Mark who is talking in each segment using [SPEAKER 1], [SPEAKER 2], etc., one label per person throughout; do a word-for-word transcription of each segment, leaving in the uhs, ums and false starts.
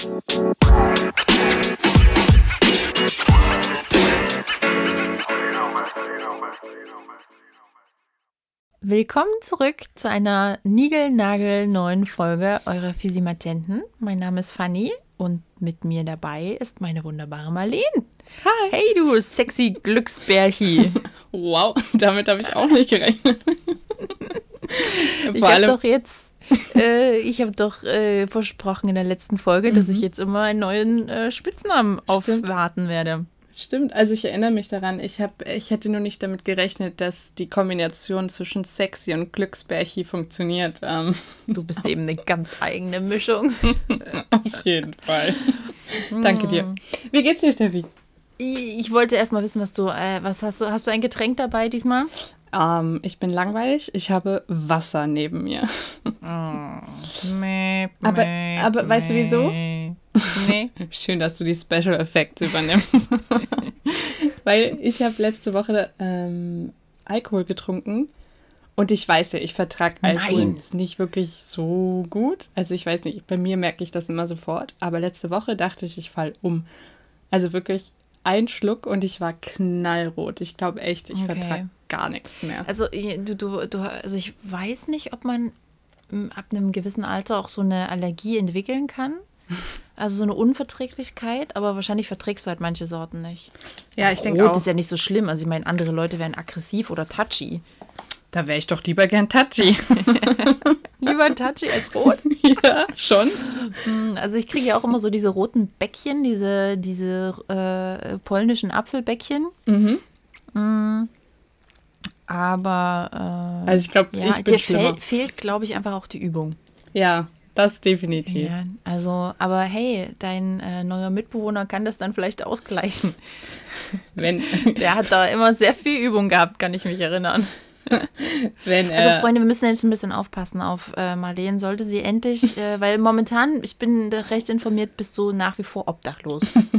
[SPEAKER 1] Willkommen zurück zu einer niegelnagelneuen Folge eurer Physimatenten. Mein Name ist Fanny und mit mir dabei ist meine wunderbare Marleen.
[SPEAKER 2] Hi.
[SPEAKER 1] Hey du sexy Glücksbärchi.
[SPEAKER 2] Wow, damit habe ich auch nicht gerechnet.
[SPEAKER 1] ich habe doch jetzt, äh, ich habe doch äh, versprochen in der letzten Folge, mhm. dass ich jetzt immer einen neuen äh, Spitznamen
[SPEAKER 2] Stimmt.
[SPEAKER 1] aufwarten werde.
[SPEAKER 2] Stimmt, also ich erinnere mich daran, ich, hab, ich hätte nur nicht damit gerechnet, dass die Kombination zwischen sexy und Glücksbärchi funktioniert. Ähm.
[SPEAKER 1] Du bist eben eine ganz eigene Mischung.
[SPEAKER 2] Auf jeden Fall. Danke dir. Wie geht's dir, Steffi?
[SPEAKER 1] Ich, ich wollte erst mal wissen, was du, äh, was hast du, hast du ein Getränk dabei diesmal?
[SPEAKER 2] Ähm, ich bin langweilig, ich habe Wasser neben mir.
[SPEAKER 1] Oh. Mäh,
[SPEAKER 2] aber
[SPEAKER 1] mäh,
[SPEAKER 2] aber weißt du wieso?
[SPEAKER 1] Nee.
[SPEAKER 2] Schön, dass du die Special Effects übernimmst. Weil ich habe letzte Woche ähm, Alkohol getrunken und ich weiß ja, ich vertrage Alkohol
[SPEAKER 1] Nein.
[SPEAKER 2] nicht wirklich so gut. Also ich weiß nicht, bei mir merke ich das immer sofort. Aber letzte Woche dachte ich, ich falle um. Also wirklich ein Schluck und ich war knallrot. Ich glaube echt, ich
[SPEAKER 1] Okay.
[SPEAKER 2] vertrage gar nichts mehr.
[SPEAKER 1] Also du, du, du, also ich weiß nicht, ob man m, ab einem gewissen Alter auch so eine Allergie entwickeln kann. Also so eine Unverträglichkeit, aber wahrscheinlich verträgst du halt manche Sorten nicht.
[SPEAKER 2] Ja, ich denke
[SPEAKER 1] Rot
[SPEAKER 2] auch.
[SPEAKER 1] ist ja nicht so schlimm. Also ich meine, andere Leute wären aggressiv oder touchy.
[SPEAKER 2] Da wäre ich doch lieber gern touchy.
[SPEAKER 1] Lieber touchy als rot?
[SPEAKER 2] Ja, schon.
[SPEAKER 1] Also ich kriege ja auch immer so diese roten Bäckchen, diese, diese äh, polnischen Apfelbäckchen.
[SPEAKER 2] Mhm.
[SPEAKER 1] Mm. Aber äh,
[SPEAKER 2] Also ich glaube,
[SPEAKER 1] ja,
[SPEAKER 2] ich bin
[SPEAKER 1] dir
[SPEAKER 2] schlimmer.
[SPEAKER 1] fehl, fehlt, glaube ich, einfach auch die Übung.
[SPEAKER 2] Ja, das definitiv.
[SPEAKER 1] Ja, also, aber hey, dein äh, neuer Mitbewohner kann das dann vielleicht ausgleichen.
[SPEAKER 2] Wenn,
[SPEAKER 1] Der hat da immer sehr viel Übung gehabt, kann ich mich erinnern.
[SPEAKER 2] wenn
[SPEAKER 1] Also
[SPEAKER 2] er...
[SPEAKER 1] Freunde, wir müssen jetzt ein bisschen aufpassen auf äh, Marleen. Sollte sie endlich, äh, weil momentan, ich bin recht informiert, bist du nach wie vor obdachlos.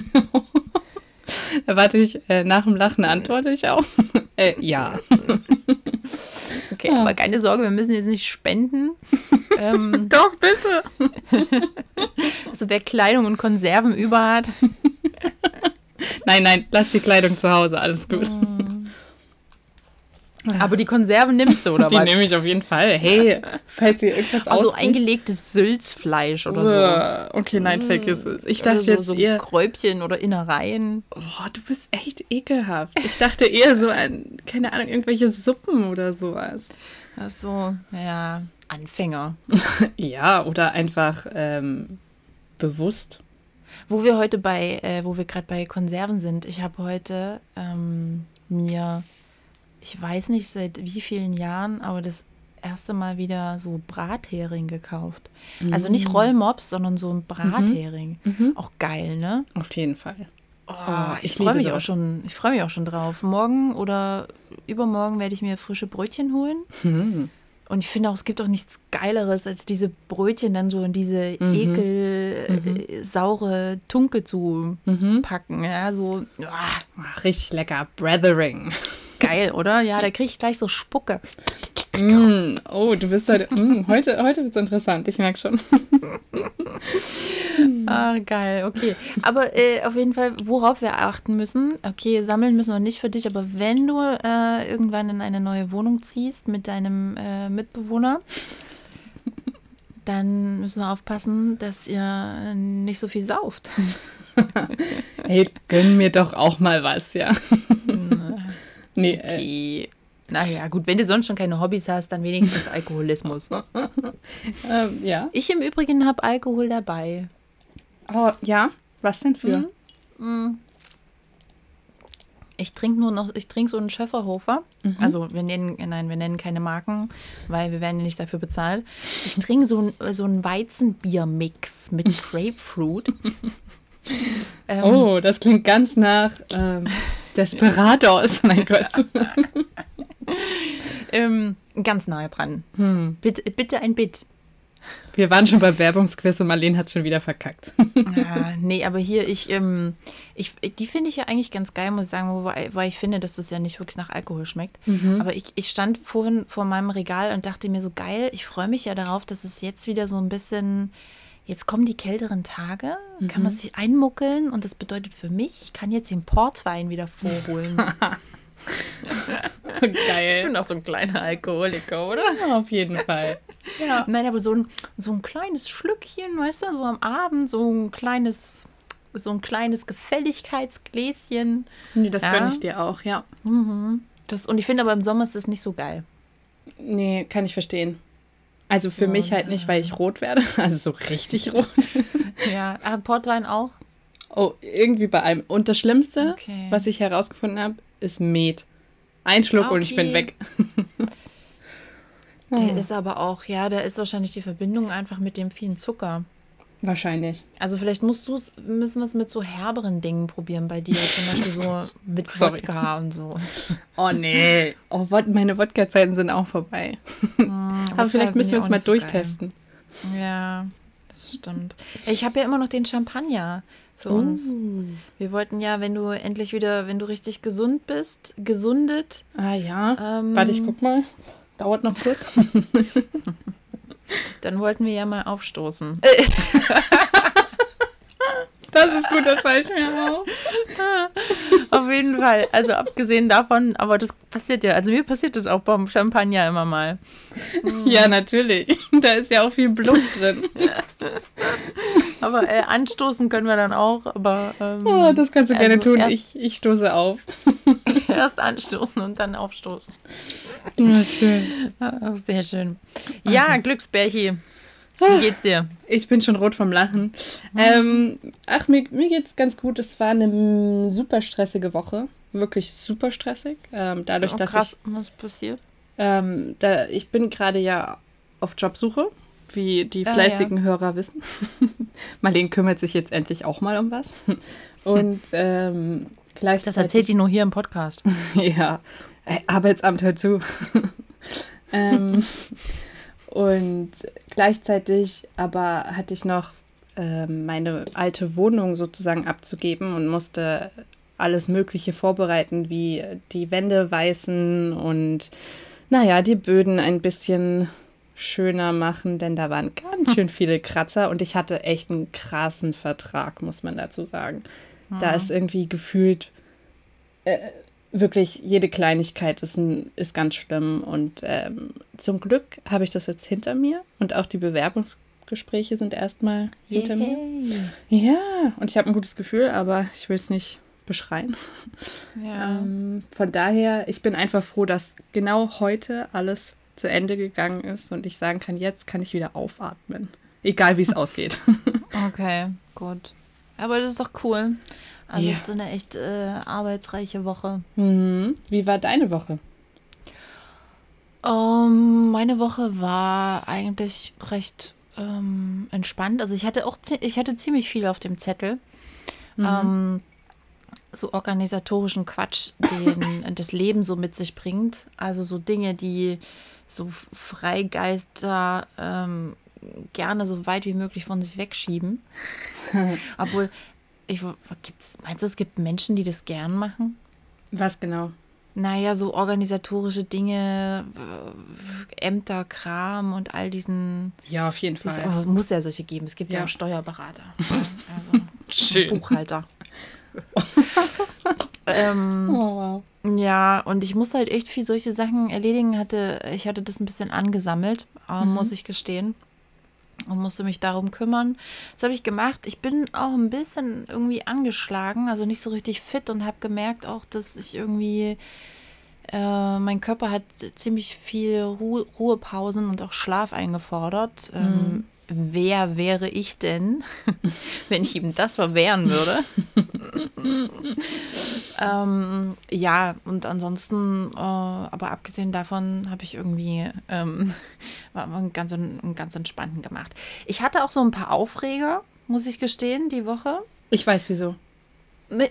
[SPEAKER 2] Warte ich, äh, nach dem Lachen antworte ich auch. äh, ja.
[SPEAKER 1] Okay,
[SPEAKER 2] Ja.
[SPEAKER 1] aber keine Sorge, wir müssen jetzt nicht spenden. ähm,
[SPEAKER 2] Doch, bitte.
[SPEAKER 1] also wer Kleidung und Konserven über hat.
[SPEAKER 2] Nein, nein, lass die Kleidung zu Hause, alles gut.
[SPEAKER 1] Aber die Konserven nimmst du, oder
[SPEAKER 2] Die
[SPEAKER 1] was?
[SPEAKER 2] nehme ich auf jeden Fall. Hey, falls ihr irgendwas
[SPEAKER 1] Also
[SPEAKER 2] ausbricht.
[SPEAKER 1] eingelegtes Sülzfleisch oder so.
[SPEAKER 2] Uah, okay, nein, vergiss es. Ich dachte
[SPEAKER 1] so,
[SPEAKER 2] jetzt
[SPEAKER 1] so
[SPEAKER 2] eher...
[SPEAKER 1] Kräubchen oder Innereien.
[SPEAKER 2] Oh, du bist echt ekelhaft. Ich dachte eher so an, keine Ahnung, irgendwelche Suppen oder sowas.
[SPEAKER 1] Ach so, ja, Anfänger.
[SPEAKER 2] Ja, oder einfach ähm, bewusst.
[SPEAKER 1] Wo wir heute bei, äh, wo wir gerade bei Konserven sind, ich habe heute ähm, mir, ich weiß nicht seit wie vielen Jahren, aber das erste Mal wieder so Brathering gekauft. Also nicht Rollmops, sondern so ein Brathering.
[SPEAKER 2] Mhm.
[SPEAKER 1] Auch geil, ne?
[SPEAKER 2] Auf jeden Fall.
[SPEAKER 1] Oh,
[SPEAKER 2] ich
[SPEAKER 1] ich freue
[SPEAKER 2] liebe
[SPEAKER 1] mich auch
[SPEAKER 2] sowas.
[SPEAKER 1] schon, ich freue mich auch schon drauf. Morgen oder übermorgen werde ich mir frische Brötchen holen.
[SPEAKER 2] Hm.
[SPEAKER 1] Und ich finde auch, es gibt auch nichts Geileres, als diese Brötchen dann so in diese
[SPEAKER 2] Mhm.
[SPEAKER 1] ekel, äh, saure Tunke zu
[SPEAKER 2] Mhm.
[SPEAKER 1] packen. Ja, so ah,
[SPEAKER 2] Ach, richtig lecker. Brethering.
[SPEAKER 1] geil, oder? Ja, da kriege ich gleich so Spucke.
[SPEAKER 2] Mm, oh, du bist heute, mm, heute, heute wird's interessant, ich merke schon.
[SPEAKER 1] Ah, geil, okay. Aber äh, auf jeden Fall, worauf wir achten müssen, okay, sammeln müssen wir nicht für dich, aber wenn du äh, irgendwann in eine neue Wohnung ziehst mit deinem äh, Mitbewohner, dann müssen wir aufpassen, dass ihr nicht so viel sauft.
[SPEAKER 2] Hey, gönn mir doch auch mal was, ja. Nee, äh,
[SPEAKER 1] Okay. Naja, gut, wenn du sonst schon keine Hobbys hast, dann wenigstens Alkoholismus.
[SPEAKER 2] ähm, ja.
[SPEAKER 1] Ich im Übrigen habe Alkohol dabei.
[SPEAKER 2] Oh, ja? Was denn für?
[SPEAKER 1] Mhm. Ich trinke nur noch, ich trinke so einen Schöfferhofer.
[SPEAKER 2] Mhm.
[SPEAKER 1] Also wir nennen, nein, wir nennen keine Marken, weil wir werden ja nicht dafür bezahlt. Ich trinke so, ein, so einen Weizenbiermix mit Grapefruit. ähm,
[SPEAKER 2] Oh, das klingt ganz nach ähm, Desperados. Mein Gott.
[SPEAKER 1] ähm, ganz nahe dran.
[SPEAKER 2] Hm.
[SPEAKER 1] Bitte, bitte ein Bit.
[SPEAKER 2] Wir waren schon beim Werbungsquiz und Marleen hat schon wieder verkackt.
[SPEAKER 1] Ja, nee, aber hier, ich, ähm, ich, die finde ich ja eigentlich ganz geil, muss ich sagen, wobei, weil ich finde, dass das ja nicht wirklich nach Alkohol schmeckt.
[SPEAKER 2] Mhm.
[SPEAKER 1] Aber ich, ich stand vorhin vor meinem Regal und dachte mir so, geil, ich freue mich ja darauf, dass es jetzt wieder so ein bisschen, jetzt kommen die kälteren Tage,
[SPEAKER 2] Mhm.
[SPEAKER 1] kann man sich einmuckeln und das bedeutet für mich, ich kann jetzt den Portwein wieder vorholen. Ich
[SPEAKER 2] Geil.
[SPEAKER 1] bin auch so ein kleiner Alkoholiker, oder?
[SPEAKER 2] Ja, auf jeden Fall. Ja.
[SPEAKER 1] Nein, aber so ein, so ein kleines Schlückchen, weißt du, so am Abend, so ein kleines, so ein kleines Gefälligkeitsgläschen.
[SPEAKER 2] Nee, das
[SPEAKER 1] Ja.
[SPEAKER 2] gönne ich dir auch, ja.
[SPEAKER 1] Mhm. Das, und ich finde aber im Sommer ist das nicht so geil.
[SPEAKER 2] Nee, kann ich verstehen. Also für
[SPEAKER 1] So,
[SPEAKER 2] mich halt nicht, weil ich rot werde. Also so richtig rot.
[SPEAKER 1] Ja, aber Portwein auch?
[SPEAKER 2] Oh, irgendwie bei allem. Und das Schlimmste,
[SPEAKER 1] Okay.
[SPEAKER 2] was ich herausgefunden habe, ist Met. Ein Schluck
[SPEAKER 1] Ah,
[SPEAKER 2] und ich bin
[SPEAKER 1] okay.
[SPEAKER 2] weg.
[SPEAKER 1] Der ist aber auch, ja, da ist wahrscheinlich die Verbindung einfach mit dem vielen Zucker.
[SPEAKER 2] Wahrscheinlich.
[SPEAKER 1] Also vielleicht musst du's, müssen wir es mit so herberen Dingen probieren bei dir, zum Beispiel so mit
[SPEAKER 2] Sorry.
[SPEAKER 1] Wodka und so.
[SPEAKER 2] Oh nee. Oh, Wod- meine Wodka-Zeiten sind auch vorbei. Aber vielleicht müssen wir uns mal durchtesten.
[SPEAKER 1] Ja, das stimmt. Ich habe ja immer noch den Champagner für uns.
[SPEAKER 2] Uh.
[SPEAKER 1] Wir wollten ja, wenn du endlich wieder, wenn du richtig gesund bist, gesundet.
[SPEAKER 2] Ah ja.
[SPEAKER 1] Ähm,
[SPEAKER 2] Warte, ich guck mal. Dauert noch kurz.
[SPEAKER 1] Dann wollten wir ja mal aufstoßen.
[SPEAKER 2] Das ist gut, das schreibe ich mir auf.
[SPEAKER 1] Auf jeden Fall. Also abgesehen davon, aber das passiert ja. Also mir passiert das auch beim Champagner immer mal.
[SPEAKER 2] Ja, natürlich. Da ist ja auch viel Blut drin.
[SPEAKER 1] Aber äh, anstoßen können wir dann auch. Aber ähm,
[SPEAKER 2] Oh, das kannst du gerne
[SPEAKER 1] also
[SPEAKER 2] tun.
[SPEAKER 1] erst-
[SPEAKER 2] Ich, ich stoße auf.
[SPEAKER 1] erst anstoßen und dann aufstoßen.
[SPEAKER 2] Ja, schön.
[SPEAKER 1] Ach, sehr schön. Ja, Glücksbärchi. Wie geht's dir?
[SPEAKER 2] Ich bin schon rot vom Lachen. Ähm, ach, mir, mir geht's ganz gut. Es war eine mm, super stressige Woche. Wirklich super stressig. Ähm, dadurch,
[SPEAKER 1] Oh,
[SPEAKER 2] dass
[SPEAKER 1] krass,
[SPEAKER 2] ich,
[SPEAKER 1] was passiert?
[SPEAKER 2] ähm, da, ich bin gerade ja auf Jobsuche, wie die
[SPEAKER 1] Ah,
[SPEAKER 2] fleißigen Hörer wissen. Marlene kümmert sich jetzt endlich auch mal um was. Und ähm, gleichzeitig...
[SPEAKER 1] Das erzählt die nur hier im Podcast.
[SPEAKER 2] Ja, äh, Arbeitsamt hört zu. ähm, und gleichzeitig aber hatte ich noch ähm, meine alte Wohnung sozusagen abzugeben und musste alles Mögliche vorbereiten, wie die Wände weißen und naja, die Böden ein bisschen schöner machen, denn da waren ganz schön viele Kratzer und ich hatte echt einen krassen Vertrag, muss man dazu sagen. Da ist irgendwie gefühlt äh, wirklich jede Kleinigkeit ist, ein, ist ganz schlimm und ähm, zum Glück habe ich das jetzt hinter mir und auch die Bewerbungsgespräche sind erstmal hinter mir.
[SPEAKER 1] Yay.
[SPEAKER 2] Ja, und ich habe ein gutes Gefühl, aber ich will es nicht beschreien.
[SPEAKER 1] Ja.
[SPEAKER 2] Ähm, von daher, ich bin einfach froh, dass genau heute alles zu Ende gegangen ist und ich sagen kann, jetzt kann ich wieder aufatmen. Egal, wie es ausgeht.
[SPEAKER 1] Okay, gut. Aber das ist doch cool. Also
[SPEAKER 2] Ja.
[SPEAKER 1] so eine echt äh, arbeitsreiche Woche.
[SPEAKER 2] Mhm. Wie war deine Woche?
[SPEAKER 1] Ähm, meine Woche war eigentlich recht ähm, entspannt. Also ich hatte auch zi- ich hatte ziemlich viel auf dem Zettel. Ähm, so organisatorischen Quatsch, den das Leben so mit sich bringt. Also so Dinge, die so Freigeister ähm, gerne so weit wie möglich von sich wegschieben. Obwohl, ich, gibt's, meinst du, es gibt Menschen, die das gern machen?
[SPEAKER 2] Was genau?
[SPEAKER 1] Naja, so organisatorische Dinge, äh, Ämter, Kram und all diesen.
[SPEAKER 2] Ja, auf jeden
[SPEAKER 1] Dies,
[SPEAKER 2] Fall.
[SPEAKER 1] aber muss ja solche geben. Es gibt ja,
[SPEAKER 2] Ja.
[SPEAKER 1] auch Steuerberater. Also
[SPEAKER 2] Schön.
[SPEAKER 1] Buchhalter. ähm,
[SPEAKER 2] Oh, wow.
[SPEAKER 1] ja, und ich musste halt echt viel solche Sachen erledigen. Hatte, ich hatte das ein bisschen angesammelt, äh, muss ich gestehen. Und musste mich darum kümmern. Das habe ich gemacht. Ich bin auch ein bisschen irgendwie angeschlagen, also nicht so richtig fit und habe gemerkt auch, dass ich irgendwie, äh, mein Körper hat ziemlich viel Ruhe, Ruhepausen und auch Schlaf eingefordert. Ähm, wer wäre ich denn, wenn ich ihm das verwehren würde? ähm, ja, und ansonsten, äh, aber abgesehen davon habe ich irgendwie ähm, war einen ganz, einen ganz entspannten gemacht. Ich hatte auch so ein paar Aufreger, muss ich gestehen, die Woche.
[SPEAKER 2] Ich weiß wieso.
[SPEAKER 1] Mit-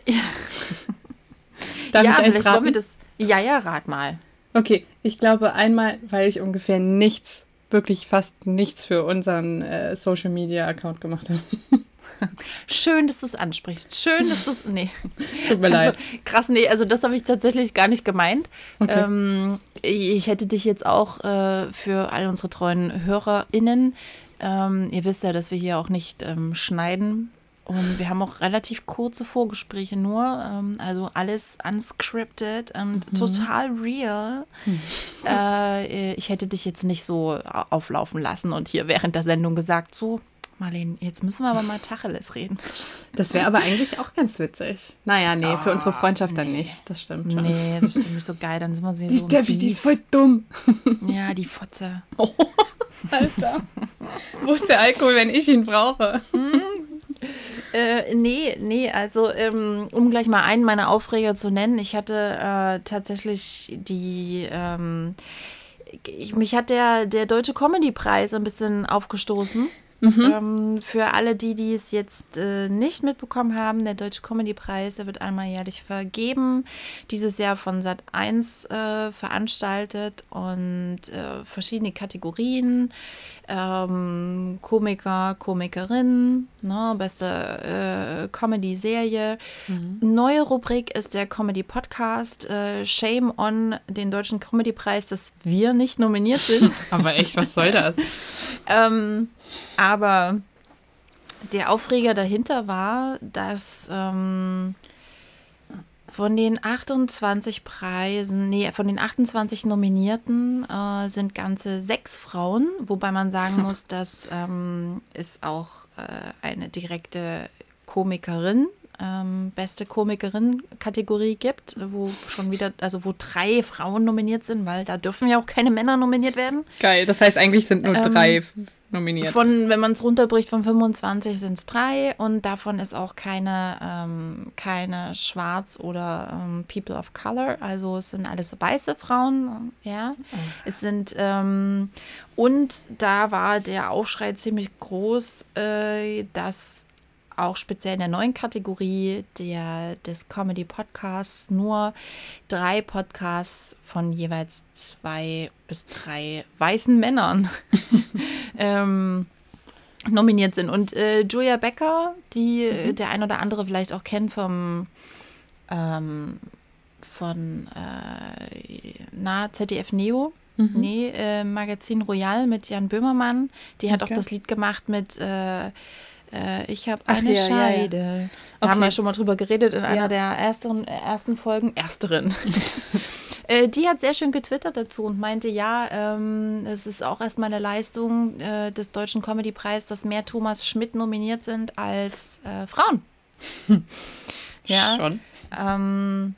[SPEAKER 2] Darf
[SPEAKER 1] ja,
[SPEAKER 2] ich eins
[SPEAKER 1] vielleicht wollen wir
[SPEAKER 2] raten?
[SPEAKER 1] das. Ja, ja, rat mal.
[SPEAKER 2] Okay, ich glaube einmal, weil ich ungefähr nichts, wirklich fast nichts für unseren äh, Social Media Account gemacht habe.
[SPEAKER 1] Schön, dass du es ansprichst. Schön, dass du es. Nee.
[SPEAKER 2] Tut mir
[SPEAKER 1] Also,
[SPEAKER 2] leid.
[SPEAKER 1] krass, nee, also das habe ich tatsächlich gar nicht gemeint.
[SPEAKER 2] Okay.
[SPEAKER 1] Ähm, ich hätte dich jetzt auch äh, für all unsere treuen HörerInnen Ähm, ihr wisst ja, dass wir hier auch nicht ähm, schneiden. Und wir haben auch relativ kurze Vorgespräche nur. Ähm, also alles unscripted und mhm. total real. Mhm. Äh, ich hätte dich jetzt nicht so auflaufen lassen und hier während der Sendung gesagt, so, Marlene, jetzt müssen wir aber mal Tacheles reden.
[SPEAKER 2] Das wäre aber eigentlich auch ganz witzig. Naja, nee, oh, für unsere Freundschaft dann nee. nicht. Das stimmt schon.
[SPEAKER 1] Nee, das stimmt nicht so geil. Dann sind wir so
[SPEAKER 2] Die
[SPEAKER 1] so
[SPEAKER 2] Steffi, die ist voll dumm.
[SPEAKER 1] Ja, die Fotze.
[SPEAKER 2] Oh, Alter. Wo ist der Alkohol, wenn ich ihn brauche?
[SPEAKER 1] Hm. Äh, nee, nee, also ähm, um gleich mal einen meiner Aufreger zu nennen, ich hatte äh, tatsächlich die, ähm, ich, mich hat der, der Deutsche Comedy-Preis ein bisschen aufgestoßen. Mhm. Ähm, für alle, die, die es jetzt äh, nicht mitbekommen haben, der Deutsche Comedy-Preis, der wird einmal jährlich vergeben, dieses Jahr von Sat eins äh, veranstaltet und äh, verschiedene Kategorien, ähm, Komiker, Komikerin, ne, beste äh, Comedy-Serie. Mhm. Neue Rubrik ist der Comedy-Podcast. Äh, Shame on den Deutschen Comedy-Preis, dass wir nicht nominiert sind.
[SPEAKER 2] Aber echt, was soll das?
[SPEAKER 1] ähm, aber der Aufreger dahinter war, dass ähm, von den achtundzwanzig Preisen, nee, von den achtundzwanzig Nominierten äh, sind ganze sechs Frauen, wobei man sagen muss, dass ähm, es auch äh, eine direkte Komikerin, ähm, beste Komikerin-Kategorie gibt, wo schon wieder, also wo drei Frauen nominiert sind, weil da dürfen ja auch keine Männer nominiert werden.
[SPEAKER 2] Geil, das heißt eigentlich sind nur ähm, drei nominiert.
[SPEAKER 1] Von, wenn man es runterbricht, von fünfundzwanzig sind es drei und davon ist auch keine, ähm, keine Schwarz- oder ähm, People of Color, also es sind alles weiße Frauen, ja. Oh. Es sind, ähm, und da war der Aufschrei ziemlich groß, äh, dass auch speziell in der neuen Kategorie der, des Comedy-Podcasts nur drei Podcasts von jeweils zwei bis drei weißen Männern ähm, nominiert sind. Und äh, Julia Becker, die mhm. der ein oder andere vielleicht auch kennt vom ähm, von äh, na, Z D F Neo, mhm. nee, äh, Magazin Royal mit Jan Böhmermann, die hat okay. auch das Lied gemacht mit äh, Ich habe eine ja, Scheide. Ja, ja. Da okay. haben wir schon mal drüber geredet in ja. einer der ersten, ersten Folgen. Ersterin. äh, die hat sehr schön getwittert dazu und meinte, ja, ähm, es ist auch erstmal eine Leistung äh, des Deutschen Comedy-Preis, dass mehr Thomas Schmidt nominiert sind als äh, Frauen. ja.
[SPEAKER 2] Schon.
[SPEAKER 1] Ähm,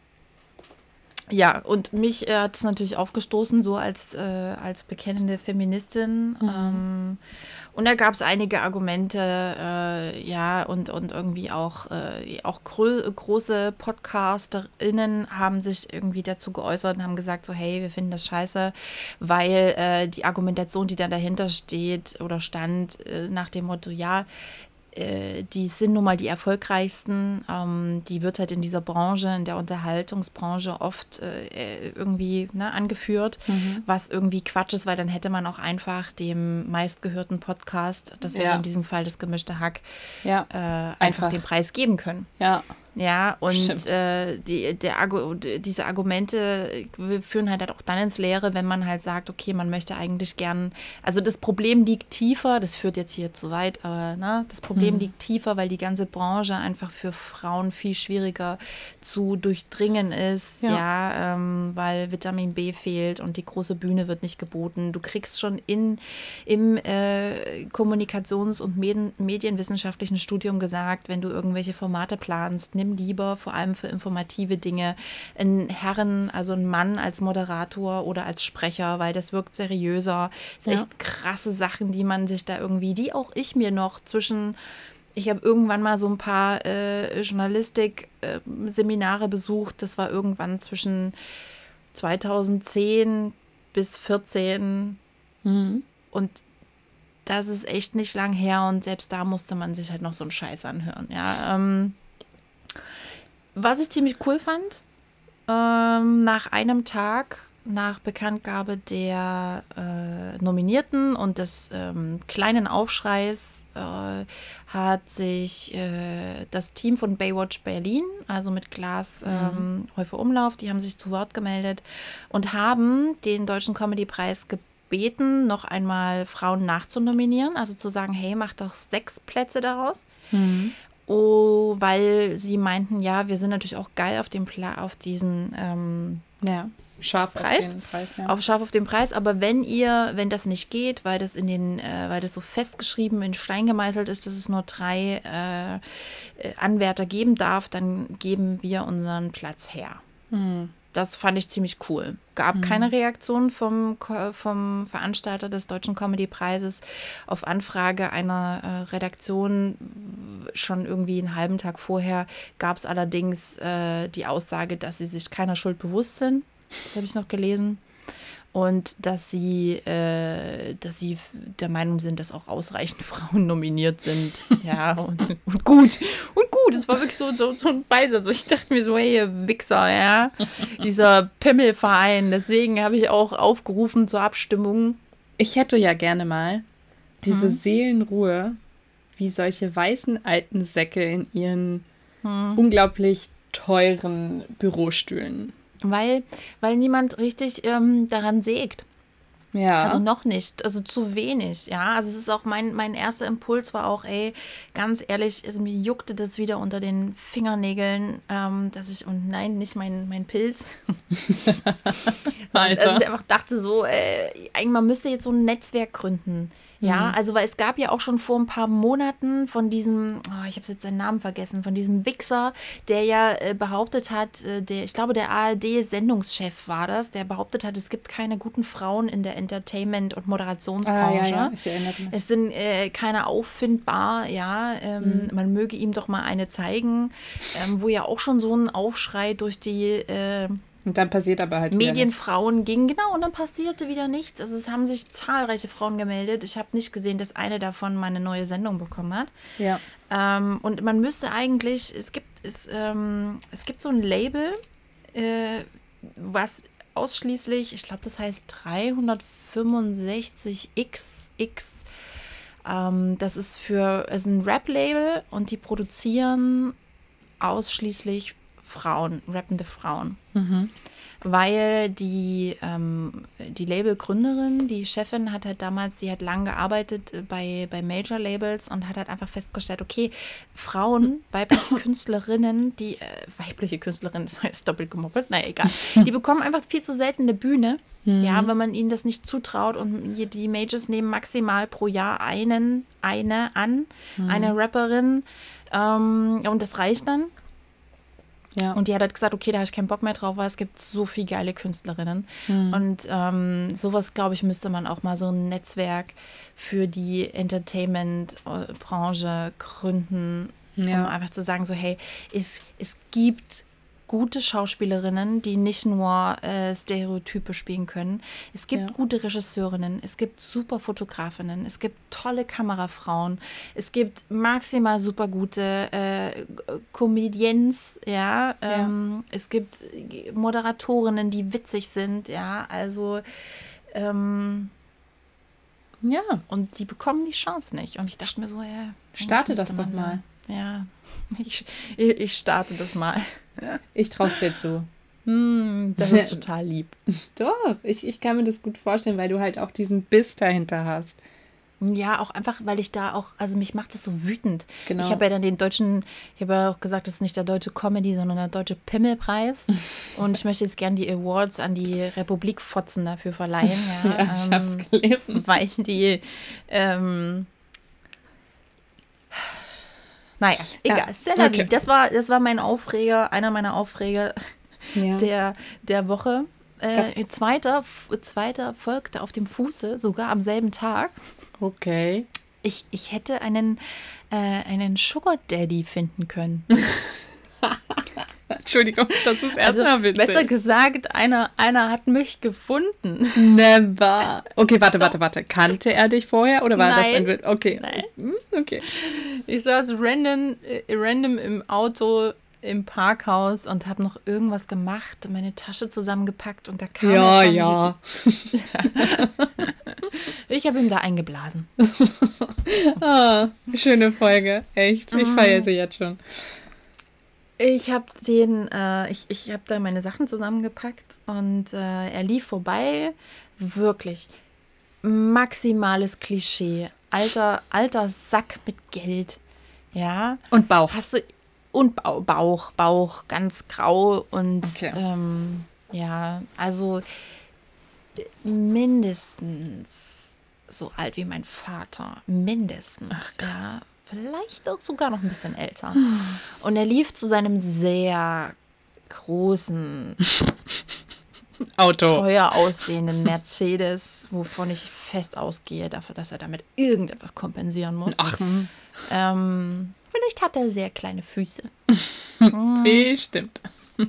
[SPEAKER 1] ja, und mich äh, hat es natürlich aufgestoßen, so als, äh, als bekennende Feministin. Mhm. Ähm, und da gab es einige Argumente, äh, ja, und, und irgendwie auch, äh, auch grö- große PodcasterInnen haben sich irgendwie dazu geäußert und haben gesagt, so, hey, wir finden das scheiße, weil äh, die Argumentation, die dann dahinter steht oder stand, äh, nach dem Motto, ja, die sind nun mal die erfolgreichsten. Ähm, die wird halt in dieser Branche, in der Unterhaltungsbranche oft äh, irgendwie ne, angeführt, mhm. was irgendwie Quatsch ist, weil dann hätte man auch einfach dem meistgehörten Podcast, das wäre ja. in diesem Fall das gemischte Hack,
[SPEAKER 2] ja.
[SPEAKER 1] äh, einfach, einfach den Preis geben können.
[SPEAKER 2] Ja.
[SPEAKER 1] Ja, und äh, die, der Argu- diese Argumente führen halt auch dann ins Leere, wenn man halt sagt, okay, man möchte eigentlich gern, also das Problem liegt tiefer, das führt jetzt hier zu weit, aber ne, das Problem mhm. liegt tiefer, weil die ganze Branche einfach für Frauen viel schwieriger zu durchdringen ist, ja, ja ähm, weil Vitamin B fehlt und die große Bühne wird nicht geboten. Du kriegst schon in, im äh, Kommunikations- und Medien- medienwissenschaftlichen Studium gesagt, wenn du irgendwelche Formate planst, nimm lieber vor allem für informative Dinge einen Herren, also einen Mann als Moderator oder als Sprecher, weil das wirkt seriöser. Das sind ja. echt krasse Sachen, die man sich da irgendwie, die auch ich mir noch zwischen, ich habe irgendwann mal so ein paar äh, Journalistik-Seminare besucht, das war irgendwann zwischen zweitausendzehn bis vierzehn mhm. und das ist echt nicht lang her und selbst da musste man sich halt noch so einen Scheiß anhören, ja, ähm, was ich ziemlich cool fand, ähm, nach einem Tag nach Bekanntgabe der äh, Nominierten und des ähm, kleinen Aufschreis äh, hat sich äh, das Team von Baywatch Berlin, also mit Glas ähm, Häufer Umlauf, die haben sich zu Wort gemeldet und haben den Deutschen Comedy-Preis ge- gebeten, noch einmal Frauen nachzunominieren, also zu sagen, hey, mach doch sechs Plätze daraus.
[SPEAKER 2] Mhm.
[SPEAKER 1] Oh, weil sie meinten, ja, wir sind natürlich auch geil auf, dem Pla- auf diesen ähm,
[SPEAKER 2] Ja, scharf
[SPEAKER 1] Preis,
[SPEAKER 2] auf den Preis, ja.
[SPEAKER 1] auf scharf auf den Preis, aber wenn ihr, wenn das nicht geht, weil das in den, äh, weil das so festgeschrieben in Stein gemeißelt ist, dass es nur drei äh, äh, Anwärter geben darf, dann geben wir unseren Platz her.
[SPEAKER 2] Mhm.
[SPEAKER 1] Das fand ich ziemlich cool. Gab keine Reaktion vom, Ko- vom Veranstalter des Deutschen Comedy-Preises auf Anfrage einer äh, Redaktion. Schon irgendwie einen halben Tag vorher gab es allerdings äh, die Aussage, dass sie sich keiner Schuld bewusst sind. Das habe ich noch gelesen. Und dass sie, äh, dass sie der Meinung sind, dass auch ausreichend Frauen nominiert sind. Ja, und, und gut. Und gut. Es war wirklich so, so, so ein Beisatz. Ich dachte mir so, hey, ihr Wichser, ja. Dieser Pimmelverein. Deswegen habe ich auch aufgerufen zur Abstimmung.
[SPEAKER 2] Ich hätte ja gerne mal diese
[SPEAKER 1] Mhm.
[SPEAKER 2] Seelenruhe, wie solche weißen alten Säcke in ihren
[SPEAKER 1] Mhm.
[SPEAKER 2] unglaublich teuren Bürostühlen.
[SPEAKER 1] Weil, weil niemand richtig ähm, daran sägt.
[SPEAKER 2] Ja.
[SPEAKER 1] Also noch nicht, also zu wenig, ja. Also es ist auch mein, mein erster Impuls war auch, ey, ganz ehrlich, also mir juckte das wieder unter den Fingernägeln, ähm, dass ich, und nein, nicht mein, mein Pilz.
[SPEAKER 2] Alter.
[SPEAKER 1] Also ich einfach dachte so, äh, eigentlich, man müsste jetzt so ein Netzwerk gründen. Ja, also weil es gab ja auch schon vor ein paar Monaten von diesem, oh, ich habe jetzt seinen Namen vergessen, von diesem Wichser, der ja äh, behauptet hat, äh, der, ich glaube der A R D-Sendungschef war das, der behauptet hat, es gibt keine guten Frauen in der Entertainment- und
[SPEAKER 2] Ah,
[SPEAKER 1] Moderationsbranche.
[SPEAKER 2] ja, ja, ich erinnere mich.
[SPEAKER 1] Es sind äh, keine auffindbar, ja, ähm, man möge ihm doch mal eine zeigen, ähm, wo ja auch schon so ein Aufschrei durch die äh,
[SPEAKER 2] Und dann passiert aber halt wieder nichts.
[SPEAKER 1] Medienfrauen ging, genau, und dann passierte wieder nichts. Also es haben sich zahlreiche Frauen gemeldet. Ich habe nicht gesehen, dass eine davon mal eine neue Sendung bekommen hat.
[SPEAKER 2] Ja.
[SPEAKER 1] Ähm, und man müsste eigentlich, es gibt, es, ähm, es gibt so ein Label, äh, was ausschließlich, ich glaube, das heißt dreihundertfünfundsechzig X X. Ähm, das ist für, es ist ein Rap-Label und die produzieren ausschließlich Frauen, rappende Frauen.
[SPEAKER 2] Mhm.
[SPEAKER 1] Weil die, ähm, die Labelgründerin, die Chefin, hat halt damals, die hat lang gearbeitet äh, bei, bei Major-Labels und hat halt einfach festgestellt, okay, Frauen, weibliche Künstlerinnen, die, äh, weibliche Künstlerinnen, das heißt doppelt gemoppelt, naja, egal, die bekommen einfach viel zu selten eine Bühne, ja, wenn man ihnen das nicht zutraut und die die Majors nehmen maximal pro Jahr einen, eine an, eine Rapperin, ähm, und das reicht dann.
[SPEAKER 2] Ja.
[SPEAKER 1] Und die hat halt gesagt, okay, da habe ich keinen Bock mehr drauf, weil es gibt so viele geile Künstlerinnen.
[SPEAKER 2] Mhm.
[SPEAKER 1] Und ähm, sowas, glaube ich, müsste man auch mal so ein Netzwerk für die Entertainment-Branche gründen,
[SPEAKER 2] Ja.
[SPEAKER 1] um einfach zu sagen, so, hey, es, es gibt gute Schauspielerinnen, die nicht nur äh, Stereotype spielen können. Es gibt
[SPEAKER 2] Ja.
[SPEAKER 1] gute Regisseurinnen, es gibt super Fotografinnen, es gibt tolle Kamerafrauen, es gibt maximal super gute äh, Comedians, ja, ähm, es gibt Moderatorinnen, die witzig sind, ja, also ähm,
[SPEAKER 2] Ja.
[SPEAKER 1] und die bekommen die Chance nicht. Und ich dachte mir so, ja,
[SPEAKER 2] Starte
[SPEAKER 1] eigentlich
[SPEAKER 2] das
[SPEAKER 1] müsste
[SPEAKER 2] doch
[SPEAKER 1] man
[SPEAKER 2] mal.
[SPEAKER 1] da- Ja, ich, ich starte das mal.
[SPEAKER 2] Ich traue dir zu.
[SPEAKER 1] Hm, das ist total lieb.
[SPEAKER 2] Doch, ich, ich kann mir das gut vorstellen, weil du halt auch diesen Biss dahinter hast.
[SPEAKER 1] Ja, auch einfach, weil ich da auch, also mich macht das so wütend.
[SPEAKER 2] Genau.
[SPEAKER 1] Ich habe ja dann den deutschen, ich habe ja auch gesagt, das ist nicht der deutsche Comedy, sondern der deutsche Pimmelpreis. Und ich möchte jetzt gern die Awards an die Republik Fotzen dafür verleihen. Ja,
[SPEAKER 2] Ja, ich hab's
[SPEAKER 1] ähm,
[SPEAKER 2] gelesen.
[SPEAKER 1] Weil die, ähm, naja, egal.
[SPEAKER 2] Ja,
[SPEAKER 1] C'est la vie.
[SPEAKER 2] okay.
[SPEAKER 1] Das war, das war mein Aufreger, einer meiner Aufreger
[SPEAKER 2] Ja.
[SPEAKER 1] der, der Woche. Äh, zweiter, f- zweiter folgte auf dem Fuße, sogar am selben Tag.
[SPEAKER 2] Okay.
[SPEAKER 1] Ich, ich hätte einen, äh, einen Sugar Daddy finden können.
[SPEAKER 2] Entschuldigung, das ist
[SPEAKER 1] Also,
[SPEAKER 2] erstmal witzig.
[SPEAKER 1] besser gesagt, einer, einer hat mich gefunden.
[SPEAKER 2] Never. Okay, warte, warte, warte. Kannte er dich vorher oder war das
[SPEAKER 1] Nein.
[SPEAKER 2] ein Bild? Okay.
[SPEAKER 1] Nein.
[SPEAKER 2] Hm, Okay.
[SPEAKER 1] Ich saß random, äh, random im Auto im Parkhaus und habe noch irgendwas gemacht, meine Tasche zusammengepackt und da kam
[SPEAKER 2] Ja,
[SPEAKER 1] er schon
[SPEAKER 2] ja.
[SPEAKER 1] die- Ich habe ihm da eingeblasen.
[SPEAKER 2] Ah, schöne Folge. Echt. Ich feiere sie jetzt schon.
[SPEAKER 1] Ich habe den, äh, ich, ich habe da meine Sachen zusammengepackt und äh, er lief vorbei. Wirklich maximales Klischee. Alter, alter Sack mit Geld. Ja.
[SPEAKER 2] Und Bauch.
[SPEAKER 1] Hast du, und Bauch, Bauch, Bauch, ganz grau und
[SPEAKER 2] Okay.
[SPEAKER 1] ähm, ja, also mindestens so alt wie mein Vater. Mindestens.
[SPEAKER 2] Ach, krass.
[SPEAKER 1] Ja. Vielleicht auch sogar noch ein bisschen älter. Und er lief zu seinem sehr großen,
[SPEAKER 2] Auto.
[SPEAKER 1] teuer aussehenden Mercedes, wovon ich fest ausgehe, dafür, dass er damit irgendetwas kompensieren muss.
[SPEAKER 2] Ach, hm.
[SPEAKER 1] Ähm, vielleicht hat er sehr kleine Füße.
[SPEAKER 2] Bestimmt.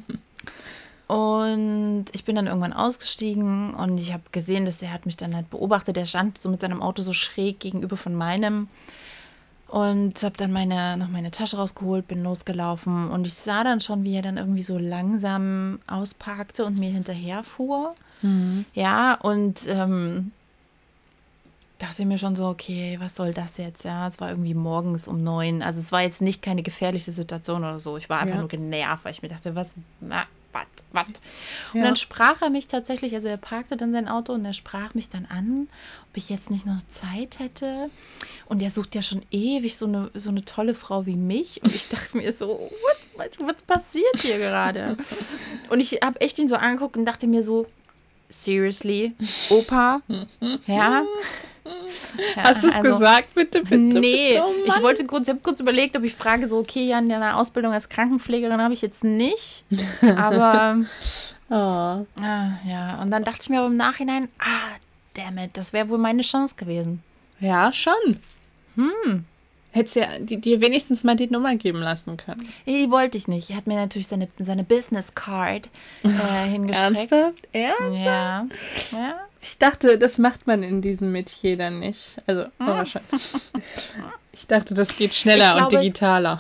[SPEAKER 1] Und ich bin dann irgendwann ausgestiegen und ich habe gesehen, dass er hat mich dann halt beobachtet. Der stand so mit seinem Auto so schräg gegenüber von meinem. Und habe dann meine, noch meine Tasche rausgeholt, bin losgelaufen. Und ich sah dann schon, wie er dann irgendwie so langsam ausparkte und mir hinterherfuhr.
[SPEAKER 2] Mhm.
[SPEAKER 1] Ja, und ähm, dachte mir schon so, okay, was soll das jetzt? Ja, es war irgendwie morgens um neun. Also es war jetzt nicht keine gefährliche Situation oder so. Ich war einfach
[SPEAKER 2] Ja.
[SPEAKER 1] nur genervt, weil ich mir dachte, was, na, was, was? Und
[SPEAKER 2] Ja.
[SPEAKER 1] dann sprach er mich tatsächlich, also er parkte dann sein Auto und er sprach mich dann an, ob ich jetzt nicht noch Zeit hätte. Und er sucht ja schon ewig so eine, so eine tolle Frau wie mich. Und ich dachte mir so, what, what, was passiert hier gerade? Und ich habe echt ihn so angeguckt und dachte mir so, seriously, Opa? Ja? Ja,
[SPEAKER 2] Hast du es
[SPEAKER 1] also-
[SPEAKER 2] gesagt, bitte, bitte?
[SPEAKER 1] Nee,
[SPEAKER 2] bitte? Oh
[SPEAKER 1] ich
[SPEAKER 2] Mann.
[SPEAKER 1] wollte kurz, ich habe kurz überlegt, ob ich frage, so, okay, ja, eine Ausbildung als Krankenpflegerin habe ich jetzt nicht. Aber,
[SPEAKER 2] Oh.
[SPEAKER 1] ah, ja, und dann dachte ich mir aber im Nachhinein, ah, damn it, das wäre wohl meine Chance gewesen.
[SPEAKER 2] Ja, schon.
[SPEAKER 1] Hm.
[SPEAKER 2] Hättest ja die- dir wenigstens mal die Nummer geben lassen können.
[SPEAKER 1] Nee, die wollte ich nicht. Er hat mir natürlich seine, seine Business Card äh, hingestreckt.
[SPEAKER 2] Ernsthaft? Ja?
[SPEAKER 1] Ja, ja.
[SPEAKER 2] Ich dachte, das macht man in diesem Metier dann nicht. Also,
[SPEAKER 1] Hm.
[SPEAKER 2] aber schon. Ich dachte, das geht schneller
[SPEAKER 1] Ich glaube-
[SPEAKER 2] und digitaler.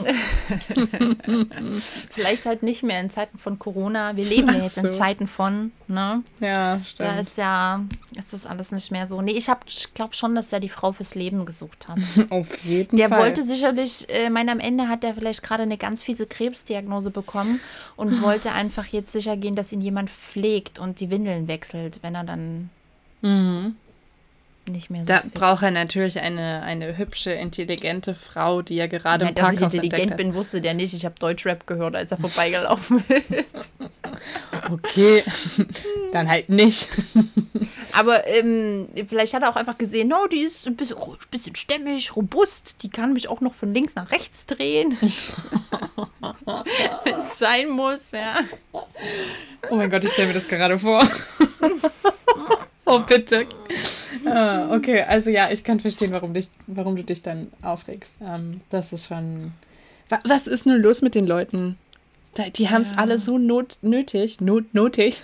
[SPEAKER 1] Vielleicht halt nicht mehr in Zeiten von Corona. Wir leben ja
[SPEAKER 2] Ach
[SPEAKER 1] jetzt in
[SPEAKER 2] so.
[SPEAKER 1] Zeiten von, ne?
[SPEAKER 2] Ja,
[SPEAKER 1] Da
[SPEAKER 2] stimmt.
[SPEAKER 1] ist ja, ist das alles nicht mehr so. Nee, ich, hab- ich glaube schon, dass er die Frau fürs Leben gesucht hat.
[SPEAKER 2] Auf jeden
[SPEAKER 1] Der
[SPEAKER 2] Fall.
[SPEAKER 1] wollte sicherlich, äh, meine, am Ende hat er vielleicht gerade eine ganz fiese Krebsdiagnose bekommen und wollte einfach jetzt sicher gehen, dass ihn jemand pflegt und die Windeln wechselt, wenn er dann
[SPEAKER 2] Mhm.
[SPEAKER 1] nicht mehr so
[SPEAKER 2] Da
[SPEAKER 1] fit
[SPEAKER 2] braucht er natürlich eine, eine hübsche, intelligente Frau, die er gerade
[SPEAKER 1] Ja,
[SPEAKER 2] im
[SPEAKER 1] dass ich
[SPEAKER 2] Parkhaus
[SPEAKER 1] intelligent
[SPEAKER 2] entdeckt hat.
[SPEAKER 1] bin, wusste der nicht. Ich habe Deutschrap gehört, als er vorbeigelaufen ist.
[SPEAKER 2] Okay, dann halt nicht.
[SPEAKER 1] Aber ähm, vielleicht hat er auch einfach gesehen, no, die ist ein bisschen, ein bisschen stämmig, robust. Die kann mich auch noch von links nach rechts drehen. Wenn es sein muss, ja.
[SPEAKER 2] Oh mein Gott, ich stelle mir das gerade vor. Oh, bitte. Ah, okay, also ja, ich kann verstehen, warum, dich, warum du dich dann aufregst. Ähm, das ist schon... Wa- Was ist nun los mit den Leuten? Da- Die haben es
[SPEAKER 1] Ja.
[SPEAKER 2] alle so not, nötig. Not, notig.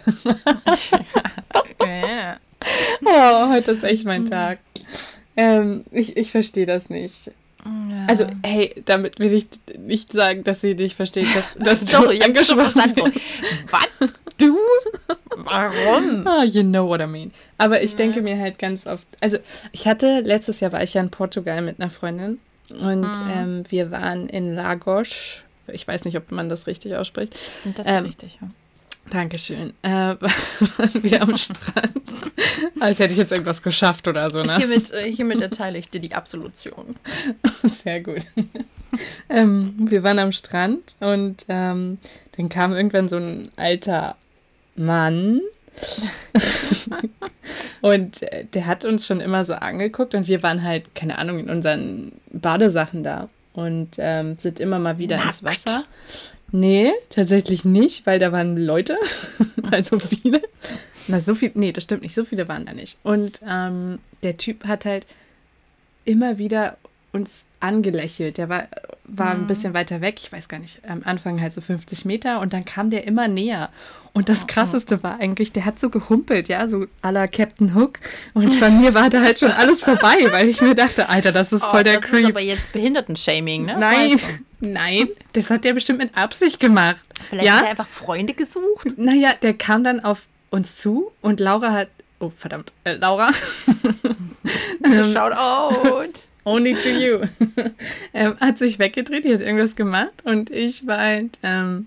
[SPEAKER 1] ja.
[SPEAKER 2] Oh, heute ist echt mein Tag. Ähm, ich ich verstehe das nicht.
[SPEAKER 1] Ja.
[SPEAKER 2] Also, hey, damit will ich nicht sagen, dass sie nicht versteht, dass, dass
[SPEAKER 1] Doch,
[SPEAKER 2] du
[SPEAKER 1] ich hab schon
[SPEAKER 2] angesprochen
[SPEAKER 1] verstanden. Was? Du? Warum?
[SPEAKER 2] Ah, you know what I mean. Aber ich denke mir halt ganz oft, also ich hatte, letztes Jahr war ich ja in Portugal mit einer Freundin und
[SPEAKER 1] Mhm.
[SPEAKER 2] ähm, wir waren in Lagos. Ich weiß nicht, ob man das richtig ausspricht.
[SPEAKER 1] Das ist
[SPEAKER 2] Ähm,
[SPEAKER 1] richtig, ja.
[SPEAKER 2] Dankeschön. Äh, waren wir am Strand. Als hätte ich jetzt irgendwas geschafft oder so, ne?
[SPEAKER 1] Hiermit, äh, hiermit erteile ich dir die Absolution.
[SPEAKER 2] Sehr gut. ähm, wir waren am Strand und ähm, dann kam irgendwann so ein alter Mann und äh, der hat uns schon immer so angeguckt und wir waren halt, keine Ahnung, in unseren Badesachen da und ähm, sind immer mal wieder ins
[SPEAKER 1] Nackt?
[SPEAKER 2] Wasser. Nee, tatsächlich nicht, weil da waren Leute, also viele. Na, so viel, nee, das stimmt nicht, so viele waren da nicht. Und ähm, der Typ hat halt immer wieder uns angelächelt. Der war, war ein bisschen weiter weg, ich weiß gar nicht, am Anfang halt so fünfzig Meter und dann kam der immer näher. Und das Krasseste war eigentlich, der hat so gehumpelt, ja, so à la Captain Hook. Und von mir war da halt schon alles vorbei, weil ich mir dachte, Alter, das ist voll der
[SPEAKER 1] Oh, das ist
[SPEAKER 2] Creep.
[SPEAKER 1] aber jetzt Behindertenshaming, ne?
[SPEAKER 2] Nein,
[SPEAKER 1] Weißt du.
[SPEAKER 2] nein, das hat der bestimmt mit Absicht gemacht.
[SPEAKER 1] Vielleicht
[SPEAKER 2] ja?
[SPEAKER 1] hat er einfach Freunde gesucht.
[SPEAKER 2] Naja, der kam dann auf uns zu und Laura hat, oh verdammt, äh, Laura, Ähm.
[SPEAKER 1] Shout out.
[SPEAKER 2] only to you, ähm, hat sich weggedreht, die hat irgendwas gemacht und ich war halt ähm,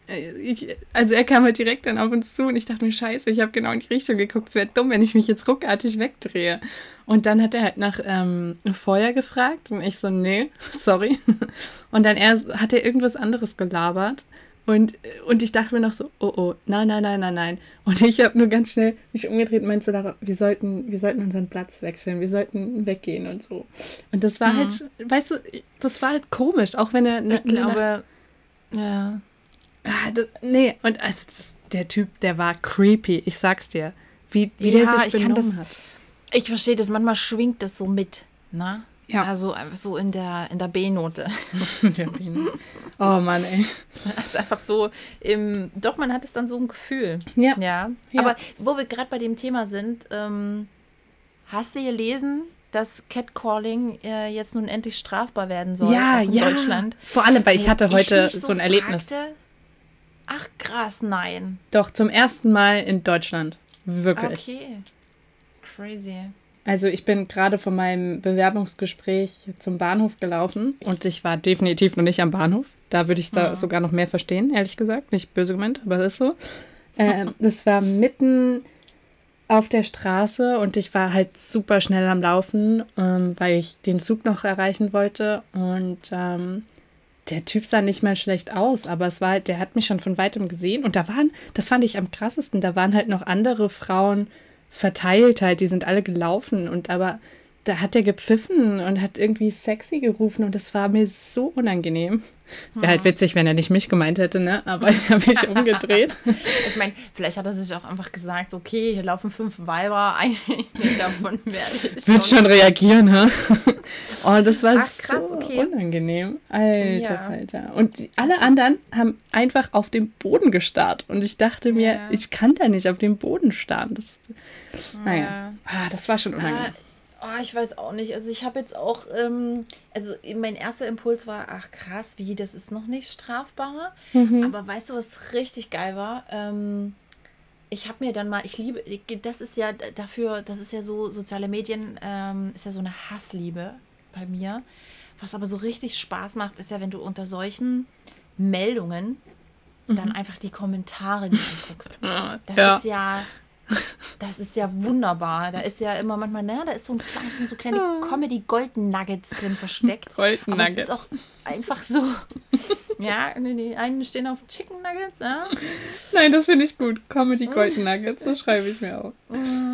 [SPEAKER 2] ich, also er kam halt direkt dann auf uns zu und ich dachte mir, scheiße, ich habe genau in die Richtung geguckt. Es wäre dumm, wenn ich mich jetzt ruckartig wegdrehe. Und dann hat er halt nach ähm, Feuer gefragt und ich so, nee, sorry. Und dann er, hat er irgendwas anderes gelabert. Und, und ich dachte mir noch so, oh, oh, nein, nein, nein, nein, nein. Und ich habe nur ganz schnell mich umgedreht und meinte so, Lara, wir sollten, wir sollten unseren Platz wechseln, wir sollten weggehen und so. Und das war mhm. halt, weißt du, das war halt komisch, auch wenn er... Ne,
[SPEAKER 1] ich glaube, nach, ja...
[SPEAKER 2] Ah, das, nee, und also das, der Typ, der war creepy, ich sag's dir. Wie, wie
[SPEAKER 1] ja,
[SPEAKER 2] der sich benommen
[SPEAKER 1] das,
[SPEAKER 2] hat.
[SPEAKER 1] Ich verstehe das, manchmal schwingt das so mit, ne?
[SPEAKER 2] Ja.
[SPEAKER 1] Also einfach so in der, in der B-Note.
[SPEAKER 2] der B-Note. Oh Mann, ey.
[SPEAKER 1] Das ist einfach so, im, doch, man hat es dann so ein Gefühl.
[SPEAKER 2] Ja.
[SPEAKER 1] ja.
[SPEAKER 2] ja.
[SPEAKER 1] Aber wo wir gerade bei dem Thema sind, ähm, hast du gelesen, dass Catcalling äh, jetzt nun endlich strafbar werden soll
[SPEAKER 2] ja,
[SPEAKER 1] in
[SPEAKER 2] ja.
[SPEAKER 1] Deutschland?
[SPEAKER 2] Vor allem, weil ich hatte heute
[SPEAKER 1] ich
[SPEAKER 2] so ein Erlebnis.
[SPEAKER 1] Fragte, ach krass, nein.
[SPEAKER 2] Doch, zum ersten Mal in Deutschland. Wirklich.
[SPEAKER 1] Okay. Crazy.
[SPEAKER 2] Also ich bin gerade von meinem Bewerbungsgespräch zum Bahnhof gelaufen und ich war definitiv noch nicht am Bahnhof. Da würde ich da ja. sogar noch mehr verstehen, ehrlich gesagt. Nicht böse gemeint, aber das ist so. Äh, das war mitten auf der Straße und ich war halt super schnell am Laufen, ähm, weil ich den Zug noch erreichen wollte. Und ähm, der Typ sah nicht mal schlecht aus, aber es war halt, der hat mich schon von weitem gesehen. Und da waren, das fand ich am krassesten, da waren halt noch andere Frauen verteilt halt, die sind alle gelaufen und aber da hat er gepfiffen und hat irgendwie sexy gerufen und das war mir so unangenehm. Wäre halt witzig, wenn er nicht mich gemeint hätte, ne? Aber ich habe mich umgedreht.
[SPEAKER 1] Ich meine, vielleicht hat er sich auch einfach gesagt, okay, hier laufen fünf Weiber, eine davon werde ich
[SPEAKER 2] Wird schon, schon reagieren, hä? Oh, das war
[SPEAKER 1] Ach, krass,
[SPEAKER 2] so
[SPEAKER 1] okay.
[SPEAKER 2] unangenehm. Alter
[SPEAKER 1] ja.
[SPEAKER 2] Falter. Und die, alle anderen haben einfach auf dem Boden gestarrt und ich dachte mir,
[SPEAKER 1] ja.
[SPEAKER 2] ich kann da nicht auf dem Boden starren. Das,
[SPEAKER 1] ja.
[SPEAKER 2] naja, ah, das war schon unangenehm.
[SPEAKER 1] Ah. Oh, ich weiß auch nicht. Also ich habe jetzt auch, ähm, also mein erster Impuls war, ach krass, wie, das ist noch nicht strafbar. Mhm. Aber weißt du, was richtig geil war? Ähm, ich habe mir dann mal, ich liebe, das ist ja dafür, das ist ja so, soziale Medien, ähm, ist ja so eine Hassliebe bei mir. Was aber so richtig Spaß macht, ist ja, wenn du unter solchen Meldungen mhm. dann einfach die Kommentare dir anguckst. Das ja. ist ja... Das ist ja wunderbar. Da ist ja immer manchmal, ne, da ist so ein kleine, so kleine Comedy-Gold-Nuggets drin versteckt.
[SPEAKER 2] Gold
[SPEAKER 1] Aber es ist auch einfach so. Ja, die einen stehen auf Chicken Nuggets, ja.
[SPEAKER 2] Nein, das finde ich gut. Comedy-Gold-Nuggets, das schreibe ich mir auf.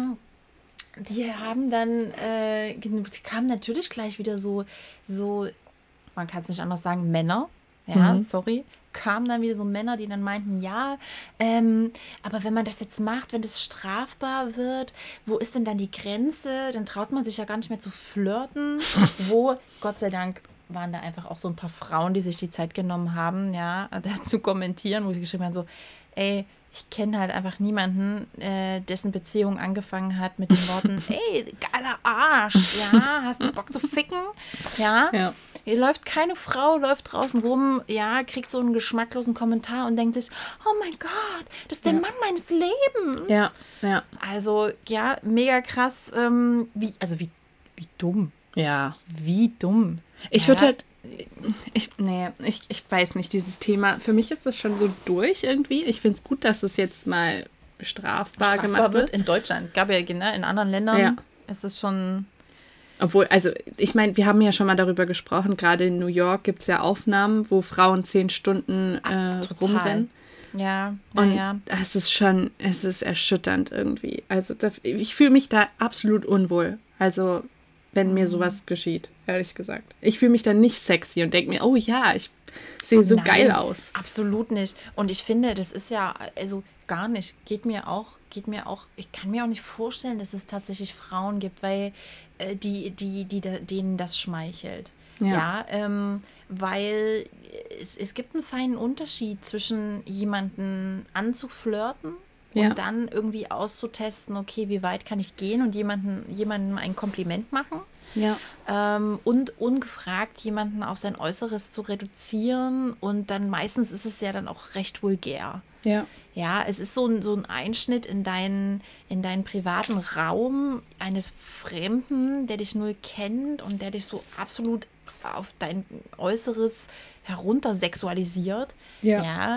[SPEAKER 1] Die haben dann, äh, die kamen natürlich gleich wieder so, so, man kann es nicht anders sagen, Männer. Ja, mhm. sorry. Kamen dann wieder so Männer, die dann meinten, ja, ähm, aber wenn man das jetzt macht, wenn das strafbar wird, wo ist denn dann die Grenze? Dann traut man sich ja gar nicht mehr zu flirten. Wo, Gott sei Dank, waren da einfach auch so ein paar Frauen, die sich die Zeit genommen haben, ja, da zu kommentieren, wo sie geschrieben haben, so, ey, ich kenne halt einfach niemanden, äh, dessen Beziehung angefangen hat mit den Worten, ey, geiler Arsch, ja, hast du Bock zu ficken? Ja,
[SPEAKER 2] ja.
[SPEAKER 1] Hier läuft keine Frau, läuft draußen rum, ja, kriegt so einen geschmacklosen Kommentar und denkt sich, oh mein Gott, das ist der ja. Mann meines Lebens.
[SPEAKER 2] Ja, ja.
[SPEAKER 1] Also, ja, mega krass, ähm, wie, also wie, wie dumm.
[SPEAKER 2] Ja.
[SPEAKER 1] Wie dumm.
[SPEAKER 2] Ich
[SPEAKER 1] ja.
[SPEAKER 2] würde halt, ich, nee, ich, ich weiß nicht, dieses Thema, für mich ist das schon so durch irgendwie. Ich finde es gut, dass es jetzt mal strafbar, strafbar gemacht wird.
[SPEAKER 1] In Deutschland, gab ja, ne, in anderen Ländern
[SPEAKER 2] ja.
[SPEAKER 1] ist es schon...
[SPEAKER 2] Obwohl, also ich meine, wir haben ja schon mal darüber gesprochen, gerade in New York gibt es ja Aufnahmen, wo Frauen zehn Stunden äh, rumrennen.
[SPEAKER 1] Ja,
[SPEAKER 2] und
[SPEAKER 1] ja.
[SPEAKER 2] es ist schon, es ist erschütternd irgendwie. Also das, ich fühle mich da absolut unwohl. Also wenn mhm. mir sowas geschieht, ehrlich gesagt. Ich fühle mich dann nicht sexy und denke mir, oh ja, ich sehe so
[SPEAKER 1] Nein,
[SPEAKER 2] geil aus.
[SPEAKER 1] Absolut nicht. Und ich finde, das ist ja, also gar nicht, geht mir auch, geht mir auch, ich kann mir auch nicht vorstellen, dass es tatsächlich Frauen gibt, weil äh, die, die, die, die, denen das schmeichelt. Ja, ja ähm, weil es, es gibt einen feinen Unterschied zwischen jemanden anzuflirten und ja. dann irgendwie auszutesten, okay, wie weit kann ich gehen und jemanden, jemandem ein Kompliment machen.
[SPEAKER 2] Ja.
[SPEAKER 1] Ähm, und ungefragt jemanden auf sein Äußeres zu reduzieren und dann meistens ist es ja dann auch recht vulgär.
[SPEAKER 2] Ja.
[SPEAKER 1] Ja, es ist so ein, so ein Einschnitt in deinen, in deinen privaten Raum eines Fremden, der dich null kennt und der dich so absolut auf dein Äußeres heruntersexualisiert.
[SPEAKER 2] Ja.
[SPEAKER 1] Ja,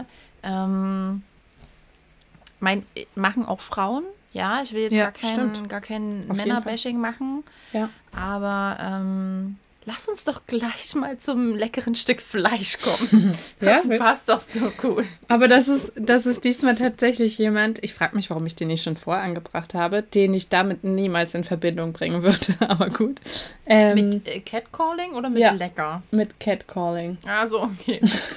[SPEAKER 1] Ähm, mein, machen auch Frauen. Ja, ich will jetzt
[SPEAKER 2] Ja,
[SPEAKER 1] gar kein, gar kein
[SPEAKER 2] Auf jeden
[SPEAKER 1] Männerbashing machen.
[SPEAKER 2] Ja.
[SPEAKER 1] Aber ähm, lass uns doch gleich mal zum leckeren Stück Fleisch kommen. Das
[SPEAKER 2] Ja,
[SPEAKER 1] passt doch so cool.
[SPEAKER 2] Aber das ist, das ist diesmal tatsächlich jemand, ich frage mich, warum ich den nicht schon vorher angebracht habe, den ich damit niemals in Verbindung bringen würde, aber gut. Ähm,
[SPEAKER 1] Mit äh, Catcalling oder mit
[SPEAKER 2] ja.
[SPEAKER 1] lecker?
[SPEAKER 2] mit Catcalling.
[SPEAKER 1] Also, okay.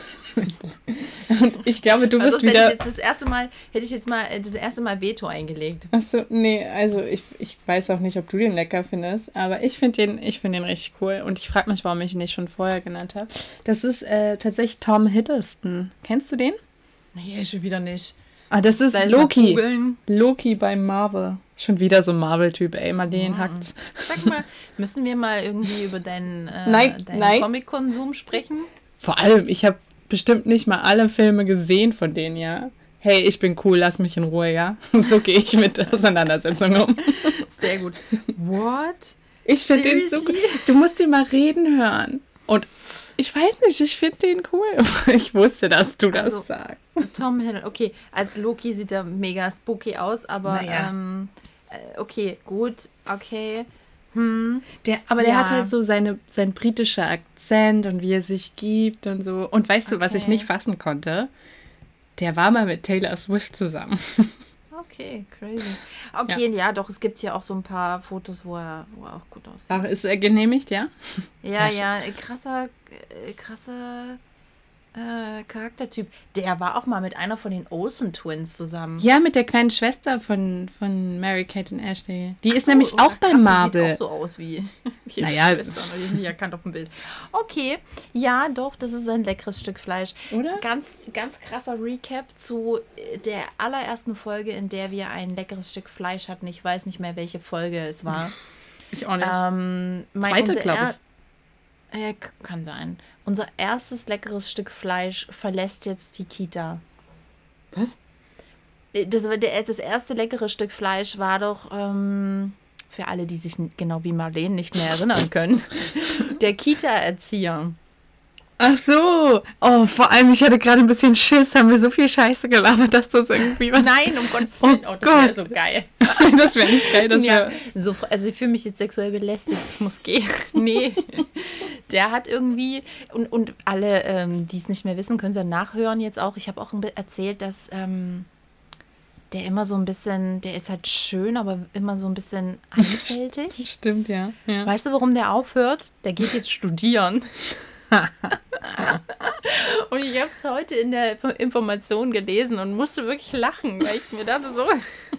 [SPEAKER 2] Und ich glaube, du
[SPEAKER 1] Also
[SPEAKER 2] bist
[SPEAKER 1] hätte
[SPEAKER 2] wieder...
[SPEAKER 1] ich jetzt das erste Mal, hätte ich jetzt mal äh, das erste Mal Veto eingelegt.
[SPEAKER 2] Achso, nee, also ich, ich weiß auch nicht, ob du den lecker findest, aber ich finde den, ich find den richtig cool und ich frage mich, warum ich ihn nicht schon vorher genannt habe. Das ist äh, tatsächlich Tom Hiddleston. Kennst du den?
[SPEAKER 1] Nee, schon wieder nicht.
[SPEAKER 2] Ah, das ist
[SPEAKER 1] Soll ich mal
[SPEAKER 2] Loki.
[SPEAKER 1] googeln?
[SPEAKER 2] Loki bei Marvel. Schon wieder so ein Marvel-Typ, ey, Marleen
[SPEAKER 1] Mhm.
[SPEAKER 2] hackt's.
[SPEAKER 1] Sag mal, müssen wir mal irgendwie über deinen, äh,
[SPEAKER 2] Nein,
[SPEAKER 1] deinen
[SPEAKER 2] nein.
[SPEAKER 1] Comic-Konsum sprechen?
[SPEAKER 2] Vor allem, ich habe bestimmt nicht mal alle Filme gesehen von denen, ja. Hey, ich bin cool, lass mich in Ruhe, ja. So gehe ich mit Auseinandersetzungen um.
[SPEAKER 1] Sehr gut. What?
[SPEAKER 2] Ich finde den so gut.
[SPEAKER 1] Seriously?
[SPEAKER 2] Du musst ihn mal reden hören. Und ich weiß nicht, ich finde den cool. Ich wusste, dass du das
[SPEAKER 1] Also,
[SPEAKER 2] sagst.
[SPEAKER 1] Tom Hiddleston. Okay, als Loki sieht er mega spooky aus, aber
[SPEAKER 2] Naja.
[SPEAKER 1] ähm, äh, okay, gut, okay. Hm.
[SPEAKER 2] Der, aber der
[SPEAKER 1] Ja.
[SPEAKER 2] hat halt so seine, sein britischer Akzent und wie er sich gibt und so. Und weißt du, was ich
[SPEAKER 1] Okay.
[SPEAKER 2] nicht fassen konnte? Der war mal mit Taylor Swift zusammen.
[SPEAKER 1] Okay, crazy. Okay, ja. doch, es gibt hier auch so ein paar Fotos, wo er, wo er auch gut aussieht.
[SPEAKER 2] Ach, ist er genehmigt, ja?
[SPEAKER 1] Ja,
[SPEAKER 2] sehr
[SPEAKER 1] ja, äh, krasser, äh, krasser äh, Charaktertyp. Der war auch mal mit einer von den Olsen Twins zusammen.
[SPEAKER 2] Ja, mit der kleinen Schwester von, von Mary-Kate und Ashley. Die ist
[SPEAKER 1] Oh,
[SPEAKER 2] nämlich
[SPEAKER 1] oh,
[SPEAKER 2] auch
[SPEAKER 1] krass,
[SPEAKER 2] bei
[SPEAKER 1] die
[SPEAKER 2] Marvel.
[SPEAKER 1] Sieht auch so aus wie wie ihre
[SPEAKER 2] Naja.
[SPEAKER 1] Schwester, aber die ist nicht erkannt auf dem Bild. Okay, ja, doch, das ist ein leckeres Stück Fleisch.
[SPEAKER 2] Oder?
[SPEAKER 1] Ganz, ganz krasser Recap zu äh, der allerersten Folge, in der wir ein leckeres Stück Fleisch hatten. Ich weiß nicht mehr, welche Folge es war.
[SPEAKER 2] Ich auch nicht.
[SPEAKER 1] Ähm, mein,
[SPEAKER 2] Zweite,
[SPEAKER 1] unser
[SPEAKER 2] glaube
[SPEAKER 1] er-
[SPEAKER 2] ich.
[SPEAKER 1] Äh, k- kann sein. Unser erstes leckeres Stück Fleisch verlässt jetzt die Kita.
[SPEAKER 2] Was?
[SPEAKER 1] Äh, Das, war der- das erste leckere Stück Fleisch war doch, ähm, für alle, die sich n- genau wie Marlene nicht mehr erinnern können, der Kita-Erzieher.
[SPEAKER 2] Ach so. Oh, vor allem, ich hatte gerade ein bisschen Schiss. Haben wir so viel Scheiße gelabert, dass das irgendwie was...
[SPEAKER 1] Nein, um Gottes
[SPEAKER 2] Oh
[SPEAKER 1] Willen. Oh, das wäre
[SPEAKER 2] Gott.
[SPEAKER 1] so geil.
[SPEAKER 2] das wäre nicht geil. Das
[SPEAKER 1] Ja,
[SPEAKER 2] wär...
[SPEAKER 1] so, also ich fühle mich jetzt sexuell belästigt. Ich muss gehen. Nee. Der hat irgendwie, und, und alle, ähm, die es nicht mehr wissen, können es ja nachhören jetzt auch. Ich habe auch ein bi- erzählt, dass ähm, der immer so ein bisschen, der ist halt schön, aber immer so ein bisschen einfältig.
[SPEAKER 2] Stimmt, ja. ja.
[SPEAKER 1] Weißt du, warum der aufhört? Der geht jetzt studieren. Und ich habe es heute in der Information gelesen und musste wirklich lachen, weil ich mir dachte so,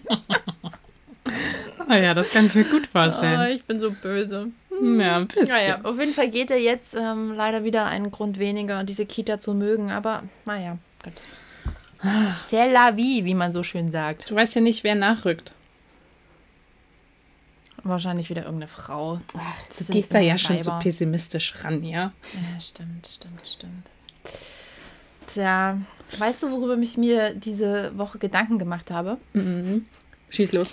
[SPEAKER 2] Ah ja, das kann ich mir gut
[SPEAKER 1] oh,
[SPEAKER 2] vorstellen.
[SPEAKER 1] ich bin so böse.
[SPEAKER 2] Ja, ein bisschen.
[SPEAKER 1] Naja, auf jeden Fall geht er jetzt ähm, leider wieder einen Grund weniger, diese Kita zu mögen, aber naja, Gott. C'est la vie, wie man so schön sagt.
[SPEAKER 2] Du weißt ja nicht, wer nachrückt.
[SPEAKER 1] Wahrscheinlich wieder irgendeine Frau.
[SPEAKER 2] Ach, du
[SPEAKER 1] sind
[SPEAKER 2] gehst da ja
[SPEAKER 1] immer
[SPEAKER 2] schon so
[SPEAKER 1] Weiber.
[SPEAKER 2] pessimistisch ran, ja?
[SPEAKER 1] Ja, stimmt, stimmt, stimmt. Tja, weißt du, worüber ich mir diese Woche Gedanken gemacht habe?
[SPEAKER 2] Mhm. Schieß los.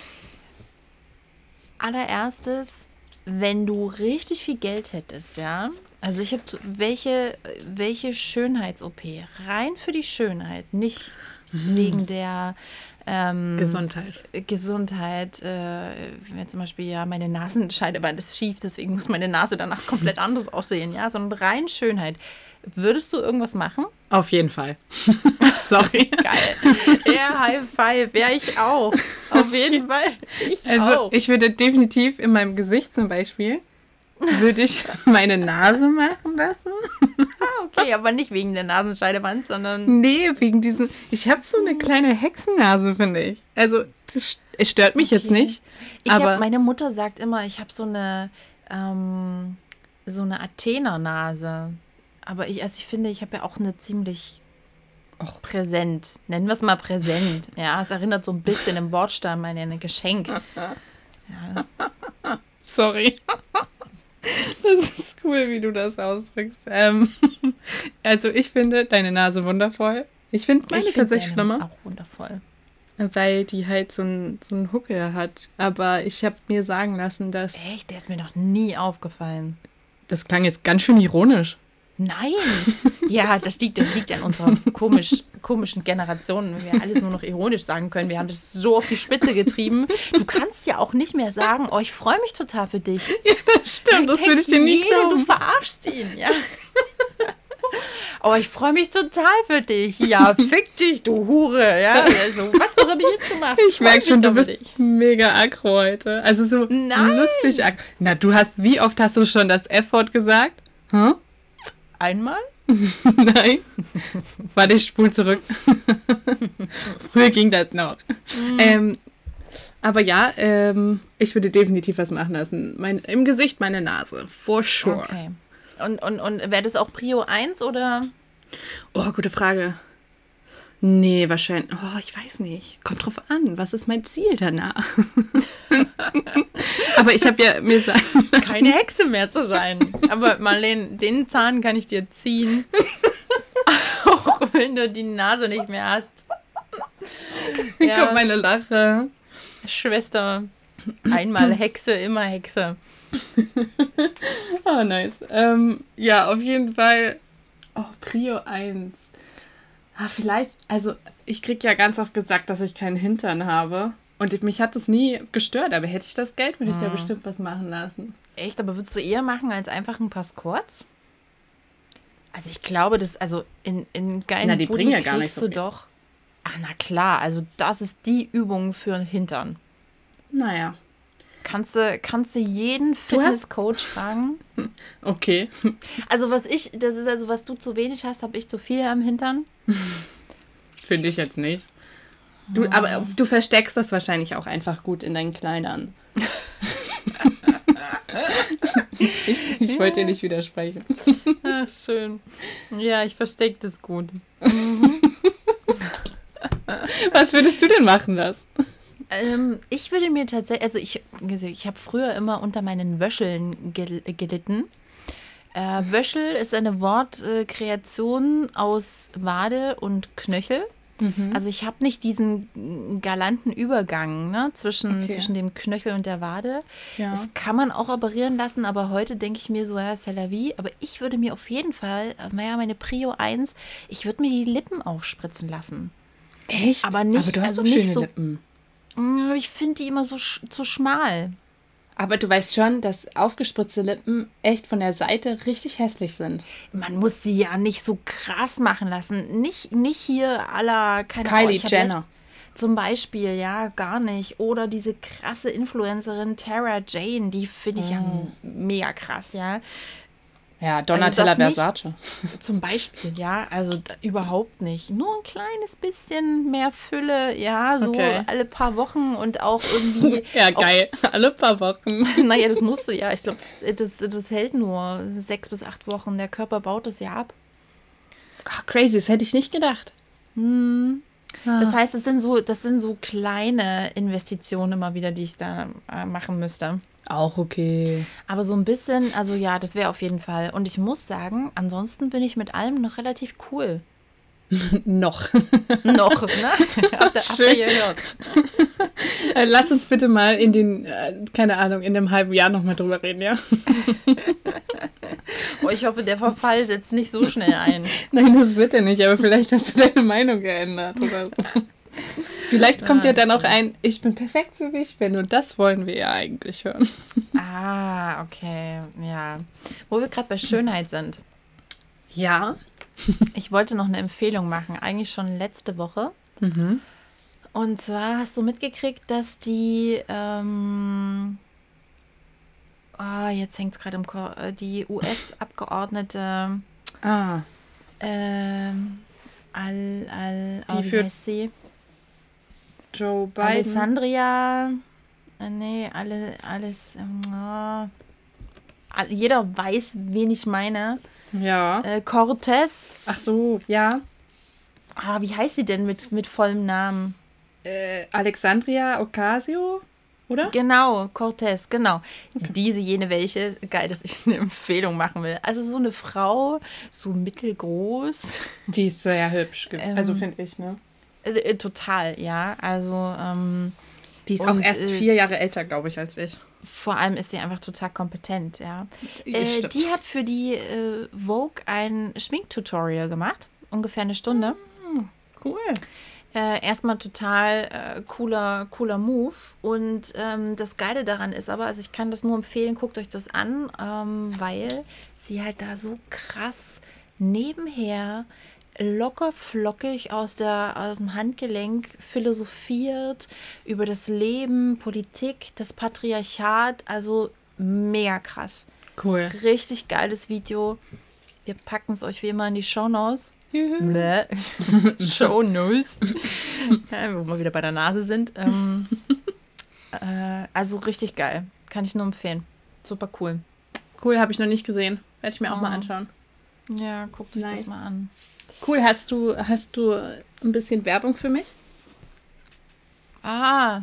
[SPEAKER 1] Allererstes, wenn du richtig viel Geld hättest, ja. Also ich habe welche, welche Schönheits-O P, rein für die Schönheit, nicht wegen der ähm,
[SPEAKER 2] Gesundheit.
[SPEAKER 1] Gesundheit, äh, wenn zum Beispiel ja meine Nasenscheidewand ist schief, deswegen muss meine Nase danach komplett anders aussehen, ja, sondern rein Schönheit. Würdest du irgendwas machen?
[SPEAKER 2] Auf jeden Fall. Sorry.
[SPEAKER 1] Geil. Ja, High Five. Ja, ich auch. Auf jeden Fall. Ich
[SPEAKER 2] Also
[SPEAKER 1] auch.
[SPEAKER 2] ich würde definitiv in meinem Gesicht zum Beispiel, würde ich meine Nase machen lassen.
[SPEAKER 1] Ah, okay, aber nicht wegen der Nasenscheidewand, sondern
[SPEAKER 2] Nee, wegen diesem, ich habe so eine kleine Hexennase, finde ich. Also das, es stört mich jetzt
[SPEAKER 1] Okay.
[SPEAKER 2] nicht,
[SPEAKER 1] ich
[SPEAKER 2] aber
[SPEAKER 1] hab, meine Mutter sagt immer, ich habe so eine ähm, so eine Athener-Nase. Aber ich, also ich finde, ich habe ja auch eine ziemlich
[SPEAKER 2] Och.
[SPEAKER 1] präsent. Nennen wir es mal präsent. Ja, es erinnert so ein bisschen im Wortstamm an ein Geschenk. Ja.
[SPEAKER 2] sorry. Das ist cool, wie du das ausdrückst. Ähm, also ich finde deine Nase wundervoll. Ich finde meine
[SPEAKER 1] Ich find
[SPEAKER 2] tatsächlich
[SPEAKER 1] deine
[SPEAKER 2] schlimmer,
[SPEAKER 1] auch wundervoll.
[SPEAKER 2] weil die halt so einen so einen Huckel hat. Aber ich habe mir sagen lassen, dass...
[SPEAKER 1] Echt? Der ist mir noch nie aufgefallen.
[SPEAKER 2] Das klang jetzt ganz schön ironisch.
[SPEAKER 1] Nein. Ja, das liegt, das liegt an unserer komisch, komischen Generation, wenn wir alles nur noch ironisch sagen können. Wir haben das so auf die Spitze getrieben. Du kannst ja auch nicht mehr sagen, oh, ich freue mich total für dich.
[SPEAKER 2] Ja, das stimmt, das würde ich dir nie
[SPEAKER 1] jede,
[SPEAKER 2] glauben.
[SPEAKER 1] Du verarschst ihn, ja. Oh, ich freue mich total für dich. Ja, fick dich, du Hure. Ja, also, was, was habe ich jetzt gemacht?
[SPEAKER 2] Ich merke schon, du bist dich. mega aggro heute. Also so
[SPEAKER 1] Nein.
[SPEAKER 2] lustig aggro. Na, du hast, wie oft hast du schon das F-Wort gesagt? Hm?
[SPEAKER 1] Einmal?
[SPEAKER 2] Nein. Warte, ich spul zurück. Früher ging das noch. Mhm. Ähm, aber ja, ähm, ich würde definitiv was machen lassen. Mein, im Gesicht meine Nase. For sure.
[SPEAKER 1] Okay. Und, und, und wäre das auch Prio eins oder?
[SPEAKER 2] Oh, gute Frage. Nee, wahrscheinlich. Oh, ich weiß nicht. Kommt drauf an. Was ist mein Ziel danach? Aber ich habe ja mir sagen lassen,
[SPEAKER 1] keine Hexe mehr zu sein. Aber Marlene, den Zahn kann ich dir ziehen. Auch wenn du die Nase nicht mehr hast.
[SPEAKER 2] Ja. Kommt meine Lache.
[SPEAKER 1] Schwester, einmal Hexe, immer Hexe.
[SPEAKER 2] Oh, nice. Ähm, ja, auf jeden Fall. Oh, Prio eins. Ah, vielleicht, also ich kriege ja ganz oft gesagt, dass ich keinen Hintern habe. Und mich hat das nie gestört, aber hätte ich das Geld, würde ich hm. da bestimmt was machen lassen.
[SPEAKER 1] Echt? Aber würdest du eher machen als einfach ein Passports? Also ich glaube, das, also in, in geilen
[SPEAKER 2] Na, die bringen ja gar nicht so
[SPEAKER 1] du
[SPEAKER 2] viel.
[SPEAKER 1] Doch. Ach, na klar, also das ist die Übung für den Hintern.
[SPEAKER 2] Naja.
[SPEAKER 1] Kannst du, kannst du jeden Fitnesscoach fragen?
[SPEAKER 2] Okay.
[SPEAKER 1] Also was ich, das ist also, was du zu wenig hast, habe ich zu viel am Hintern.
[SPEAKER 2] Finde ich jetzt nicht. Du, aber du versteckst das wahrscheinlich auch einfach gut in deinen Kleidern. ich ich wollte dir nicht widersprechen.
[SPEAKER 1] Ach, schön. Ja, ich verstecke das gut. Mhm.
[SPEAKER 2] Was würdest du denn machen lassen?
[SPEAKER 1] Ähm, ich würde mir tatsächlich, also ich, ich habe früher immer unter meinen Wöscheln gel- gelitten. Äh, Wöschel ist eine Wortkreation aus Wade und Knöchel. Mhm. Also ich habe nicht diesen galanten Übergang, ne, zwischen, okay. zwischen dem Knöchel und der Wade. Ja. Das kann man auch operieren lassen, aber heute denke ich mir so, ja, c'est la vie. Aber ich würde mir auf jeden Fall, naja, meine Prio eins, ich würde mir die Lippen aufspritzen lassen.
[SPEAKER 2] Echt?
[SPEAKER 1] Aber nicht,
[SPEAKER 2] aber du hast
[SPEAKER 1] also
[SPEAKER 2] nicht
[SPEAKER 1] nicht so,
[SPEAKER 2] Lippen.
[SPEAKER 1] Ich finde die immer so sch- zu schmal.
[SPEAKER 2] Aber du weißt schon, dass aufgespritzte Lippen echt von der Seite richtig hässlich sind.
[SPEAKER 1] Man muss sie ja nicht so krass machen lassen. Nicht, nicht hier à la, keine Ahnung.
[SPEAKER 2] Kylie Jenner.
[SPEAKER 1] Zum Beispiel, ja, gar nicht. Oder diese krasse Influencerin Tara Jane, die finde ich mm. ja mega krass, ja.
[SPEAKER 2] Ja, Donatella also Versace.
[SPEAKER 1] Nicht, zum Beispiel, ja, also da, überhaupt nicht. Nur ein kleines bisschen mehr Fülle, ja, so okay. alle paar Wochen und auch irgendwie...
[SPEAKER 2] ja, geil, auch, alle paar Wochen.
[SPEAKER 1] Naja, das musst du ja. Ich glaube, das, das, das hält nur sechs bis acht Wochen. Der Körper baut das ja ab.
[SPEAKER 2] Ach, crazy, das hätte ich nicht gedacht.
[SPEAKER 1] Hm. Ah. Das heißt, das sind, so, das sind so kleine Investitionen immer wieder, die ich da äh, machen müsste.
[SPEAKER 2] Auch okay.
[SPEAKER 1] Aber so ein bisschen, also ja, das wäre auf jeden Fall. Und ich muss sagen, ansonsten bin ich mit allem noch relativ cool.
[SPEAKER 2] noch.
[SPEAKER 1] noch, ne? Habt ihr gehört?
[SPEAKER 2] Lass uns bitte mal in den, äh, keine Ahnung, in einem halben Jahr nochmal drüber reden, ja?
[SPEAKER 1] Oh, ich hoffe, der Verfall setzt nicht so schnell ein.
[SPEAKER 2] Nein, das wird er nicht, aber vielleicht hast du deine Meinung geändert oder so. Vielleicht kommt ja, ja dann auch ein, ich bin perfekt so wie ich bin und das wollen wir ja eigentlich hören.
[SPEAKER 1] Ah, okay, ja. Wo wir gerade bei Schönheit sind.
[SPEAKER 2] Ja.
[SPEAKER 1] Ich wollte noch eine Empfehlung machen, eigentlich schon letzte Woche. Mhm. Und zwar hast du mitgekriegt, dass die, ähm, oh, jetzt hängt es gerade im Ko- die U S-Abgeordnete,
[SPEAKER 2] ah.
[SPEAKER 1] ähm, Al, Al,
[SPEAKER 2] die
[SPEAKER 1] oh,
[SPEAKER 2] für
[SPEAKER 1] sie?
[SPEAKER 2] Joe Biden.
[SPEAKER 1] Alessandria, äh, nee, alle, alles, äh, jeder weiß, wen ich meine.
[SPEAKER 2] Ja.
[SPEAKER 1] Äh, Cortez.
[SPEAKER 2] Ach so, ja.
[SPEAKER 1] Ah, wie heißt sie denn mit, mit vollem Namen?
[SPEAKER 2] Äh, Alexandria Ocasio, oder?
[SPEAKER 1] Genau, Cortez, genau. Okay. Diese, jene, welche, geil, dass ich eine Empfehlung machen will. Also so eine Frau, so mittelgroß.
[SPEAKER 2] Die ist sehr hübsch, ähm, also finde ich, ne?
[SPEAKER 1] Äh, total, ja. Also, ähm,
[SPEAKER 2] die ist und, auch erst äh, vier Jahre älter, glaube ich, als ich.
[SPEAKER 1] vor allem ist sie einfach total kompetent, ja.
[SPEAKER 2] Ja,
[SPEAKER 1] Äh,
[SPEAKER 2] stimmt.
[SPEAKER 1] die hat für die äh, Vogue ein Schminktutorial gemacht, ungefähr eine Stunde.
[SPEAKER 2] Cool.
[SPEAKER 1] Äh, erstmal total äh, cooler, cooler Move. Und ähm, das Geile daran ist aber, also ich kann das nur empfehlen, guckt euch das an, ähm, weil sie halt da so krass nebenher locker flockig aus, der, aus dem Handgelenk philosophiert über das Leben, Politik, das Patriarchat. Also mega krass.
[SPEAKER 2] Cool.
[SPEAKER 1] Richtig geiles Video. Wir packen es euch wie immer in die Shownotes. Bläh. Shownotes. Ja, wo wir wieder bei der Nase sind. Ähm, äh, also richtig geil. Kann ich nur empfehlen. Super cool.
[SPEAKER 2] Cool, habe ich noch nicht gesehen. Werde ich mir auch mal
[SPEAKER 1] Mhm.
[SPEAKER 2] anschauen.
[SPEAKER 1] Ja, guckt euch
[SPEAKER 2] Nice.
[SPEAKER 1] das mal an.
[SPEAKER 2] Cool, hast du, hast du ein bisschen Werbung für mich?
[SPEAKER 1] Ah.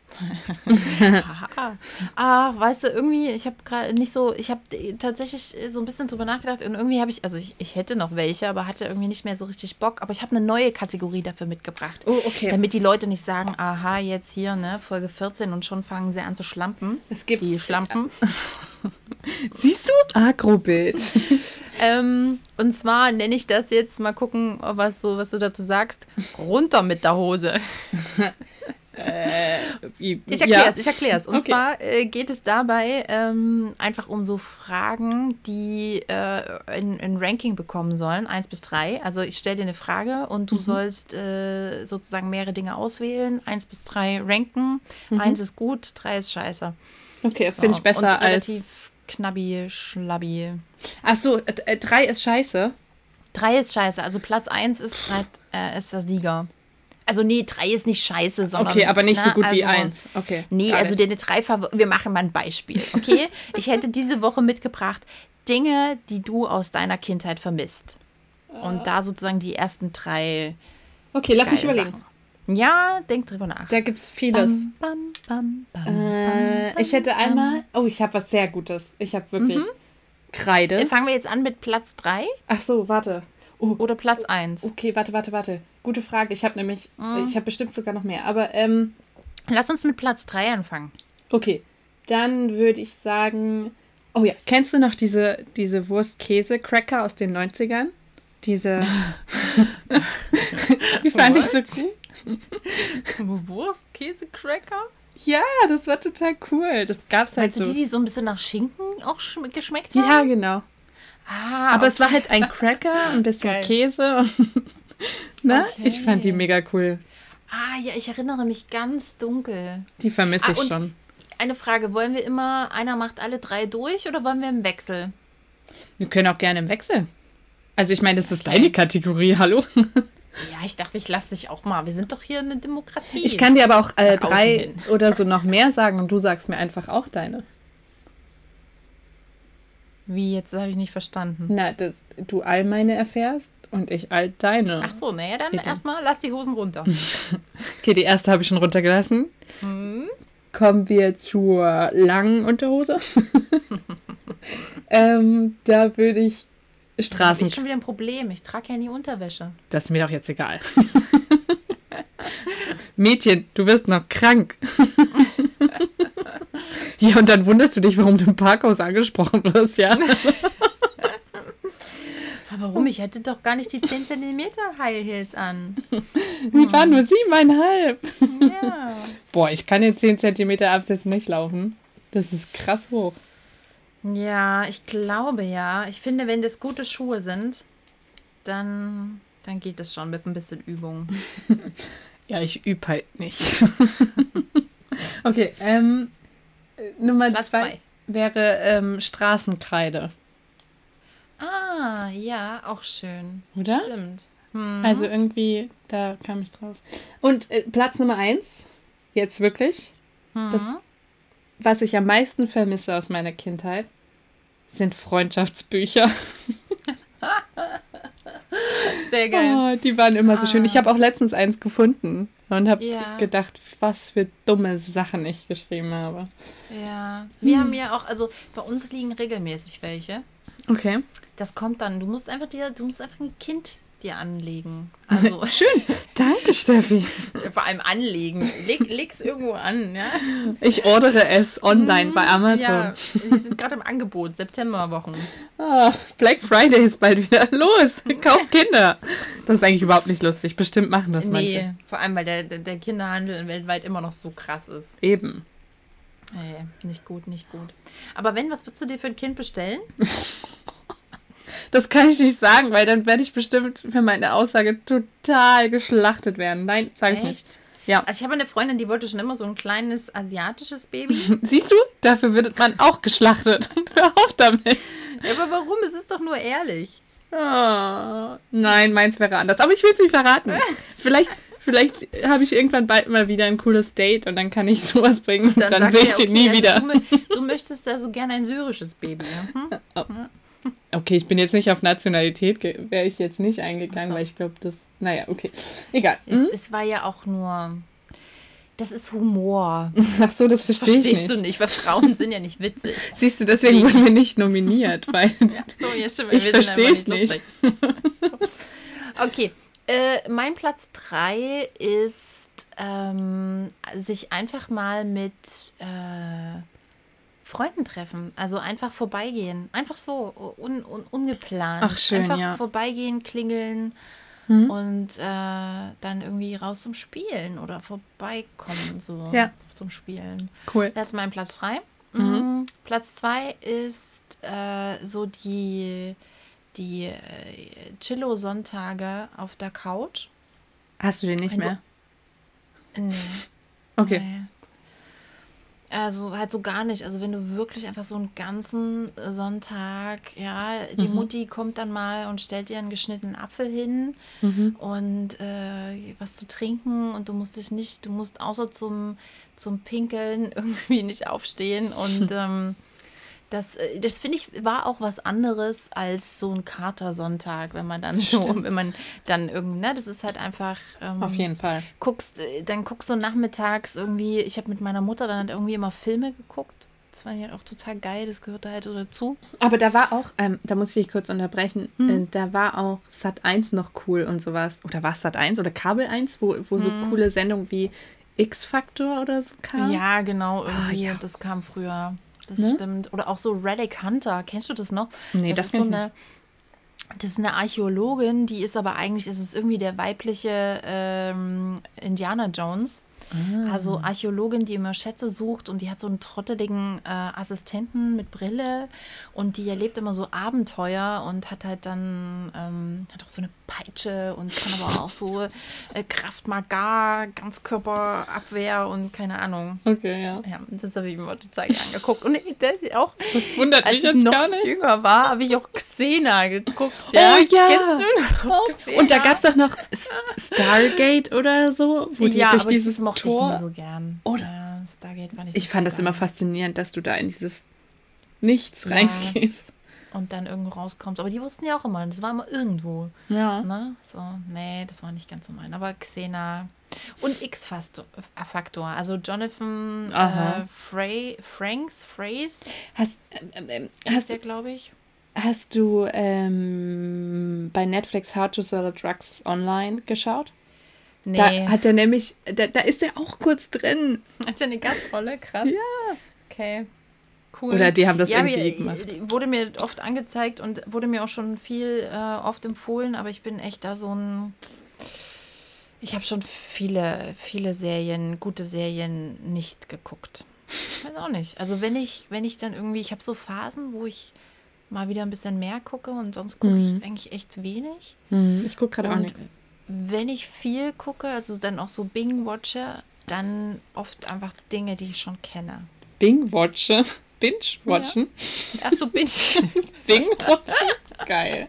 [SPEAKER 1] ah. Ah, weißt du, irgendwie, ich habe gerade nicht so, ich habe tatsächlich so ein bisschen drüber nachgedacht und irgendwie habe ich, also ich, ich hätte noch welche, aber hatte irgendwie nicht mehr so richtig Bock. Aber ich habe eine neue Kategorie dafür mitgebracht.
[SPEAKER 2] Oh, okay.
[SPEAKER 1] Damit die Leute nicht sagen, aha, jetzt hier, ne, Folge vierzehn und schon fangen sie an zu schlampen.
[SPEAKER 2] Es gibt
[SPEAKER 1] Die Schlampen.
[SPEAKER 2] Siehst du? Agrobild.
[SPEAKER 1] ähm, und zwar nenne ich das jetzt, mal gucken, was, so, was du dazu sagst, runter mit der Hose.
[SPEAKER 2] äh,
[SPEAKER 1] Ich erkläre es, ich erkläre es. Und
[SPEAKER 2] Okay.
[SPEAKER 1] zwar äh, geht es dabei ähm, einfach um so Fragen, die äh, ein, ein Ranking bekommen sollen, eins bis drei. Also ich stelle dir eine Frage und du sollst äh, sozusagen mehrere Dinge auswählen, eins bis drei ranken. Eins ist gut, drei ist scheiße.
[SPEAKER 2] Okay, finde ich
[SPEAKER 1] So,
[SPEAKER 2] besser
[SPEAKER 1] und
[SPEAKER 2] als.
[SPEAKER 1] relativ knabbi, schlabbi.
[SPEAKER 2] Ach so, äh, äh, drei ist scheiße.
[SPEAKER 1] Drei ist scheiße, also Platz eins ist halt äh, ist der Sieger. Also nee, drei ist nicht scheiße, sondern...
[SPEAKER 2] Okay, aber nicht so
[SPEAKER 1] na,
[SPEAKER 2] gut wie
[SPEAKER 1] also,
[SPEAKER 2] eins. Okay.
[SPEAKER 1] Nee,
[SPEAKER 2] got
[SPEAKER 1] also
[SPEAKER 2] it.
[SPEAKER 1] deine drei Favor wir machen mal ein Beispiel, okay? Ich hätte diese Woche mitgebracht Dinge, die du aus deiner Kindheit vermisst. Und da sozusagen die ersten drei
[SPEAKER 2] Okay, lass mich
[SPEAKER 1] geilen
[SPEAKER 2] überlegen.
[SPEAKER 1] Sachen. Ja, denk drüber nach.
[SPEAKER 2] Da gibt es vieles.
[SPEAKER 1] Bam, bam, bam, bam,
[SPEAKER 2] Äh,
[SPEAKER 1] bam,
[SPEAKER 2] ich hätte
[SPEAKER 1] bam,
[SPEAKER 2] einmal. Oh, ich habe was sehr Gutes. Ich habe wirklich
[SPEAKER 1] Äh,
[SPEAKER 2] Kreide.
[SPEAKER 1] Fangen wir jetzt an mit Platz drei
[SPEAKER 2] Ach so, warte. Oh,
[SPEAKER 1] oder Platz eins?
[SPEAKER 2] okay, warte, warte, warte. Gute Frage. Ich habe nämlich.
[SPEAKER 1] Mhm.
[SPEAKER 2] Ich habe bestimmt sogar noch mehr. Aber, ähm,
[SPEAKER 1] Lass uns mit Platz drei anfangen.
[SPEAKER 2] okay. Dann würde ich sagen. Oh ja, kennst du noch diese, diese Wurst-Käse-Cracker aus den neunzigern? Diese. Die fand ich so cool.
[SPEAKER 1] Wurst, Käse, Cracker?
[SPEAKER 2] Ja, das war total cool. Das gab's halt
[SPEAKER 1] Meinst du
[SPEAKER 2] so.
[SPEAKER 1] die, die so ein bisschen nach Schinken auch schm- geschmeckt haben?
[SPEAKER 2] Ja, genau.
[SPEAKER 1] Ah,
[SPEAKER 2] Aber es war halt ein Cracker, ein bisschen
[SPEAKER 1] Geil.
[SPEAKER 2] Käse. Und, ne?
[SPEAKER 1] Okay.
[SPEAKER 2] Ich fand die mega cool.
[SPEAKER 1] ah, ja, ich erinnere mich ganz dunkel.
[SPEAKER 2] Die vermisse
[SPEAKER 1] Ah,
[SPEAKER 2] ich
[SPEAKER 1] und-
[SPEAKER 2] schon.
[SPEAKER 1] Eine Frage, wollen wir immer, einer macht alle drei durch oder wollen wir im Wechsel?
[SPEAKER 2] Wir können auch gerne im Wechsel. Also ich meine, das ist
[SPEAKER 1] Okay.
[SPEAKER 2] deine Kategorie, hallo?
[SPEAKER 1] Ja, ich dachte, ich lasse dich auch mal. Wir sind doch hier eine Demokratie.
[SPEAKER 2] Ich kann dir aber auch äh,
[SPEAKER 1] Nach außen
[SPEAKER 2] drei
[SPEAKER 1] hin.
[SPEAKER 2] oder so noch mehr sagen und du sagst mir einfach auch deine.
[SPEAKER 1] Wie, jetzt habe ich nicht verstanden.
[SPEAKER 2] Na, dass du all meine erfährst und ich all deine.
[SPEAKER 1] Ach so, naja, dann
[SPEAKER 2] Bitte.
[SPEAKER 1] erstmal lass die Hosen runter.
[SPEAKER 2] Okay, die erste habe ich schon runtergelassen.
[SPEAKER 1] Hm?
[SPEAKER 2] Kommen wir zur langen Unterhose. ähm, da würde ich
[SPEAKER 1] Das
[SPEAKER 2] Straßen...
[SPEAKER 1] ist schon wieder ein Problem. Ich trage ja nie Unterwäsche.
[SPEAKER 2] Das ist mir doch jetzt egal. Mädchen, du wirst noch krank. Ja, und dann wunderst du dich, warum du im Parkhaus angesprochen wirst, ja?
[SPEAKER 1] Aber warum? Ich hätte doch gar nicht die zehn Zentimeter High Heels an.
[SPEAKER 2] Die waren nur siebeneinhalb.
[SPEAKER 1] Ja.
[SPEAKER 2] Boah, ich kann jetzt zehn Zentimeter Absätze nicht laufen. Das ist krass hoch.
[SPEAKER 1] Ja, ich glaube ja. Ich finde, wenn das gute Schuhe sind, dann, dann geht es schon mit ein bisschen Übung.
[SPEAKER 2] Ja, ich übe halt nicht. Okay, ähm, Nummer
[SPEAKER 1] Platz
[SPEAKER 2] zwei
[SPEAKER 1] zwei.
[SPEAKER 2] wäre ähm, Straßenkreide.
[SPEAKER 1] Ah, ja, auch schön.
[SPEAKER 2] Oder?
[SPEAKER 1] Stimmt. Hm.
[SPEAKER 2] Also irgendwie, da kam ich drauf. Und äh, Platz Nummer eins, jetzt wirklich,
[SPEAKER 1] hm.
[SPEAKER 2] das, was ich am meisten vermisse aus meiner Kindheit, sind Freundschaftsbücher.
[SPEAKER 1] Sehr geil.
[SPEAKER 2] Oh, die waren immer so schön.
[SPEAKER 1] Ah.
[SPEAKER 2] Ich habe auch letztens eins gefunden und habe
[SPEAKER 1] Ja.
[SPEAKER 2] gedacht, was für dumme Sachen ich geschrieben habe.
[SPEAKER 1] Ja. Wir haben ja auch, also bei uns liegen regelmäßig welche.
[SPEAKER 2] Okay.
[SPEAKER 1] Das kommt dann, du musst einfach dir, du musst einfach ein Kind dir anlegen. Also
[SPEAKER 2] schön. Danke, Steffi.
[SPEAKER 1] Vor allem anlegen. Leg, leg's irgendwo an, ja.
[SPEAKER 2] Ich ordere es online bei Amazon.
[SPEAKER 1] Ja, die sind gerade im Angebot, Septemberwochen.
[SPEAKER 2] Oh, Black Friday ist bald wieder. Los, kauf Kinder. Das ist eigentlich überhaupt nicht lustig. Bestimmt machen das manche.
[SPEAKER 1] Nee, vor allem, weil der, der Kinderhandel weltweit immer noch so krass ist.
[SPEAKER 2] Eben.
[SPEAKER 1] Nee, nicht gut, nicht gut. Aber wenn, was würdest du dir für ein Kind bestellen?
[SPEAKER 2] Das kann ich nicht sagen, weil dann werde ich bestimmt für meine Aussage total geschlachtet werden. Nein, sage ich nicht. Ja.
[SPEAKER 1] Also ich habe eine Freundin, die wollte schon immer so ein kleines asiatisches Baby.
[SPEAKER 2] Siehst du? Dafür wird man auch geschlachtet. Hör auf damit.
[SPEAKER 1] Ja, aber warum? Es ist doch nur ehrlich.
[SPEAKER 2] Oh, nein, meins wäre anders. Aber ich will es nicht verraten. Vielleicht, vielleicht habe ich irgendwann bald mal wieder ein cooles Date und dann kann ich sowas bringen und dann, dann sehe ich den okay, nie wieder.
[SPEAKER 1] Du, du möchtest da so gerne ein syrisches Baby. Hm?
[SPEAKER 2] Oh. Okay, ich bin jetzt nicht auf Nationalität, wäre ich jetzt nicht eingegangen, so. Weil ich glaube, das, naja, okay, egal.
[SPEAKER 1] Es, mhm. es war ja auch nur, das ist Humor.
[SPEAKER 2] Ach so, das, das verstehe ich nicht.
[SPEAKER 1] Verstehst du nicht, weil Frauen sind ja nicht witzig.
[SPEAKER 2] Siehst du, deswegen nee. wurden wir nicht nominiert, weil
[SPEAKER 1] ja, so, ja, stimmt,
[SPEAKER 2] ich verstehe es nicht.
[SPEAKER 1] nicht. Okay, äh, mein Platz drei ist, ähm, sich einfach mal mit, äh, Freunden treffen, also einfach vorbeigehen, einfach so un, un, ungeplant.
[SPEAKER 2] Ach schön,
[SPEAKER 1] einfach
[SPEAKER 2] ja.
[SPEAKER 1] vorbeigehen, klingeln
[SPEAKER 2] hm?
[SPEAKER 1] und äh, dann irgendwie raus zum Spielen oder vorbeikommen so
[SPEAKER 2] ja.
[SPEAKER 1] zum Spielen.
[SPEAKER 2] Cool.
[SPEAKER 1] Das ist mein Platz drei.
[SPEAKER 2] Mhm.
[SPEAKER 1] Mhm. Platz zwei ist äh, so die die äh, Chillo-Sonntage auf der Couch.
[SPEAKER 2] Hast du den nicht
[SPEAKER 1] Wenn
[SPEAKER 2] mehr?
[SPEAKER 1] Du, nee.
[SPEAKER 2] Okay.
[SPEAKER 1] Nee. Also halt so gar nicht. Also wenn du wirklich einfach so einen ganzen Sonntag, ja, die
[SPEAKER 2] Mhm.
[SPEAKER 1] Mutti kommt dann mal und stellt dir einen geschnittenen Apfel hin
[SPEAKER 2] Mhm.
[SPEAKER 1] und äh, was zu trinken und du musst dich nicht, du musst außer zum, zum Pinkeln irgendwie nicht aufstehen und ähm, das, äh, das finde ich, war auch was anderes als so ein Katersonntag, wenn man dann so,
[SPEAKER 2] Stimmt.
[SPEAKER 1] wenn man dann irgendwie, ne, das ist halt einfach, ähm,
[SPEAKER 2] Auf jeden Fall.
[SPEAKER 1] guckst, äh, dann guckst du nachmittags irgendwie, ich habe mit meiner Mutter dann halt irgendwie immer Filme geguckt. Das fand ich halt auch total geil, das gehört da halt so dazu.
[SPEAKER 2] Aber da war auch, ähm, da muss ich dich kurz unterbrechen,
[SPEAKER 1] Hm.
[SPEAKER 2] äh, da war auch Sat eins noch cool und sowas. Oder war es Sat eins oder Kabel eins, wo, wo so
[SPEAKER 1] Hm.
[SPEAKER 2] coole Sendungen wie X-Factor oder so kamen?
[SPEAKER 1] Ja, genau, irgendwie,
[SPEAKER 2] ja.
[SPEAKER 1] das kam früher. Das
[SPEAKER 2] Ne?
[SPEAKER 1] stimmt. Oder auch so Relic Hunter, kennst du das noch?
[SPEAKER 2] Nee, das
[SPEAKER 1] ist so
[SPEAKER 2] kenn ich
[SPEAKER 1] eine, das ist eine Archäologin, die ist aber eigentlich, ist es irgendwie der weibliche ähm, Indiana Jones.
[SPEAKER 2] Ah.
[SPEAKER 1] Also Archäologin, die immer Schätze sucht und die hat so einen trotteligen äh, Assistenten mit Brille und die erlebt immer so Abenteuer und hat halt dann, ähm, hat auch so eine Peitsche und kann aber auch so äh, Kraft Maga, Ganzkörperabwehr und keine Ahnung.
[SPEAKER 2] Okay, ja.
[SPEAKER 1] Ja, das habe ich mir total gerne angeguckt. Und das auch,
[SPEAKER 2] Das wundert
[SPEAKER 1] als
[SPEAKER 2] mich
[SPEAKER 1] ich
[SPEAKER 2] jetzt
[SPEAKER 1] noch
[SPEAKER 2] gar nicht.
[SPEAKER 1] jünger war, habe ich auch Xena geguckt.
[SPEAKER 2] Oh ja.
[SPEAKER 1] Kennst du noch Xena?
[SPEAKER 2] Und da gab es doch noch S- Stargate oder so, wo die
[SPEAKER 1] ja,
[SPEAKER 2] durch
[SPEAKER 1] aber
[SPEAKER 2] dieses
[SPEAKER 1] das mochte
[SPEAKER 2] Tor...
[SPEAKER 1] ich nie so gern.
[SPEAKER 2] Oder-
[SPEAKER 1] Ja, Stargate fand ich
[SPEAKER 2] Ich
[SPEAKER 1] nicht
[SPEAKER 2] fand
[SPEAKER 1] so
[SPEAKER 2] das immer
[SPEAKER 1] geil.
[SPEAKER 2] faszinierend, dass du da in dieses Nichts
[SPEAKER 1] Ja.
[SPEAKER 2] reingehst.
[SPEAKER 1] Und dann irgendwo rauskommst. Aber die wussten ja auch immer, das war immer irgendwo.
[SPEAKER 2] Ja.
[SPEAKER 1] Ne? So, nee, das war nicht ganz so mein. Aber Xena und X-Factor, also Jonathan
[SPEAKER 2] Aha.
[SPEAKER 1] äh, Frey, Franks, Frays,
[SPEAKER 2] Hast, ähm, ähm,
[SPEAKER 1] hast
[SPEAKER 2] hast,
[SPEAKER 1] der, glaube ich.
[SPEAKER 2] hast du ähm, bei Netflix How to Sell Drugs Online geschaut?
[SPEAKER 1] Nee,
[SPEAKER 2] Da hat er nämlich, da, da ist er auch kurz drin.
[SPEAKER 1] hat er eine Gastrolle? Krass.
[SPEAKER 2] Ja.
[SPEAKER 1] Okay. Cool.
[SPEAKER 2] Oder die haben das
[SPEAKER 1] ja,
[SPEAKER 2] irgendwie
[SPEAKER 1] mir,
[SPEAKER 2] gemacht.
[SPEAKER 1] wurde mir oft angezeigt und wurde mir auch schon viel äh, oft empfohlen, aber ich bin echt da so ein. Ich habe schon viele, viele Serien, gute Serien nicht geguckt. Weiß auch nicht. Also wenn ich, wenn ich dann irgendwie, ich habe so Phasen, wo ich mal wieder ein bisschen mehr gucke und sonst gucke
[SPEAKER 2] Mhm.
[SPEAKER 1] ich eigentlich echt wenig.
[SPEAKER 2] Hm, ich gucke gerade auch
[SPEAKER 1] Und
[SPEAKER 2] nichts.
[SPEAKER 1] wenn ich viel gucke, also dann auch so Bing-Watche, dann oft einfach Dinge, die ich schon kenne.
[SPEAKER 2] Bing-Watchen. Binge-Watchen.
[SPEAKER 1] Ach so, bin ich.
[SPEAKER 2] Bing-Watchen. Geil.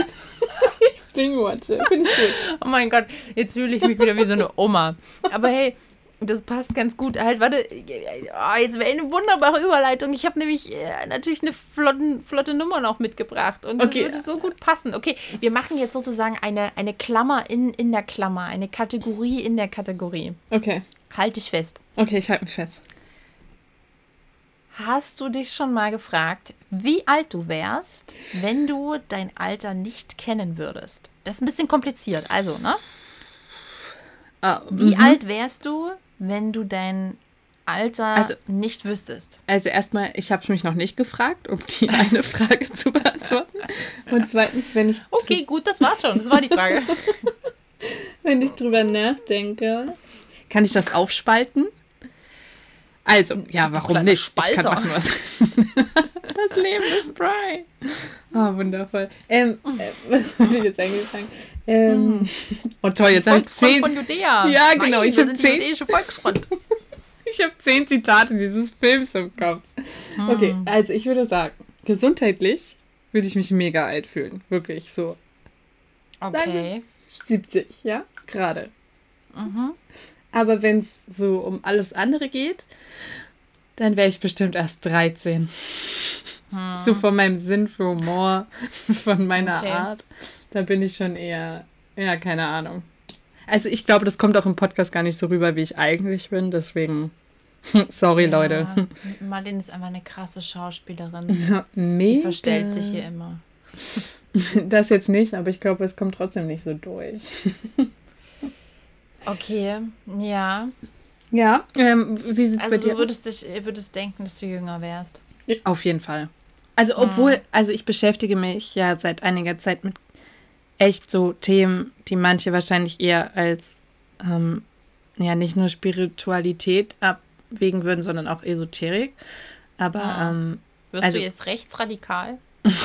[SPEAKER 2] Bing-Watche. Finde ich gut.
[SPEAKER 1] Oh mein Gott, jetzt fühle ich mich wieder wie so eine Oma. Aber hey, das passt ganz gut. Halt, warte, oh, jetzt wäre eine wunderbare Überleitung. Ich habe nämlich äh, natürlich eine flotten, flotte Nummer noch mitgebracht. Und das
[SPEAKER 2] Okay.
[SPEAKER 1] würde so gut passen. Okay, wir machen jetzt sozusagen eine, eine Klammer in, in der Klammer, eine Kategorie in der Kategorie.
[SPEAKER 2] Okay.
[SPEAKER 1] Halt dich fest.
[SPEAKER 2] Okay, ich halte mich fest.
[SPEAKER 1] Hast du dich schon mal gefragt, wie alt du wärst, wenn du dein Alter nicht kennen würdest? das ist ein bisschen kompliziert. Also, ne?
[SPEAKER 2] Ah,
[SPEAKER 1] Wie
[SPEAKER 2] mhm.
[SPEAKER 1] alt wärst du, wenn du dein Alter
[SPEAKER 2] Also-
[SPEAKER 1] nicht wüsstest?
[SPEAKER 2] Also erstmal, ich habe mich noch nicht gefragt, um die eine Frage zu beantworten. Und zweitens, wenn ich,
[SPEAKER 1] Okay, gut, das war's schon. Das war die Frage.
[SPEAKER 2] wenn ich drüber nachdenke, kann ich das aufspalten? Also, ja, warum
[SPEAKER 1] kleiner
[SPEAKER 2] nicht? Ich kann
[SPEAKER 1] Spalter.
[SPEAKER 2] machen, was. Das Leben ist Bri. Oh, wundervoll. Ähm, äh, was wollte ich jetzt eigentlich sagen? Ähm, oh toll, jetzt habe ich
[SPEAKER 1] Volksfront
[SPEAKER 2] zehn,
[SPEAKER 1] von Judäa.
[SPEAKER 2] Ja, genau,
[SPEAKER 1] Nein,
[SPEAKER 2] ich
[SPEAKER 1] wir
[SPEAKER 2] hab
[SPEAKER 1] sind die
[SPEAKER 2] zehn-
[SPEAKER 1] jüdische Volksfront.
[SPEAKER 2] ich habe zehn Zitate dieses Films im Kopf. Okay, also ich würde sagen, gesundheitlich würde ich mich mega alt fühlen. Wirklich so
[SPEAKER 1] Okay.
[SPEAKER 2] siebzig, ja? Gerade.
[SPEAKER 1] Mhm.
[SPEAKER 2] Aber wenn es so um alles andere geht, dann wäre ich bestimmt erst dreizehn.
[SPEAKER 1] Hm.
[SPEAKER 2] So von meinem Sinn für Humor, von meiner
[SPEAKER 1] Okay.
[SPEAKER 2] Art, da bin ich schon eher, ja, keine Ahnung. Also ich glaube, das kommt auch im Podcast gar nicht so rüber, wie ich eigentlich bin, deswegen, sorry, Leute.
[SPEAKER 1] Ja, Marlene ist einfach eine krasse Schauspielerin.
[SPEAKER 2] Ja, mega.
[SPEAKER 1] Die verstellt sich hier immer.
[SPEAKER 2] Das jetzt nicht, aber ich glaube, es kommt trotzdem nicht so durch.
[SPEAKER 1] Okay, ja.
[SPEAKER 2] Ja, ähm, wie sieht es
[SPEAKER 1] Also
[SPEAKER 2] bei dir
[SPEAKER 1] du würdest dich, würdest denken, dass du jünger wärst.
[SPEAKER 2] aus? Auf jeden Fall. Also obwohl, also ich beschäftige mich ja seit einiger Zeit mit echt so Themen, die manche wahrscheinlich eher als ähm, ja nicht nur Spiritualität abwägen würden, sondern auch Esoterik. Aber
[SPEAKER 1] Ja.
[SPEAKER 2] ähm,
[SPEAKER 1] Wirst
[SPEAKER 2] Also-
[SPEAKER 1] du jetzt rechtsradikal?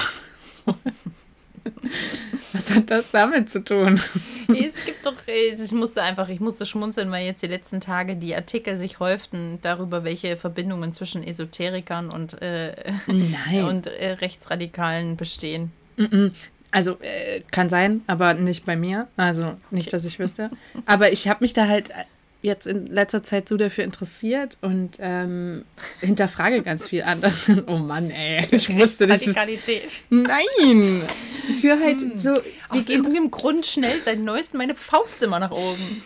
[SPEAKER 2] was hat das damit zu tun?
[SPEAKER 1] Es gibt doch, ich musste einfach, ich musste schmunzeln, weil jetzt die letzten Tage die Artikel sich häuften darüber, welche Verbindungen zwischen Esoterikern und, äh,
[SPEAKER 2] Nein.
[SPEAKER 1] und äh, Rechtsradikalen bestehen.
[SPEAKER 2] Mm-mm. Also äh, kann sein, aber nicht bei mir. Also nicht, dass ich wüsste. Aber ich habe mich da halt jetzt in letzter Zeit so dafür interessiert und ähm, hinterfrage ganz viel andere. Oh Mann, ey. Ich wusste, das ist...
[SPEAKER 1] Radikalität.
[SPEAKER 2] Nein! Für halt so... Wie
[SPEAKER 1] Aus
[SPEAKER 2] geht,
[SPEAKER 1] irgendeinem Grund schnellt seit neuestem meine Faust immer nach oben.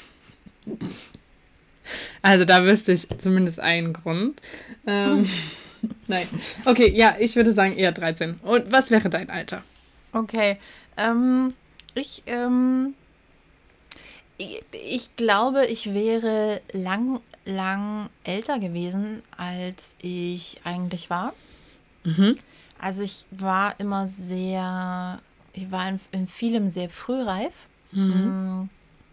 [SPEAKER 2] also da wüsste ich zumindest einen Grund. Ähm, nein. Okay, ja, ich würde sagen eher dreizehn. Und was wäre dein Alter?
[SPEAKER 1] Okay, ähm, ich, ähm, ich, ich glaube, ich wäre lang, lang älter gewesen, als ich eigentlich war.
[SPEAKER 2] Mhm.
[SPEAKER 1] Also ich war immer sehr, ich war in, in vielem sehr frühreif.
[SPEAKER 2] Mhm.
[SPEAKER 1] Mm.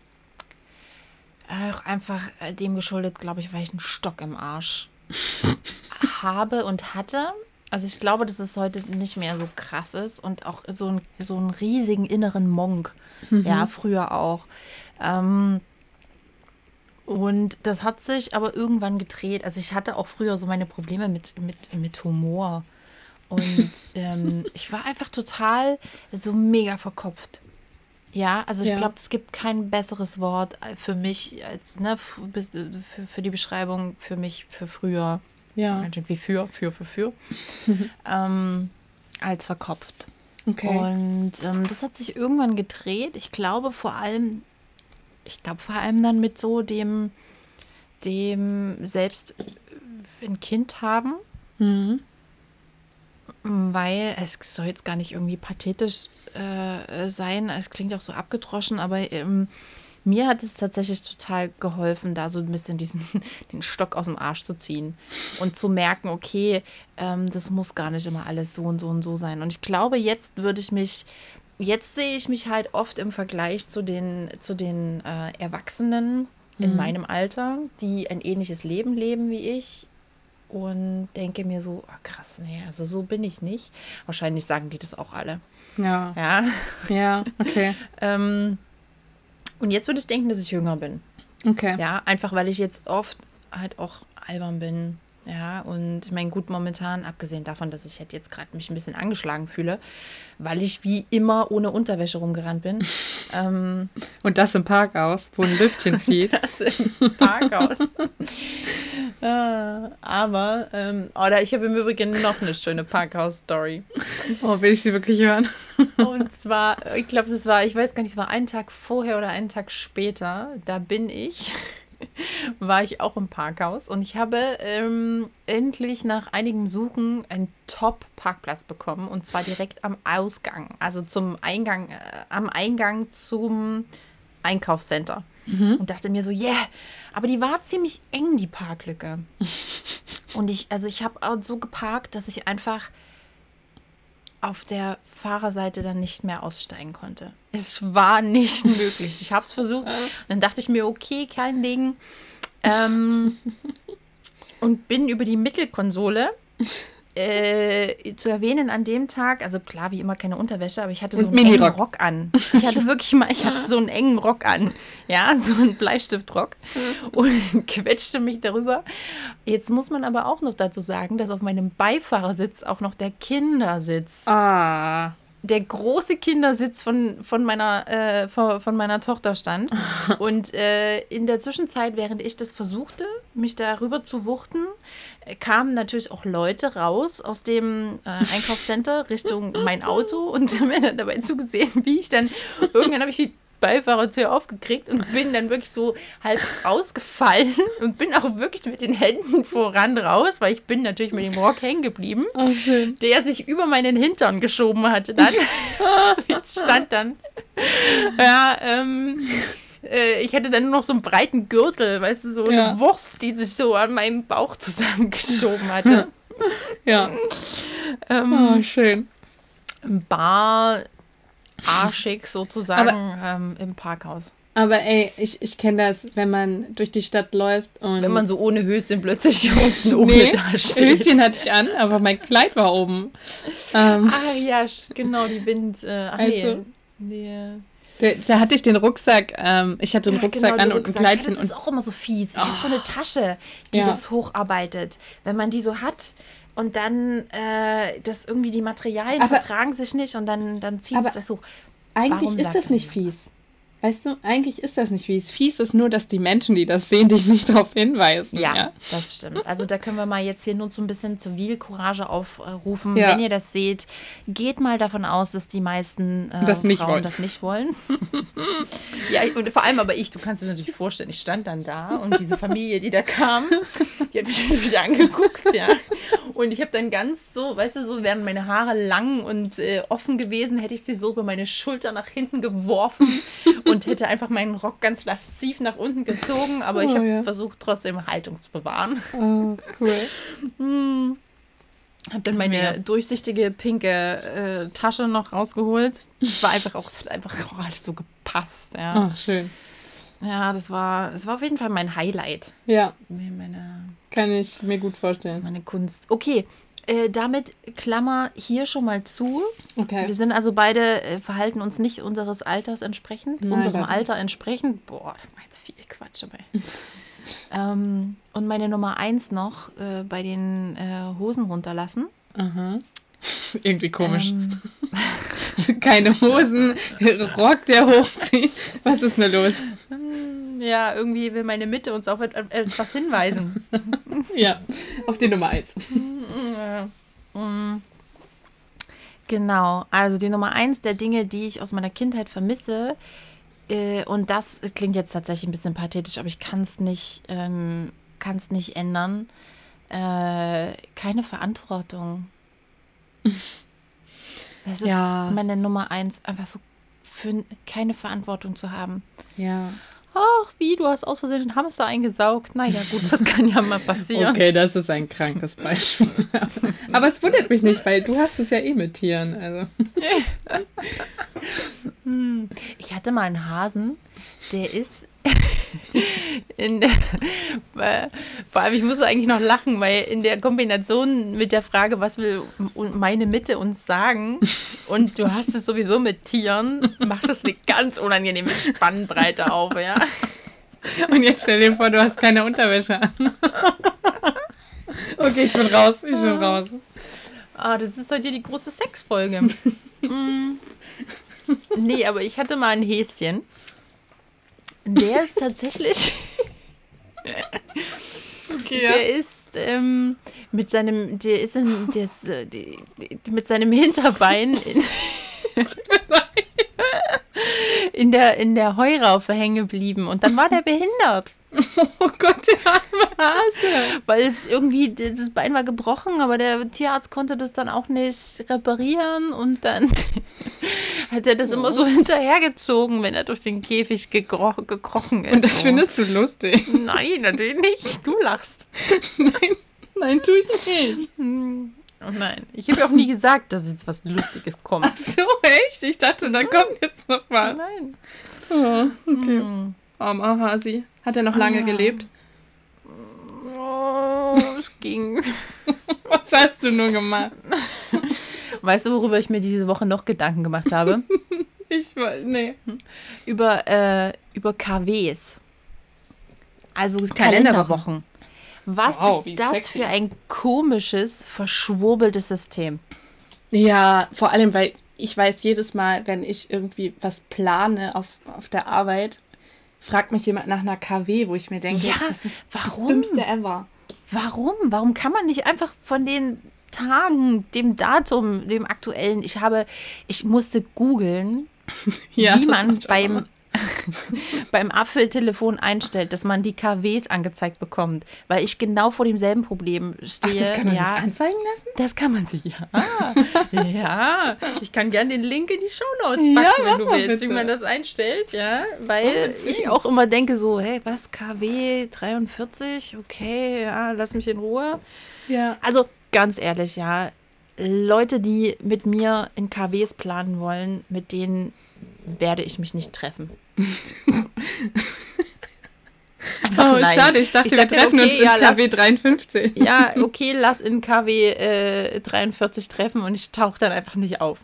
[SPEAKER 1] Auch einfach äh, dem geschuldet, glaube ich, weil ich einen Stock im Arsch habe und hatte. Also ich glaube, dass es heute nicht mehr so krass ist und auch so, ein, so einen riesigen inneren Monk.
[SPEAKER 2] Mhm.
[SPEAKER 1] Ja, früher auch. Ähm, und das hat sich aber irgendwann gedreht. Also ich hatte auch früher so meine Probleme mit, mit, mit Humor. Und ähm, ich war einfach total so mega verkopft. Ja, also ich
[SPEAKER 2] Ja.
[SPEAKER 1] glaube, es gibt kein besseres Wort für mich als, ne, f- bis- für, für die Beschreibung für mich für früher.
[SPEAKER 2] Ja.
[SPEAKER 1] Ganz schön wie für, für, für, für. ähm, als verkopft.
[SPEAKER 2] Okay.
[SPEAKER 1] Und ähm, das hat sich irgendwann gedreht. Ich glaube vor allem, ich glaube vor allem dann mit so dem, dem selbst ein Kind haben,
[SPEAKER 2] Mhm.
[SPEAKER 1] weil es soll jetzt gar nicht irgendwie pathetisch äh, sein. Es klingt auch so abgedroschen, aber ähm, mir hat es tatsächlich total geholfen, da so ein bisschen diesen den Stock aus dem Arsch zu ziehen und zu merken, okay, ähm, das muss gar nicht immer alles so und so und so sein. Und ich glaube, jetzt würde ich mich, jetzt sehe ich mich halt oft im Vergleich zu den, zu den äh, Erwachsenen in
[SPEAKER 2] Mhm.
[SPEAKER 1] meinem Alter, die ein ähnliches Leben leben wie ich. Und denke mir so, oh krass, nee, also so bin ich nicht. Wahrscheinlich sagen die das auch alle.
[SPEAKER 2] Ja.
[SPEAKER 1] Ja.
[SPEAKER 2] Ja, okay.
[SPEAKER 1] Ähm, und jetzt würde ich denken, dass ich jünger bin.
[SPEAKER 2] Okay.
[SPEAKER 1] Ja, einfach weil ich jetzt oft halt auch albern bin. Ja, und ich meine, gut, momentan, abgesehen davon, dass ich halt jetzt gerade mich ein bisschen angeschlagen fühle, weil ich wie immer ohne Unterwäsche rumgerannt bin. ähm,
[SPEAKER 2] Und das im Parkhaus, wo ein Lüftchen zieht.
[SPEAKER 1] das im Parkhaus. äh, aber, ähm, oder ich habe im Übrigen noch eine schöne Parkhaus-Story.
[SPEAKER 2] Oh, will ich sie wirklich hören?
[SPEAKER 1] Und zwar, ich glaube, das war, ich weiß gar nicht, es war einen Tag vorher oder einen Tag später, da bin ich war ich auch im Parkhaus und ich habe ähm, endlich nach einigem Suchen einen Top-Parkplatz bekommen und zwar direkt am Ausgang, also zum Eingang, äh, am Eingang zum Einkaufscenter. Mhm. Und dachte mir so, yeah, aber die war ziemlich eng, die Parklücke. Und ich, also ich habe so geparkt, dass ich einfach auf der Fahrerseite dann nicht mehr aussteigen konnte. Es war nicht möglich. Ich habe es versucht. Dann dachte ich mir, okay, kein Ding. Ähm, und bin über die Mittelkonsole äh, zu erwähnen an dem Tag, also klar, wie immer keine Unterwäsche, aber ich hatte so einen engen Rock an. Ich hatte wirklich mal, ich hatte so einen engen Rock an. Ja, so einen Bleistiftrock. Und quetschte mich darüber. Jetzt muss man aber auch noch dazu sagen, dass auf meinem Beifahrersitz auch noch der Kindersitz,
[SPEAKER 2] Ah.
[SPEAKER 1] der große Kindersitz von, von, meiner, äh, von, von meiner Tochter stand. Und äh, in der Zwischenzeit, während ich das versuchte, mich darüber zu wuchten, kamen natürlich auch Leute raus aus dem äh, Einkaufscenter Richtung mein Auto und haben mir dann dabei zugesehen, wie ich dann, irgendwann habe ich die Beifahrerzeuge aufgekriegt und bin dann wirklich so halb rausgefallen und bin auch wirklich mit den Händen voran raus, weil ich bin natürlich mit dem Rock hängen geblieben,
[SPEAKER 2] oh, schön.
[SPEAKER 1] Der sich über meinen Hintern geschoben hatte dann. Stand dann. Ja, ähm, äh, ich hatte dann nur noch so einen breiten Gürtel, weißt du, so
[SPEAKER 2] ja.
[SPEAKER 1] eine Wurst, die sich so an meinem Bauch zusammengeschoben hatte.
[SPEAKER 2] Ja.
[SPEAKER 1] Ähm,
[SPEAKER 2] oh, schön.
[SPEAKER 1] Bar... arschig sozusagen aber, ähm, im Parkhaus.
[SPEAKER 2] Aber ey, ich, ich kenne das, wenn man durch die Stadt läuft und...
[SPEAKER 1] Wenn man so ohne Höschen plötzlich unten ohne
[SPEAKER 2] nee,
[SPEAKER 1] dasteht.
[SPEAKER 2] Höschen hatte ich an, aber mein Kleid war oben.
[SPEAKER 1] Ähm, ah ja, genau, die Wind... Äh, ach
[SPEAKER 2] also,
[SPEAKER 1] nee, nee.
[SPEAKER 2] Da, da hatte ich den Rucksack, ähm, ich hatte einen ja, Rucksack genau, an und ein Kleidchen.
[SPEAKER 1] Das ist auch immer so fies. Ich oh. habe so eine Tasche, die ja. das hocharbeitet. Wenn man die so hat... Und dann, äh, das irgendwie die Materialien aber, vertragen sich nicht und dann, dann zieht es das hoch.
[SPEAKER 2] Eigentlich Warum ist das nicht fies. Weißt du, eigentlich ist das nicht fies. Fies ist nur, dass die Menschen, die das sehen, dich nicht darauf hinweisen.
[SPEAKER 1] Ja,
[SPEAKER 2] ja,
[SPEAKER 1] das stimmt. Also da können wir mal jetzt hier nur so ein bisschen Zivilcourage aufrufen.
[SPEAKER 2] Ja.
[SPEAKER 1] Wenn ihr das seht, geht mal davon aus, dass die meisten äh,
[SPEAKER 2] das nicht
[SPEAKER 1] Frauen
[SPEAKER 2] wollen.
[SPEAKER 1] das nicht wollen. Ja, und vor allem aber ich, du kannst dir natürlich vorstellen, ich stand dann da und diese Familie, die da kam, die hat mich natürlich angeguckt, ja. Und ich habe dann ganz so, weißt du, so wären meine Haare lang und äh, offen gewesen, hätte ich sie so über meine Schulter nach hinten geworfen und hätte einfach meinen Rock ganz lasziv nach unten gezogen, aber oh, ich habe ja. versucht, trotzdem Haltung zu bewahren.
[SPEAKER 2] Oh, cool.
[SPEAKER 1] hm. Habe dann meine ja. durchsichtige, pinke äh, Tasche noch rausgeholt. Es war einfach auch, es hat einfach oh, alles so gepasst. Ja.
[SPEAKER 2] Ach, schön.
[SPEAKER 1] Ja, das war, das war auf jeden Fall mein Highlight.
[SPEAKER 2] Ja.
[SPEAKER 1] Meine,
[SPEAKER 2] Kann ich mir gut vorstellen.
[SPEAKER 1] Meine Kunst. Okay, äh, damit Klammer hier schon mal zu.
[SPEAKER 2] Okay.
[SPEAKER 1] Wir sind also beide, äh, verhalten uns nicht unseres Alters entsprechend,
[SPEAKER 2] Nein,
[SPEAKER 1] unserem Alter entsprechend. Boah, das war jetzt viel Quatsch dabei. ähm, und meine Nummer eins noch äh, bei den äh, Hosen runterlassen.
[SPEAKER 2] Aha. Irgendwie komisch.
[SPEAKER 1] Ähm,
[SPEAKER 2] Keine Hosen, Rock, der hochzieht. Was ist denn los?
[SPEAKER 1] Ja, irgendwie will meine Mitte uns auf etwas hinweisen.
[SPEAKER 2] Ja, auf die Nummer eins.
[SPEAKER 1] Genau, also die Nummer eins der Dinge, die ich aus meiner Kindheit vermisse, äh, und das klingt jetzt tatsächlich ein bisschen pathetisch, aber ich kann es nicht, ähm, kann's nicht ändern, äh, keine Verantwortung. Das ist
[SPEAKER 2] ja.
[SPEAKER 1] meine Nummer eins, einfach so für keine Verantwortung zu haben.
[SPEAKER 2] Ja.
[SPEAKER 1] Ach, wie, du hast aus Versehen den Hamster eingesaugt. Naja, gut, das kann ja mal passieren.
[SPEAKER 2] Okay, das ist ein krankes Beispiel. Aber es wundert mich nicht, weil du hast es ja eh mit Tieren. Also.
[SPEAKER 1] Ich hatte mal einen Hasen, der ist in der, vor allem, ich muss eigentlich noch lachen, weil in der Kombination mit der Frage, was will meine Mitte uns sagen, und du hast es sowieso mit Tieren, macht das eine ganz unangenehme Spannbreite auf, ja.
[SPEAKER 2] Und jetzt stell dir vor, du hast keine Unterwäsche an. Okay, ich bin raus, ich bin raus.
[SPEAKER 1] Ah, das ist heute die große Sexfolge. mm. Nee, aber ich hatte mal ein Häschen. Der ist tatsächlich,
[SPEAKER 2] okay, ja.
[SPEAKER 1] der ist ähm, mit seinem, der ist, in, der ist äh, die, die, mit seinem Hinterbein in, in der, in der Heuraufe hängen geblieben und dann war der behindert.
[SPEAKER 2] Oh Gott, der arme Hase.
[SPEAKER 1] Weil es irgendwie, das Bein war gebrochen, aber der Tierarzt konnte das dann auch nicht reparieren und dann hat er das immer so hinterhergezogen, wenn er durch den Käfig gekro- gekrochen ist.
[SPEAKER 2] Und das findest du lustig?
[SPEAKER 1] Nein, natürlich nicht. Du lachst.
[SPEAKER 2] Nein, nein, tue ich nicht.
[SPEAKER 1] Oh nein, ich habe ja auch nie gesagt, dass jetzt was Lustiges kommt.
[SPEAKER 2] Ach so, echt? Ich dachte, da kommt jetzt noch was.
[SPEAKER 1] Nein.
[SPEAKER 2] Oh, okay.
[SPEAKER 1] Hm.
[SPEAKER 2] Armer Hasi. Hat er noch lange
[SPEAKER 1] ja.
[SPEAKER 2] gelebt?
[SPEAKER 1] Oh, es ging.
[SPEAKER 2] Was hast du nur gemacht?
[SPEAKER 1] Weißt du, worüber ich mir diese Woche noch Gedanken gemacht habe?
[SPEAKER 2] Ich weiß, nee.
[SPEAKER 1] Über, äh, über K Ws. Also
[SPEAKER 2] Kalenderwochen.
[SPEAKER 1] Kalenderwochen. Was
[SPEAKER 2] Wow, wie
[SPEAKER 1] ist das
[SPEAKER 2] sexy.
[SPEAKER 1] für ein komisches, verschwurbeltes System?
[SPEAKER 2] Ja, vor allem, weil ich weiß jedes Mal, wenn ich irgendwie was plane auf, auf der Arbeit, fragt mich jemand nach einer K W, wo ich mir denke,
[SPEAKER 1] Ja,
[SPEAKER 2] das ist
[SPEAKER 1] warum?
[SPEAKER 2] das Dümmste ever.
[SPEAKER 1] Warum? Warum kann man nicht einfach von den Tagen, dem Datum, dem aktuellen, ich habe, ich musste googeln,
[SPEAKER 2] Ja,
[SPEAKER 1] wie
[SPEAKER 2] das
[SPEAKER 1] man
[SPEAKER 2] mach ich auch
[SPEAKER 1] beim,
[SPEAKER 2] immer.
[SPEAKER 1] beim Apfeltelefon einstellt, dass man die K Ws angezeigt bekommt, weil ich genau vor demselben Problem stehe.
[SPEAKER 2] Ach, das kann man
[SPEAKER 1] ja,
[SPEAKER 2] sich anzeigen lassen?
[SPEAKER 1] Das kann man sich, ja. Ja, ich kann gerne den Link in die Shownotes
[SPEAKER 2] Ja,
[SPEAKER 1] packen,
[SPEAKER 2] mach
[SPEAKER 1] wenn du
[SPEAKER 2] mal
[SPEAKER 1] willst,
[SPEAKER 2] bitte.
[SPEAKER 1] wie man das einstellt, ja. Weil
[SPEAKER 2] Unbedingt.
[SPEAKER 1] ich auch immer denke so, hey, was, K W dreiundvierzig? Okay, ja, lass mich in Ruhe.
[SPEAKER 2] Ja.
[SPEAKER 1] Also, ganz ehrlich, ja, Leute, die mit mir in K Ws planen wollen, mit denen werde ich mich nicht treffen. Einfach
[SPEAKER 2] Oh,
[SPEAKER 1] nein.
[SPEAKER 2] schade, ich dachte,
[SPEAKER 1] Ich
[SPEAKER 2] wir
[SPEAKER 1] sagte,
[SPEAKER 2] treffen
[SPEAKER 1] okay,
[SPEAKER 2] uns in
[SPEAKER 1] ja,
[SPEAKER 2] K W
[SPEAKER 1] lass-
[SPEAKER 2] dreiundfünfzig.
[SPEAKER 1] Ja, okay, lass in K W äh, dreiundvierzig treffen und ich tauche dann einfach nicht auf.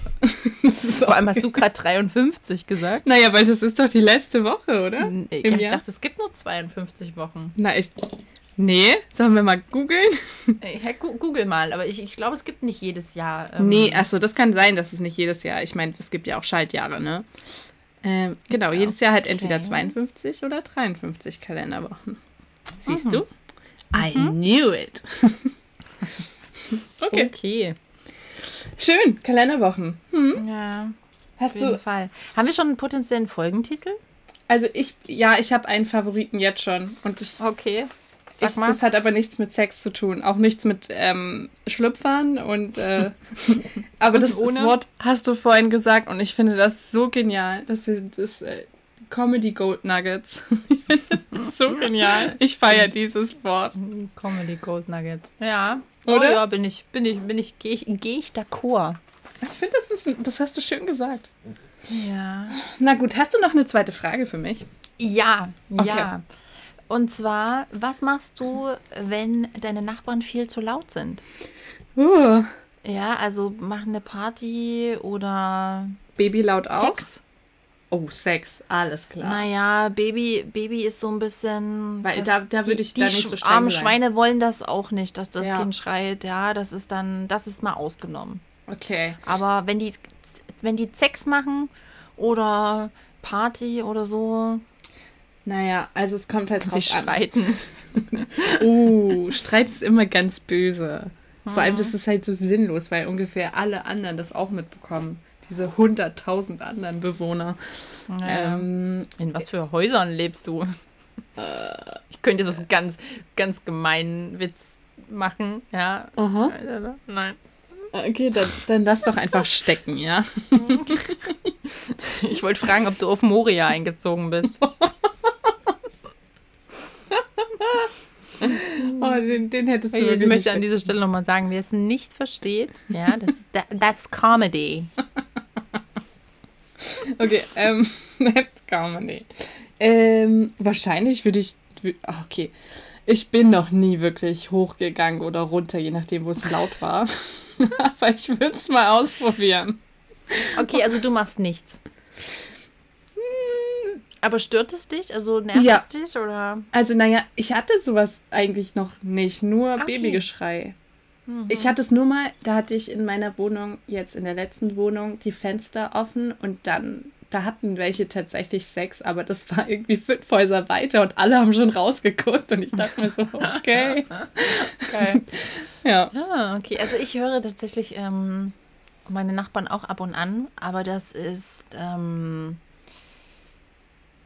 [SPEAKER 1] Vor allem hast du gerade dreiundfünfzig gesagt.
[SPEAKER 2] Naja, weil das ist doch die letzte Woche, oder?
[SPEAKER 1] Ich,
[SPEAKER 2] Im
[SPEAKER 1] ich
[SPEAKER 2] Jahr?
[SPEAKER 1] dachte, es gibt nur zweiundfünfzig Wochen.
[SPEAKER 2] Na, ich... Nee, sollen wir mal googeln?
[SPEAKER 1] Äh, Herr, gu- Google mal, aber ich, ich glaube, es gibt nicht jedes Jahr. ähm,
[SPEAKER 2] Nee, achso, das kann sein, dass es nicht jedes Jahr... Ich meine, es gibt ja auch Schaltjahre, ne? Ähm, genau, jedes Jahr halt entweder
[SPEAKER 1] Okay.
[SPEAKER 2] zweiundfünfzig oder dreiundfünfzig Kalenderwochen. Siehst
[SPEAKER 1] Mhm.
[SPEAKER 2] du? I knew it. Okay,
[SPEAKER 1] Okay.
[SPEAKER 2] schön, Kalenderwochen. Hm?
[SPEAKER 1] Ja,
[SPEAKER 2] Hast
[SPEAKER 1] auf jeden
[SPEAKER 2] du...
[SPEAKER 1] Fall. Haben wir schon einen potenziellen Folgentitel?
[SPEAKER 2] Also ich... Ja, ich habe einen Favoriten jetzt schon. Und ich...
[SPEAKER 1] Okay. Sag
[SPEAKER 2] Ich,
[SPEAKER 1] mal.
[SPEAKER 2] das hat aber nichts mit Sex zu tun, auch nichts mit ähm, Schlüpfern und äh, aber
[SPEAKER 1] Und
[SPEAKER 2] das
[SPEAKER 1] ohne?
[SPEAKER 2] Wort hast du vorhin gesagt und ich finde das so genial. Das sind das, äh, Comedy Gold Nuggets. Ich finde das so genial. Ich feiere dieses Wort.
[SPEAKER 1] Comedy Gold Nuggets. Ja.
[SPEAKER 2] Oder?
[SPEAKER 1] Oh, ja, bin ich, bin ich, bin ich, gehe ich, geh ich d'accord.
[SPEAKER 2] Ich finde, das ist, das hast du schön gesagt.
[SPEAKER 1] Ja.
[SPEAKER 2] Na gut, hast du noch eine zweite Frage für mich?
[SPEAKER 1] Ja,
[SPEAKER 2] Okay.
[SPEAKER 1] ja. Und zwar, was machst du, wenn deine Nachbarn viel zu laut sind?
[SPEAKER 2] Uh,
[SPEAKER 1] Ja, also machen eine Party oder
[SPEAKER 2] Baby laut auch?
[SPEAKER 1] Sex?
[SPEAKER 2] Oh, Sex, alles klar.
[SPEAKER 1] Naja, Baby, Baby ist so ein bisschen...
[SPEAKER 2] Weil
[SPEAKER 1] das-
[SPEAKER 2] da- da würde
[SPEAKER 1] die-
[SPEAKER 2] ich da
[SPEAKER 1] die
[SPEAKER 2] nicht so
[SPEAKER 1] sch-
[SPEAKER 2] streng
[SPEAKER 1] armen
[SPEAKER 2] sein.
[SPEAKER 1] Schweine wollen das auch nicht, dass das
[SPEAKER 2] Ja.
[SPEAKER 1] Kind schreit. Ja, das ist dann, das ist mal ausgenommen.
[SPEAKER 2] Okay.
[SPEAKER 1] Aber wenn die, wenn die Sex machen oder Party oder so,
[SPEAKER 2] Naja, also es kommt halt
[SPEAKER 1] sie
[SPEAKER 2] drauf an.
[SPEAKER 1] streiten.
[SPEAKER 2] Uh, Streit ist immer ganz böse. Vor allem,
[SPEAKER 1] Mhm.
[SPEAKER 2] das ist halt so sinnlos, weil ungefähr alle anderen das auch mitbekommen. Diese hunderttausend anderen Bewohner.
[SPEAKER 1] Ja.
[SPEAKER 2] Ähm,
[SPEAKER 1] In was für Häusern lebst du? Ich könnte das ganz, ganz gemeinen Witz machen, ja.
[SPEAKER 2] aha.
[SPEAKER 1] Nein.
[SPEAKER 2] Okay, dann, dann lass doch einfach stecken, ja?
[SPEAKER 1] Ich wollte fragen, ob du auf Moria eingezogen bist.
[SPEAKER 2] Oh, den, den hättest du
[SPEAKER 1] Ich
[SPEAKER 2] wirklich
[SPEAKER 1] möchte an
[SPEAKER 2] nicht
[SPEAKER 1] dieser Stelle nochmal sagen, wer es nicht versteht, ja, das, that, that's Comedy.
[SPEAKER 2] stecken. Okay, ähm, that's comedy. Ähm, wahrscheinlich würde ich, wü- ah, okay, ich bin noch nie wirklich hochgegangen oder runter, je nachdem, wo es laut war. Aber ich würde es mal ausprobieren.
[SPEAKER 1] Okay, also du machst nichts. Aber stört es dich? Also nervt
[SPEAKER 2] Ja.
[SPEAKER 1] es dich? Oder?
[SPEAKER 2] Also, naja, ich hatte sowas eigentlich noch nicht, nur
[SPEAKER 1] Okay.
[SPEAKER 2] Babygeschrei.
[SPEAKER 1] Mhm.
[SPEAKER 2] Ich hatte es nur mal, da hatte ich in meiner Wohnung, jetzt in der letzten Wohnung, die Fenster offen und dann, da hatten welche tatsächlich Sex, aber das war irgendwie fünf Häuser weiter und alle haben schon rausgeguckt und ich dachte mir so, okay.
[SPEAKER 1] Okay.
[SPEAKER 2] Ja.
[SPEAKER 1] Ah, okay. Also ich höre tatsächlich ähm, meine Nachbarn auch ab und an, aber das ist, ähm,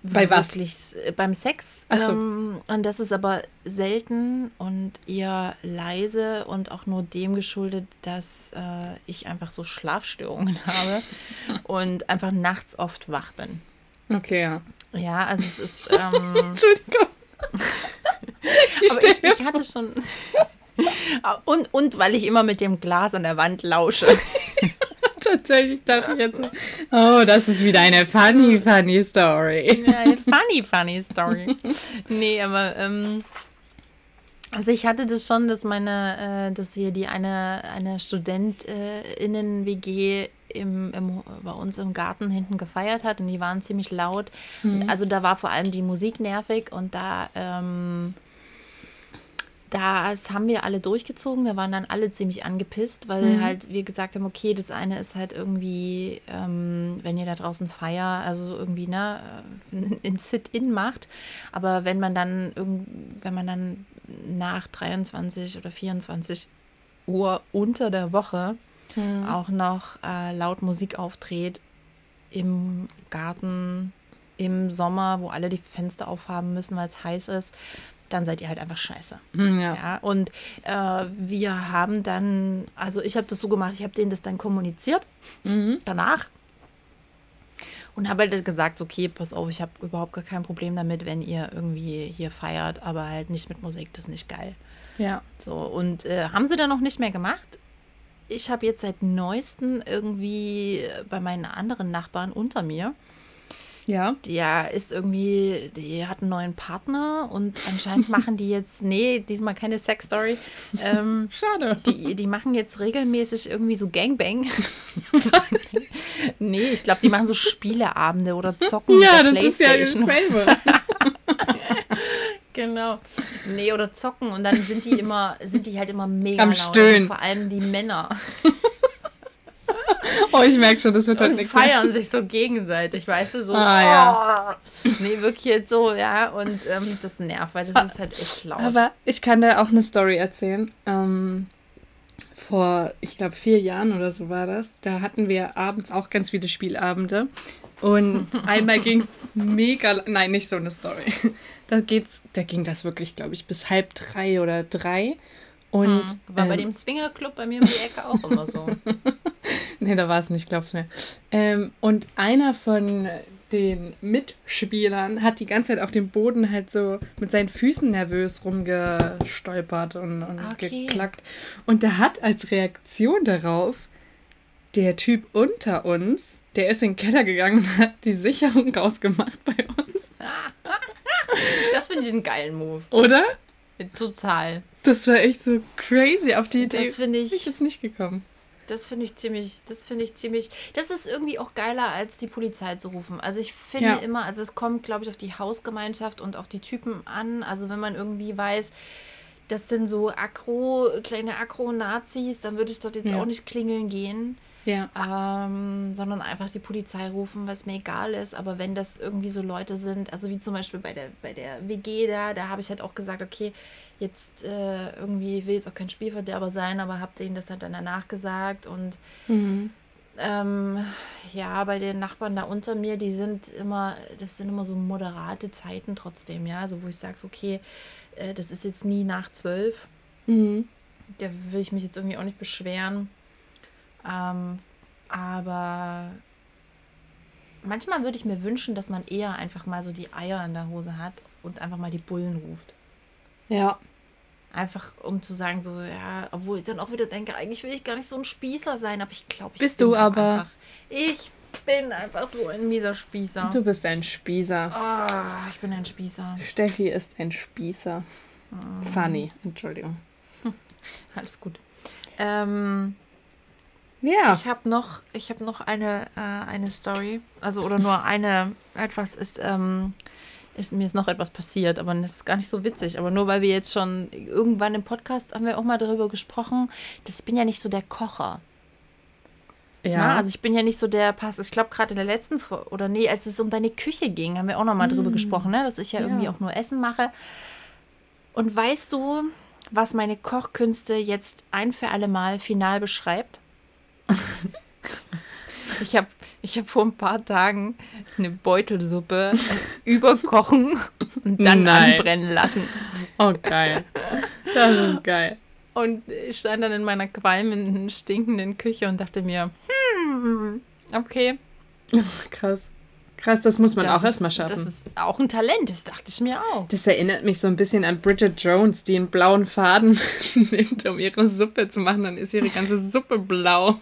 [SPEAKER 2] Bei was?
[SPEAKER 1] Wirklich, äh, beim Sex.
[SPEAKER 2] Ach so.
[SPEAKER 1] Ähm, und das ist aber selten und eher leise und auch nur dem geschuldet, dass äh, ich einfach so Schlafstörungen habe und einfach nachts oft wach bin.
[SPEAKER 2] Okay, ja.
[SPEAKER 1] Ja, also es ist. Ähm,
[SPEAKER 2] Entschuldigung. Ich
[SPEAKER 1] aber ich,
[SPEAKER 2] stell
[SPEAKER 1] ich hatte schon. und, und weil ich immer mit dem Glas an der Wand lausche.
[SPEAKER 2] Tatsächlich dachte ich jetzt, oh, das ist wieder eine funny, funny Story.
[SPEAKER 1] Ja, eine funny, funny Story. Nee, aber ähm, also ich hatte das schon, dass meine, äh, dass hier die eine, eine StudentInnen-W G im, im, bei uns im Garten hinten gefeiert hat und die waren ziemlich laut.
[SPEAKER 2] Mhm.
[SPEAKER 1] Also da war vor allem die Musik nervig und da ähm, das haben wir alle durchgezogen, da waren dann alle ziemlich angepisst, weil
[SPEAKER 2] Mhm.
[SPEAKER 1] halt wir gesagt haben, okay, das eine ist halt irgendwie, ähm, wenn ihr da draußen Feier, also so irgendwie, ne, äh, ein Sit-in macht, aber wenn man dann irgend, wenn man dann nach dreiundzwanzig oder vierundzwanzig Uhr unter der Woche
[SPEAKER 2] Mhm.
[SPEAKER 1] auch noch äh, laut Musik auftritt im Garten im Sommer, wo alle die Fenster aufhaben müssen, weil es heiß ist, dann seid ihr halt einfach scheiße.
[SPEAKER 2] Mhm, ja.
[SPEAKER 1] Ja, und äh, wir haben dann, also ich habe das so gemacht, ich habe denen das dann kommuniziert
[SPEAKER 2] Mhm.
[SPEAKER 1] danach und habe halt gesagt, okay, pass auf, ich habe überhaupt gar kein Problem damit, wenn ihr irgendwie hier feiert, aber halt nicht mit Musik, das ist nicht geil.
[SPEAKER 2] Ja.
[SPEAKER 1] So, und äh, haben sie dann noch nicht mehr gemacht. Ich habe jetzt seit neuestem irgendwie bei meinen anderen Nachbarn unter mir,
[SPEAKER 2] Ja.
[SPEAKER 1] der ist irgendwie, die hat einen neuen Partner und anscheinend machen die jetzt, nee, diesmal keine Sex-Story, ähm,
[SPEAKER 2] Schade.
[SPEAKER 1] die, die machen jetzt regelmäßig irgendwie so Gangbang. Nee, ich glaube, die machen so Spieleabende oder zocken
[SPEAKER 2] Ja,
[SPEAKER 1] mit
[SPEAKER 2] das
[SPEAKER 1] der
[SPEAKER 2] ist ja
[SPEAKER 1] Playstation.
[SPEAKER 2] dasselbe.
[SPEAKER 1] Genau. Nee, oder zocken und dann sind die immer, sind die halt immer mega
[SPEAKER 2] Am
[SPEAKER 1] laut.
[SPEAKER 2] Stöhnen.
[SPEAKER 1] Also vor allem die Männer.
[SPEAKER 2] Oh, ich merke schon, das wird heute
[SPEAKER 1] Und
[SPEAKER 2] nichts mehr.
[SPEAKER 1] feiern sich so gegenseitig, weißt du, so.
[SPEAKER 2] Ah,
[SPEAKER 1] ja. Nee, wirklich jetzt so, ja, und ähm, das nervt, weil das ist halt echt laut.
[SPEAKER 2] Aber ich kann da auch eine Story erzählen. Ähm, vor, ich glaube, vier Jahren oder so war das. Da hatten wir abends auch ganz viele Spielabende. Und einmal ging es mega, nein, nicht so eine Story. Da geht's, da ging das wirklich, glaube ich, bis halb drei oder drei. Und
[SPEAKER 1] Hm, war bei
[SPEAKER 2] ähm,
[SPEAKER 1] dem Swingerclub bei mir um die Ecke auch immer so.
[SPEAKER 2] nee, da war es nicht, glaub's mir. Ähm, und einer von den Mitspielern hat die ganze Zeit auf dem Boden halt so mit seinen Füßen nervös rumgestolpert und, und
[SPEAKER 1] Okay.
[SPEAKER 2] geklackt. Und da hat als Reaktion darauf der Typ unter uns, der ist in den Keller gegangen und hat die Sicherung rausgemacht bei uns.
[SPEAKER 1] Das finde ich einen geilen Move.
[SPEAKER 2] Oder?
[SPEAKER 1] Total.
[SPEAKER 2] Das war echt so crazy. Auf die Idee
[SPEAKER 1] Das finde
[SPEAKER 2] bin ich
[SPEAKER 1] ich,
[SPEAKER 2] jetzt nicht gekommen.
[SPEAKER 1] das finde ich ziemlich, das finde ich ziemlich, das ist irgendwie auch geiler, als die Polizei zu rufen. Also ich finde
[SPEAKER 2] Ja.
[SPEAKER 1] immer, also es kommt, glaube ich, auf die Hausgemeinschaft und auf die Typen an. Also wenn man irgendwie weiß, das sind so Aggro, kleine Aggro-Nazis, dann würde ich dort jetzt
[SPEAKER 2] Ja.
[SPEAKER 1] auch nicht klingeln gehen.
[SPEAKER 2] Ja.
[SPEAKER 1] Ähm, sondern einfach die Polizei rufen, weil es mir egal ist. Aber wenn das irgendwie so Leute sind, also wie zum Beispiel bei der, bei der W G da, da habe ich halt auch gesagt, okay, jetzt äh, irgendwie, ich will jetzt auch kein Spielverderber sein, aber habt denen das halt dann danach gesagt. Und
[SPEAKER 2] Mhm.
[SPEAKER 1] ähm, ja, bei den Nachbarn da unter mir, die sind immer, das sind immer so moderate Zeiten trotzdem, ja. Also wo ich sage, okay, äh, das ist jetzt nie nach zwölf.
[SPEAKER 2] Mhm.
[SPEAKER 1] Da will ich mich jetzt irgendwie auch nicht beschweren. Ähm, aber manchmal würde ich mir wünschen, dass man eher einfach mal so die Eier in der Hose hat und einfach mal die Bullen ruft.
[SPEAKER 2] Ja.
[SPEAKER 1] Einfach um zu sagen, so, ja, obwohl ich dann auch wieder denke, eigentlich will ich gar nicht so ein Spießer sein, aber ich glaube, ich
[SPEAKER 2] Bist
[SPEAKER 1] bin
[SPEAKER 2] du
[SPEAKER 1] auch
[SPEAKER 2] aber.
[SPEAKER 1] Einfach, ich bin einfach so ein mieser Spießer.
[SPEAKER 2] Du bist ein Spießer.
[SPEAKER 1] Ah, ich bin ein Spießer.
[SPEAKER 2] Steffi ist ein Spießer. Funny, Entschuldigung.
[SPEAKER 1] Alles gut. Ähm,
[SPEAKER 2] Ja.
[SPEAKER 1] Ich habe noch, ich habe noch eine, äh, eine Story, also oder nur eine, etwas ist, ähm, ist, mir ist noch etwas passiert, aber das ist gar nicht so witzig, aber nur weil wir jetzt schon irgendwann im Podcast haben wir auch mal darüber gesprochen, dass ich bin ja nicht so der Kocher.
[SPEAKER 2] Ja.
[SPEAKER 1] Na, also ich bin ja nicht so der Pass. Ich glaube gerade in der letzten Fo- oder nee, als es um deine Küche ging, haben wir auch noch mal drüber gesprochen, ne, dass ich ja,
[SPEAKER 2] Ja.
[SPEAKER 1] irgendwie auch nur Essen mache. Und weißt du, was meine Kochkünste jetzt ein für alle Mal final beschreibt? Ich habe Ich habe vor ein paar Tagen eine Beutelsuppe überkochen und dann
[SPEAKER 2] Nein.
[SPEAKER 1] anbrennen lassen.
[SPEAKER 2] Oh, geil. Das ist geil.
[SPEAKER 1] Und ich stand dann in meiner qualmenden, stinkenden Küche und dachte mir, hm, okay.
[SPEAKER 2] Krass. Krass, das muss man
[SPEAKER 1] das
[SPEAKER 2] auch erstmal
[SPEAKER 1] ist-
[SPEAKER 2] schaffen.
[SPEAKER 1] Das ist auch ein Talent, das dachte ich mir auch.
[SPEAKER 2] Das erinnert mich so ein bisschen an Bridget Jones, die einen blauen Faden nimmt, um ihre Suppe zu machen. Dann ist ihre ganze Suppe blau.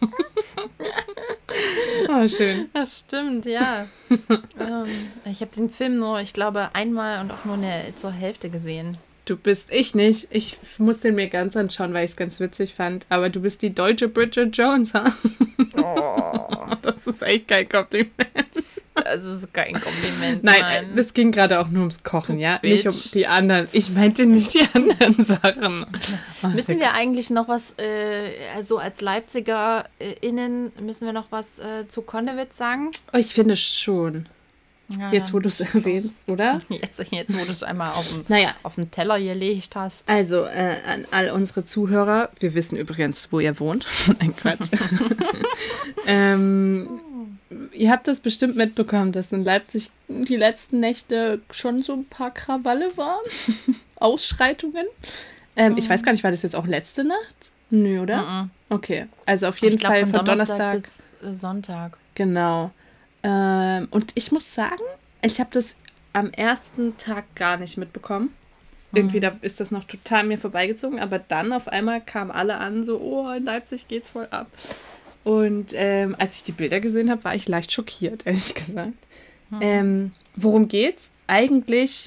[SPEAKER 2] Oh, schön.
[SPEAKER 1] Das stimmt, ja. ähm, ich habe den Film nur, ich glaube, einmal und auch nur eine, zur Hälfte gesehen.
[SPEAKER 2] Du bist ich nicht. Ich muss den mir ganz anschauen, weil ich es ganz witzig fand. Aber du bist die deutsche Bridget Jones, ha?
[SPEAKER 1] Oh,
[SPEAKER 2] Das ist echt kein Kompliment.
[SPEAKER 1] das ist kein Kompliment.
[SPEAKER 2] Nein,
[SPEAKER 1] Mann.
[SPEAKER 2] äh, das ging gerade auch nur ums Kochen, ja? Nicht um
[SPEAKER 1] Bitch.
[SPEAKER 2] die anderen. Ich meinte nicht die anderen Sachen. Oh,
[SPEAKER 1] Müssen wir eigentlich noch was, äh, also als Leipziger äh, innen, müssen wir noch was äh, zu Konnewitz sagen?
[SPEAKER 2] Oh, ich finde schon.
[SPEAKER 1] Ja,
[SPEAKER 2] Jetzt, wo du es erwähnst, oder?
[SPEAKER 1] Jetzt, jetzt, wo du es einmal auf den,
[SPEAKER 2] Naja,
[SPEAKER 1] auf den Teller gelegt hast.
[SPEAKER 2] also äh, an all unsere Zuhörer, wir wissen übrigens, wo ihr wohnt. Ein Quatsch. ähm, ihr habt das bestimmt mitbekommen, dass in Leipzig die letzten Nächte schon so ein paar Krawalle waren. Ausschreitungen. Ähm, Ich weiß gar nicht, war das jetzt auch letzte Nacht? Nö, oder?
[SPEAKER 1] Mhm.
[SPEAKER 2] Okay, also auf jeden
[SPEAKER 1] Ich glaub,
[SPEAKER 2] Fall
[SPEAKER 1] von
[SPEAKER 2] von Donnerstag.
[SPEAKER 1] bis äh, Sonntag.
[SPEAKER 2] Genau. Ähm, und ich muss sagen, ich habe das am ersten Tag gar nicht mitbekommen. Irgendwie da ist das noch total mir vorbeigezogen, aber dann auf einmal kamen alle an, so, oh, in Leipzig geht's voll ab. Und ähm, als ich die Bilder gesehen habe, war ich leicht schockiert, ehrlich gesagt. Ähm, worum geht's? Eigentlich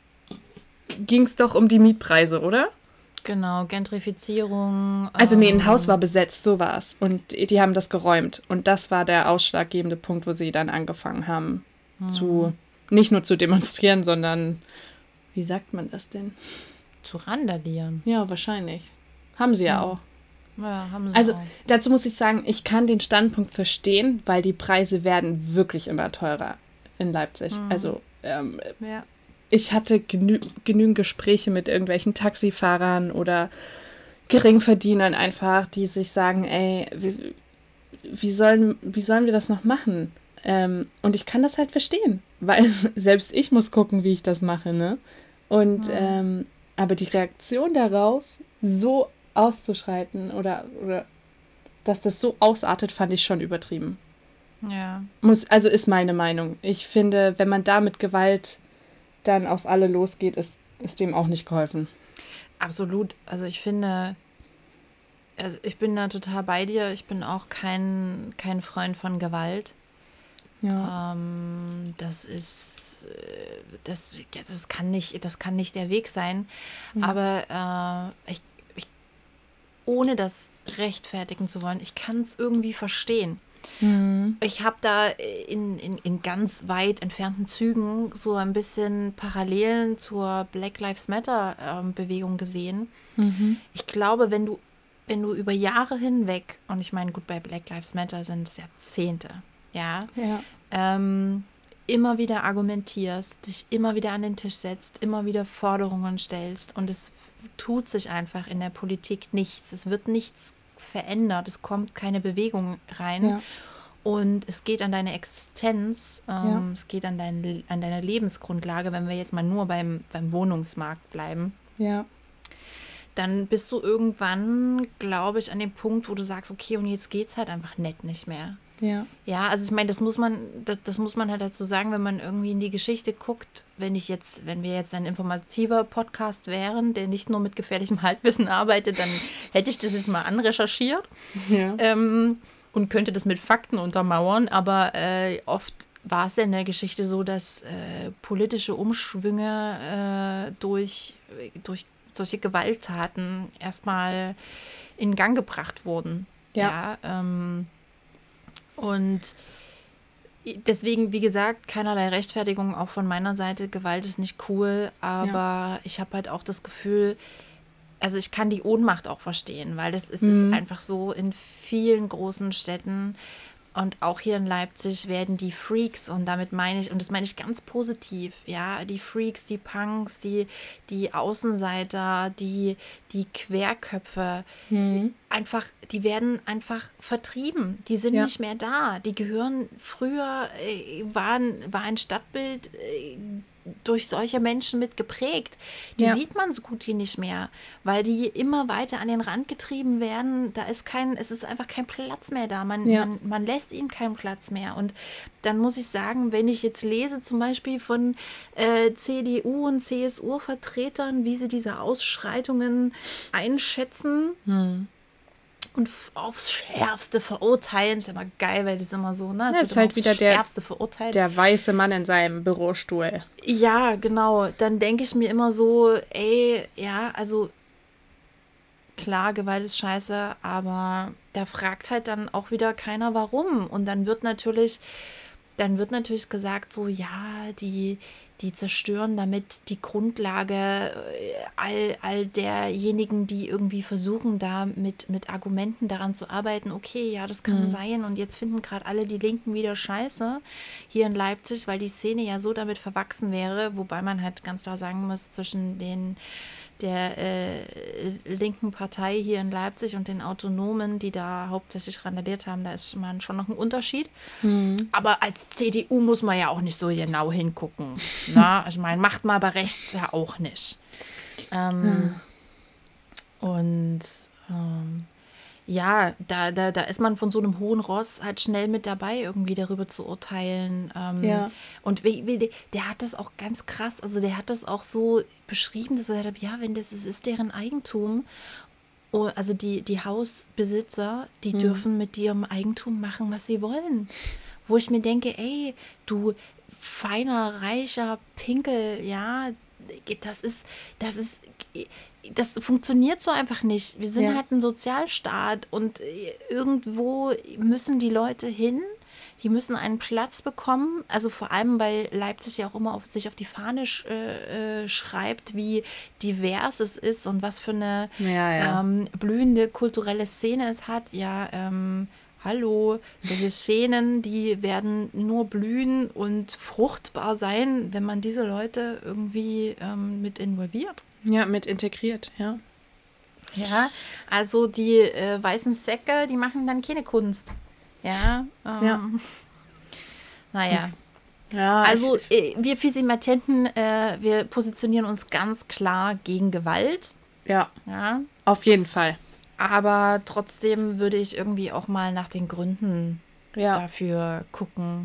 [SPEAKER 2] ging es doch um die Mietpreise, oder?
[SPEAKER 1] Genau, Gentrifizierung.
[SPEAKER 2] Also nee, ein
[SPEAKER 1] ähm,
[SPEAKER 2] Haus war besetzt, so war es. Und die haben das geräumt. Und das war der ausschlaggebende Punkt, wo sie dann angefangen haben, zu nicht nur zu demonstrieren, sondern, wie sagt man das denn?
[SPEAKER 1] zu randalieren.
[SPEAKER 2] Ja, wahrscheinlich. Haben sie ja auch.
[SPEAKER 1] Ja, haben sie
[SPEAKER 2] Also
[SPEAKER 1] auch.
[SPEAKER 2] dazu muss ich sagen, ich kann den Standpunkt verstehen, weil die Preise werden wirklich immer teurer in Leipzig. Also ähm,
[SPEAKER 1] Ja.
[SPEAKER 2] ich hatte genü genügend Gespräche mit irgendwelchen Taxifahrern oder Geringverdienern einfach, die sich sagen, ey, wie, wie, sollen, wie sollen wir das noch machen? Ähm, und ich kann das halt verstehen, weil selbst ich muss gucken, wie ich das mache, ne? Und ähm, aber die Reaktion darauf, so auszuschreiten oder, oder dass das so ausartet, fand ich schon übertrieben.
[SPEAKER 1] Ja.
[SPEAKER 2] Muss, also ist meine Meinung. Ich finde, wenn man da mit Gewalt dann auf alle losgeht, ist, ist dem auch nicht geholfen.
[SPEAKER 1] Absolut. Also ich finde, also ich bin da total bei dir. Ich bin auch kein, kein Freund von Gewalt.
[SPEAKER 2] Ja.
[SPEAKER 1] Ähm, das ist, äh, das, ja, das kann nicht, das kann nicht der Weg sein. Aber äh, ich, ich, ohne das rechtfertigen zu wollen, ich kann es irgendwie verstehen.
[SPEAKER 2] Mhm.
[SPEAKER 1] Ich habe da in, in, in ganz weit entfernten Zügen so ein bisschen Parallelen zur Black Lives Matter ähm, Bewegung gesehen.
[SPEAKER 2] Mhm.
[SPEAKER 1] Ich glaube, wenn du, wenn du über Jahre hinweg, und ich meine, gut, bei Black Lives Matter sind es Jahrzehnte, ja,
[SPEAKER 2] Ja.
[SPEAKER 1] ähm, immer wieder argumentierst, dich immer wieder an den Tisch setzt, immer wieder Forderungen stellst und es tut sich einfach in der Politik nichts. Es wird nichts verändert, es kommt keine Bewegung rein.
[SPEAKER 2] Ja.
[SPEAKER 1] Und es geht an deine Existenz, ähm,
[SPEAKER 2] Ja.
[SPEAKER 1] es geht an, dein, an deine Lebensgrundlage, wenn wir jetzt mal nur beim, beim Wohnungsmarkt bleiben.
[SPEAKER 2] Ja.
[SPEAKER 1] Dann bist du irgendwann, glaube ich, an dem Punkt, wo du sagst, okay, und jetzt geht's halt einfach nett nicht mehr.
[SPEAKER 2] Ja.
[SPEAKER 1] Ja, also ich meine, das muss man, das, das muss man halt dazu sagen, wenn man irgendwie in die Geschichte guckt, wenn ich jetzt, wenn wir jetzt ein informativer Podcast wären, der nicht nur mit gefährlichem Halbwissen arbeitet, dann hätte ich das jetzt mal anrecherchiert.
[SPEAKER 2] Ja.
[SPEAKER 1] Ähm, und könnte das mit Fakten untermauern, aber äh, oft war es ja in der Geschichte so, dass äh, politische Umschwünge äh, durch, durch solche Gewalttaten erstmal in Gang gebracht wurden.
[SPEAKER 2] Ja.
[SPEAKER 1] Ja, ähm, und deswegen, wie gesagt, keinerlei Rechtfertigung auch von meiner Seite. Gewalt ist nicht cool, aber ich habe halt auch das Gefühl, also ich kann die Ohnmacht auch verstehen, weil das ist,
[SPEAKER 2] Mhm.
[SPEAKER 1] ist einfach so in vielen großen Städten Und auch hier in Leipzig werden die Freaks, und damit meine ich, und das meine ich ganz positiv, ja, die Freaks, die Punks, die, die Außenseiter, die, die Querköpfe,
[SPEAKER 2] Mhm.
[SPEAKER 1] einfach, die werden einfach vertrieben. Die sind
[SPEAKER 2] Ja.
[SPEAKER 1] nicht mehr da. Die gehören, früher äh, waren, war ein Stadtbild äh, durch solche Menschen mit geprägt. Die
[SPEAKER 2] Ja.
[SPEAKER 1] sieht man so gut wie nicht mehr, weil die immer weiter an den Rand getrieben werden. Da ist kein, es ist einfach kein Platz mehr da. Man,
[SPEAKER 2] Ja.
[SPEAKER 1] man, man lässt ihnen keinen Platz mehr. Und dann muss ich sagen, wenn ich jetzt lese, zum Beispiel von äh, C D U und C S U-Vertretern, wie sie diese Ausschreitungen einschätzen,
[SPEAKER 2] Mhm.
[SPEAKER 1] und f- aufs Schärfste verurteilen. Ist immer geil, weil das immer so, ne? Es
[SPEAKER 2] Ja,
[SPEAKER 1] wird
[SPEAKER 2] ist
[SPEAKER 1] immer
[SPEAKER 2] halt
[SPEAKER 1] aufs
[SPEAKER 2] wieder der-
[SPEAKER 1] Schärfste verurteilt.
[SPEAKER 2] Der weiße Mann in seinem Bürostuhl.
[SPEAKER 1] Ja, genau. Dann denke ich mir immer so, ey, ja, also klar, Gewalt ist scheiße, aber da fragt halt dann auch wieder keiner, warum. Und dann wird natürlich, dann wird natürlich gesagt, so, ja, die, die zerstören damit die Grundlage äh, all, all derjenigen, die irgendwie versuchen, da mit, mit Argumenten daran zu arbeiten. Okay, ja, das kann
[SPEAKER 2] Mhm.
[SPEAKER 1] sein. Und jetzt finden gerade alle die Linken wieder scheiße hier in Leipzig, weil die Szene ja so damit verwachsen wäre, wobei man halt ganz klar sagen muss, zwischen den der äh, linken Partei hier in Leipzig und den Autonomen, die da hauptsächlich randaliert haben, da ist man schon noch ein Unterschied.
[SPEAKER 2] Mhm.
[SPEAKER 1] Aber als C D U muss man ja auch nicht so genau hingucken. Na, ich meine, macht man aber rechts ja auch nicht. Ähm, und ähm, ja, da, da, da ist man von so einem hohen Ross halt schnell mit dabei, irgendwie darüber zu urteilen. Ähm,
[SPEAKER 2] Ja.
[SPEAKER 1] Und wie, wie, der- der hat das auch ganz krass, also der hat das auch so beschrieben, dass er gesagt hat, ja, wenn das ist, ist deren Eigentum. Oh, also die, die Hausbesitzer, die
[SPEAKER 2] Mhm.
[SPEAKER 1] dürfen mit ihrem Eigentum machen, was sie wollen. Wo ich mir denke, ey, du feiner, reicher Pinkel, ja, das ist, das ist, das funktioniert so einfach nicht. Wir sind
[SPEAKER 2] Ja.
[SPEAKER 1] halt ein Sozialstaat und irgendwo müssen die Leute hin. Die müssen einen Platz bekommen, also vor allem, weil Leipzig ja auch immer auf, sich auf die Fahne sch, äh, äh, schreibt, wie divers es ist und was für eine
[SPEAKER 2] Ja, ja.
[SPEAKER 1] ähm, blühende kulturelle Szene es hat. Ja, ähm, hallo, solche Szenen, die werden nur blühen und fruchtbar sein, wenn man diese Leute irgendwie ähm, mit involviert.
[SPEAKER 2] Ja, mit integriert, ja.
[SPEAKER 1] Ja, also die äh, weißen Säcke, die machen dann keine Kunst. Ja, ähm,
[SPEAKER 2] Ja.
[SPEAKER 1] naja.
[SPEAKER 2] Ja,
[SPEAKER 1] Also
[SPEAKER 2] ich,
[SPEAKER 1] äh, wir Physimatenten, äh, wir positionieren uns ganz klar gegen Gewalt.
[SPEAKER 2] ja,
[SPEAKER 1] Ja,
[SPEAKER 2] auf jeden Fall.
[SPEAKER 1] aber trotzdem würde ich irgendwie auch mal nach den Gründen
[SPEAKER 2] Ja,
[SPEAKER 1] dafür gucken.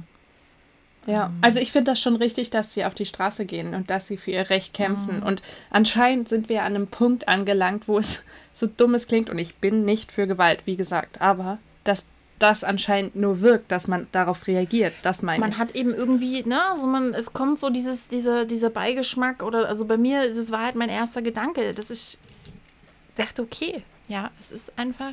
[SPEAKER 2] ja. Also ich finde das schon richtig, dass sie auf die Straße gehen und dass sie für ihr Recht kämpfen. Und anscheinend sind wir an einem Punkt angelangt, wo es so dumm es klingt. Und ich bin nicht für Gewalt, wie gesagt. Aber dass das anscheinend nur wirkt, dass man darauf reagiert. Das meine
[SPEAKER 1] Man
[SPEAKER 2] ich.
[SPEAKER 1] hat eben irgendwie, ne, also man, es kommt so dieses, diese, dieser Beigeschmack oder, also bei mir, das war halt mein erster Gedanke, dass ich dachte, okay, ja, es ist einfach,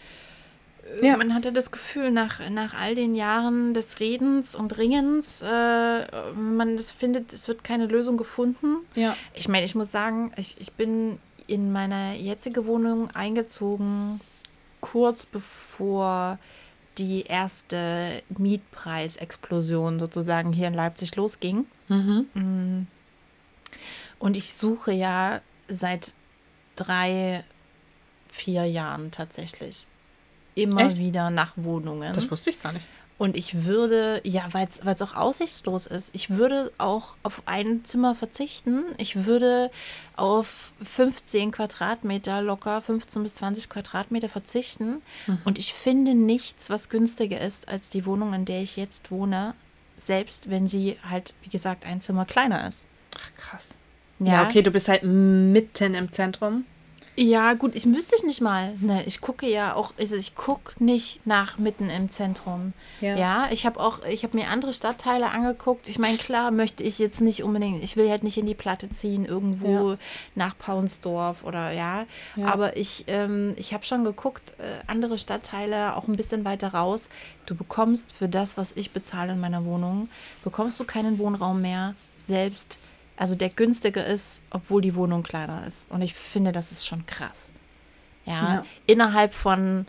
[SPEAKER 1] äh,
[SPEAKER 2] Ja.
[SPEAKER 1] man hatte das Gefühl, nach, nach all den Jahren des Redens und Ringens, äh, man das findet, es wird keine Lösung gefunden.
[SPEAKER 2] Ja.
[SPEAKER 1] Ich meine, ich muss sagen, ich, ich bin in meine jetzige Wohnung eingezogen, kurz bevor die erste Mietpreisexplosion sozusagen hier in Leipzig losging.
[SPEAKER 2] Mhm.
[SPEAKER 1] Und ich suche ja seit drei, vier Jahren tatsächlich immer
[SPEAKER 2] Echt?
[SPEAKER 1] wieder nach Wohnungen.
[SPEAKER 2] Das wusste ich gar nicht.
[SPEAKER 1] Und ich würde, ja, weil es auch aussichtslos ist, ich würde auch auf ein Zimmer verzichten. Ich würde auf fünfzehn Quadratmeter, locker fünfzehn bis zwanzig Quadratmeter verzichten.
[SPEAKER 2] Mhm.
[SPEAKER 1] Und ich finde nichts, was günstiger ist als die Wohnung, in der ich jetzt wohne, selbst wenn sie halt, wie gesagt, ein Zimmer kleiner ist.
[SPEAKER 2] Ach, krass. Ja, okay, du bist halt mitten im Zentrum.
[SPEAKER 1] Ja, gut, ich müsste ich nicht mal. Ne, ich gucke ja auch, also ich gucke nicht nach mitten im Zentrum.
[SPEAKER 2] Ja.
[SPEAKER 1] Ja, ich habe auch, ich habe mir andere Stadtteile angeguckt. Ich meine, klar möchte ich jetzt nicht unbedingt, ich will halt nicht in die Platte ziehen, irgendwo
[SPEAKER 2] Ja.
[SPEAKER 1] nach Paunsdorf oder ja.
[SPEAKER 2] Ja.
[SPEAKER 1] Aber ich, ähm, ich habe schon geguckt, äh, andere Stadtteile auch ein bisschen weiter raus. Du bekommst für das, was ich bezahle in meiner Wohnung, bekommst du keinen Wohnraum mehr, selbst. Also der günstige ist, obwohl die Wohnung kleiner ist. Und ich finde, das ist schon krass. Ja,
[SPEAKER 2] Ja.
[SPEAKER 1] innerhalb von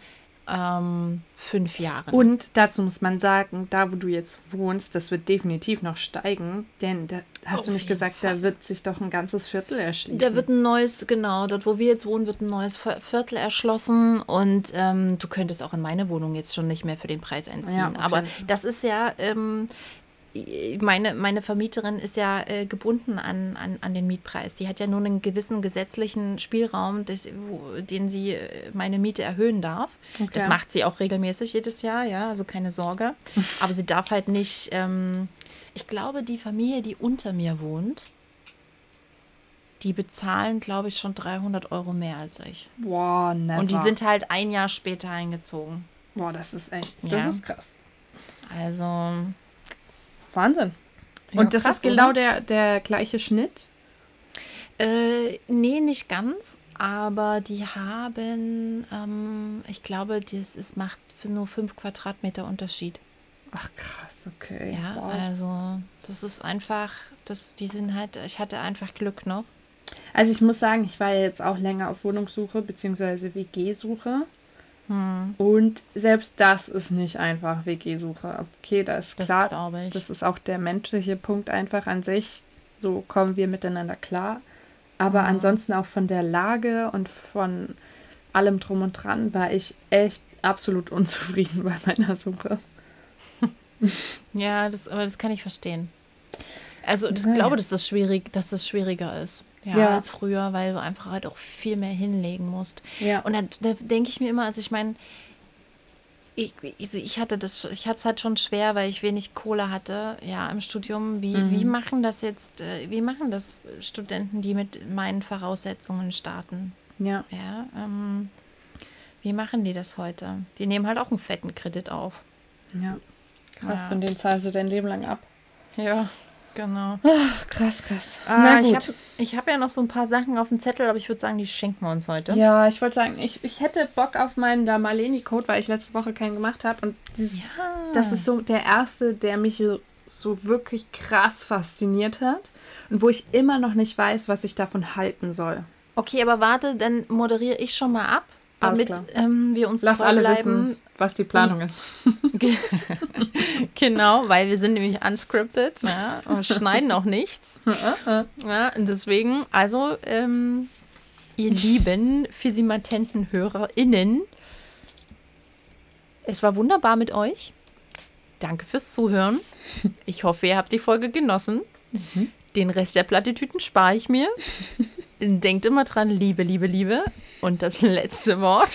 [SPEAKER 1] ähm, fünf Jahren.
[SPEAKER 2] Und dazu muss man sagen, da wo du jetzt wohnst, das wird definitiv noch steigen, denn da hast
[SPEAKER 1] Auf
[SPEAKER 2] du nicht
[SPEAKER 1] jeden
[SPEAKER 2] gesagt,
[SPEAKER 1] Fall.
[SPEAKER 2] da wird sich doch ein ganzes Viertel erschließen.
[SPEAKER 1] Da wird ein neues, genau, dort wo wir jetzt wohnen, wird ein neues Vi- Viertel erschlossen und ähm, du könntest auch in meine Wohnung jetzt schon nicht mehr für den Preis einziehen.
[SPEAKER 2] Ja, auf
[SPEAKER 1] Aber
[SPEAKER 2] jeden Fall.
[SPEAKER 1] das ist ja, ähm, meine, meine Vermieterin ist ja äh, gebunden an, an, an den Mietpreis. Die hat ja nur einen gewissen gesetzlichen Spielraum, das, wo, den sie äh, meine Miete erhöhen darf.
[SPEAKER 2] Okay.
[SPEAKER 1] Das macht sie auch regelmäßig jedes Jahr, ja, also keine Sorge. Aber sie darf halt nicht, ähm, ich glaube, die Familie, die unter mir wohnt, die bezahlen, glaube ich, schon dreihundert Euro mehr als ich.
[SPEAKER 2] Boah, never.
[SPEAKER 1] Und die sind halt ein Jahr später eingezogen.
[SPEAKER 2] Boah, das ist echt, das
[SPEAKER 1] Ja.
[SPEAKER 2] ist krass.
[SPEAKER 1] Also,
[SPEAKER 2] Wahnsinn.
[SPEAKER 1] ja,
[SPEAKER 2] Und das
[SPEAKER 1] krass,
[SPEAKER 2] ist genau
[SPEAKER 1] oder?
[SPEAKER 2] der, der gleiche Schnitt?
[SPEAKER 1] Äh, nee, nicht ganz, aber die haben, ähm, ich glaube, das ist, macht für nur fünf Quadratmeter Unterschied.
[SPEAKER 2] Ach krass, okay.
[SPEAKER 1] Ja,
[SPEAKER 2] Wow.
[SPEAKER 1] also das ist einfach, das, die sind halt, ich hatte einfach Glück noch.
[SPEAKER 2] Also ich muss sagen, ich war ja jetzt auch länger auf Wohnungssuche bzw. W G-Suche.
[SPEAKER 1] Hm,
[SPEAKER 2] Und selbst das ist nicht einfach, W G-Suche. Okay, da ist
[SPEAKER 1] das
[SPEAKER 2] klar,
[SPEAKER 1] glaube ich.
[SPEAKER 2] das ist auch der menschliche Punkt einfach an sich. So kommen wir miteinander klar. Aber
[SPEAKER 1] Mhm.
[SPEAKER 2] ansonsten auch von der Lage und von allem drum und dran war ich echt absolut unzufrieden bei meiner Suche.
[SPEAKER 1] Ja, das, aber das kann ich verstehen. Also ich
[SPEAKER 2] Ja,
[SPEAKER 1] glaube,
[SPEAKER 2] ja.
[SPEAKER 1] dass das schwierig, dass das schwieriger ist. Ja,
[SPEAKER 2] Ja.
[SPEAKER 1] als früher, weil du einfach halt auch viel mehr hinlegen musst.
[SPEAKER 2] Ja.
[SPEAKER 1] Und dann da denke ich mir immer, also ich meine, ich, ich, ich hatte das, ich hatte es halt schon schwer, weil ich wenig Kohle hatte, ja, im Studium. Wie,
[SPEAKER 2] Mhm.
[SPEAKER 1] wie machen das jetzt, äh, wie machen das Studenten, die mit meinen Voraussetzungen starten?
[SPEAKER 2] Ja.
[SPEAKER 1] Ja, ähm, wie machen die das heute? Die nehmen halt auch einen fetten Kredit auf.
[SPEAKER 2] Ja. Krass,
[SPEAKER 1] Ja.
[SPEAKER 2] und den zahlst du dein Leben lang ab.
[SPEAKER 1] Ja, genau.
[SPEAKER 2] Ach, krass, krass.
[SPEAKER 1] Ah,
[SPEAKER 2] Na
[SPEAKER 1] ich
[SPEAKER 2] gut.
[SPEAKER 1] habe ich hab ja noch so ein paar Sachen auf dem Zettel, aber ich würde sagen, die schenken wir uns heute.
[SPEAKER 2] Ja, ich wollte sagen, ich, ich hätte Bock auf meinen Damaleni-Code, weil ich letzte Woche keinen gemacht habe. Und dieses,
[SPEAKER 1] Ja.
[SPEAKER 2] das ist so der erste, der mich so- so wirklich krass fasziniert hat. Und wo ich immer noch nicht weiß, was ich davon halten soll.
[SPEAKER 1] Okay, aber warte, dann moderiere ich schon mal ab,
[SPEAKER 2] Alles
[SPEAKER 1] damit
[SPEAKER 2] klar.
[SPEAKER 1] ähm, wir uns
[SPEAKER 2] Lass
[SPEAKER 1] treu
[SPEAKER 2] alle
[SPEAKER 1] bleiben.
[SPEAKER 2] wissen, was die Planung ist.
[SPEAKER 1] Ge- Genau, weil wir sind nämlich unscripted, ja, und schneiden auch nichts. Ja, und deswegen, also, ähm, ihr lieben Fisimatenten-HörerInnen, es war wunderbar mit euch. Danke fürs Zuhören. Ich hoffe, ihr habt die Folge genossen. Den Rest der Plattitüten spare ich mir. Denkt immer dran, Liebe, Liebe, Liebe. Und das letzte Wort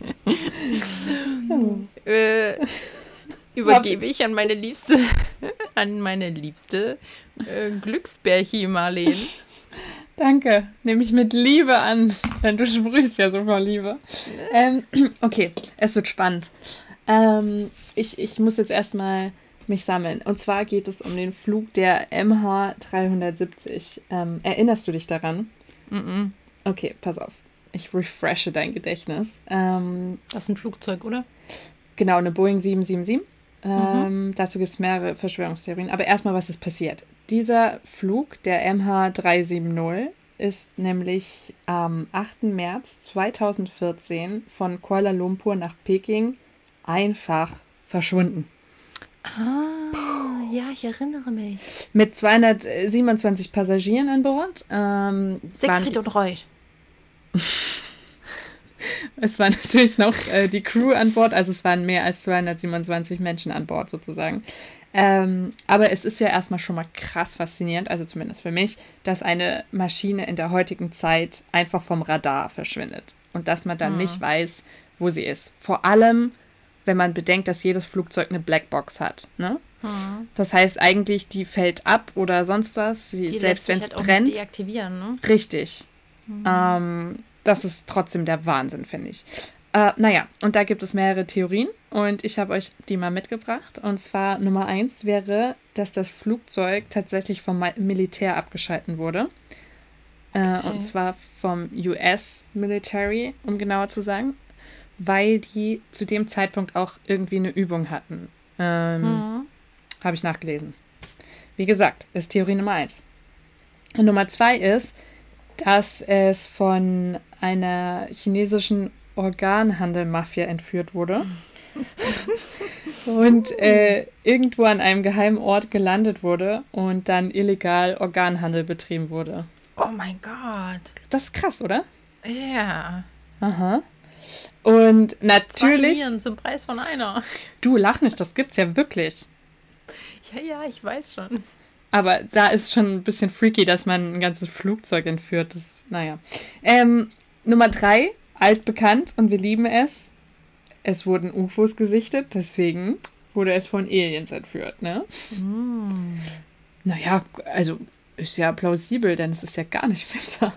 [SPEAKER 1] äh, übergebe ich an meine liebste, an meine liebste äh, Glücksbärchi Marleen.
[SPEAKER 2] Danke, nehme ich mit Liebe an, denn du sprühst ja so vor Liebe. Ähm, okay, es wird spannend. Ähm, ich, ich muss jetzt erstmal mich sammeln. Und zwar geht es um den Flug der M H dreihundertsiebzig. Ähm, erinnerst du dich daran?
[SPEAKER 1] Mhm.
[SPEAKER 2] Okay, pass auf. Ich refreshe dein Gedächtnis. Ähm,
[SPEAKER 1] Das ist ein Flugzeug, oder?
[SPEAKER 2] genau, eine Boeing sieben sieben sieben. Ähm, dazu gibt es mehrere Verschwörungstheorien. Aber erstmal, was ist passiert? Dieser Flug, der M H dreihundertsiebzig, ist nämlich am achten März zweitausendvierzehn von Kuala Lumpur nach Peking einfach verschwunden.
[SPEAKER 1] Ah, ja, ich erinnere mich.
[SPEAKER 2] Mit zweihundertsiebenundzwanzig Passagieren an Bord. Ähm, es waren-
[SPEAKER 1] Siegfried und Roy.
[SPEAKER 2] Es war natürlich noch äh, die Crew an Bord, also es waren mehr als zweihundertsiebenundzwanzig Menschen an Bord sozusagen. Ähm, aber es ist ja erstmal schon mal krass faszinierend, also zumindest für mich, dass eine Maschine in der heutigen Zeit einfach vom Radar verschwindet und dass man dann
[SPEAKER 1] Hm.
[SPEAKER 2] nicht weiß, wo sie ist. Vor allem, wenn man bedenkt, dass jedes Flugzeug eine Blackbox hat. Ne?
[SPEAKER 1] Hm.
[SPEAKER 2] Das heißt eigentlich, die fällt ab oder sonst was, sie,
[SPEAKER 1] Die
[SPEAKER 2] selbst
[SPEAKER 1] lässt
[SPEAKER 2] wenn
[SPEAKER 1] sich
[SPEAKER 2] es
[SPEAKER 1] halt auch
[SPEAKER 2] brennt.
[SPEAKER 1] nicht deaktivieren, ne?
[SPEAKER 2] Richtig. Ähm, das ist trotzdem der Wahnsinn, finde ich. Äh, naja, und da gibt es mehrere Theorien und ich habe euch die mal mitgebracht. Und zwar Nummer eins wäre, dass das Flugzeug tatsächlich vom Ma- Militär abgeschalten wurde. Äh,
[SPEAKER 1] Okay.
[SPEAKER 2] und zwar vom U S Military, um genauer zu sagen, weil die zu dem Zeitpunkt auch irgendwie eine Übung hatten. Ähm,
[SPEAKER 1] Hm.
[SPEAKER 2] Habe ich nachgelesen. Wie gesagt, ist Theorie Nummer eins. Und Nummer zwei ist, dass es von einer chinesischen Organhandel-Mafia entführt wurde und äh, irgendwo an einem geheimen Ort gelandet wurde und dann illegal Organhandel betrieben wurde.
[SPEAKER 1] Oh mein Gott.
[SPEAKER 2] Das ist krass, oder?
[SPEAKER 1] Ja.
[SPEAKER 2] Aha. Und
[SPEAKER 1] Zwei
[SPEAKER 2] natürlich,
[SPEAKER 1] Nieren zum Preis von einer.
[SPEAKER 2] du lach nicht, das gibt's ja wirklich.
[SPEAKER 1] Ja, ja, ich weiß schon.
[SPEAKER 2] Aber da ist schon ein bisschen freaky, dass man ein ganzes Flugzeug entführt. Das, naja. Ähm, Nummer drei, altbekannt und wir lieben es. Es wurden U F Os gesichtet, deswegen wurde es von Aliens entführt, ne?
[SPEAKER 1] Mm.
[SPEAKER 2] Naja, also ist ja plausibel, denn es ist ja gar nicht Wetter.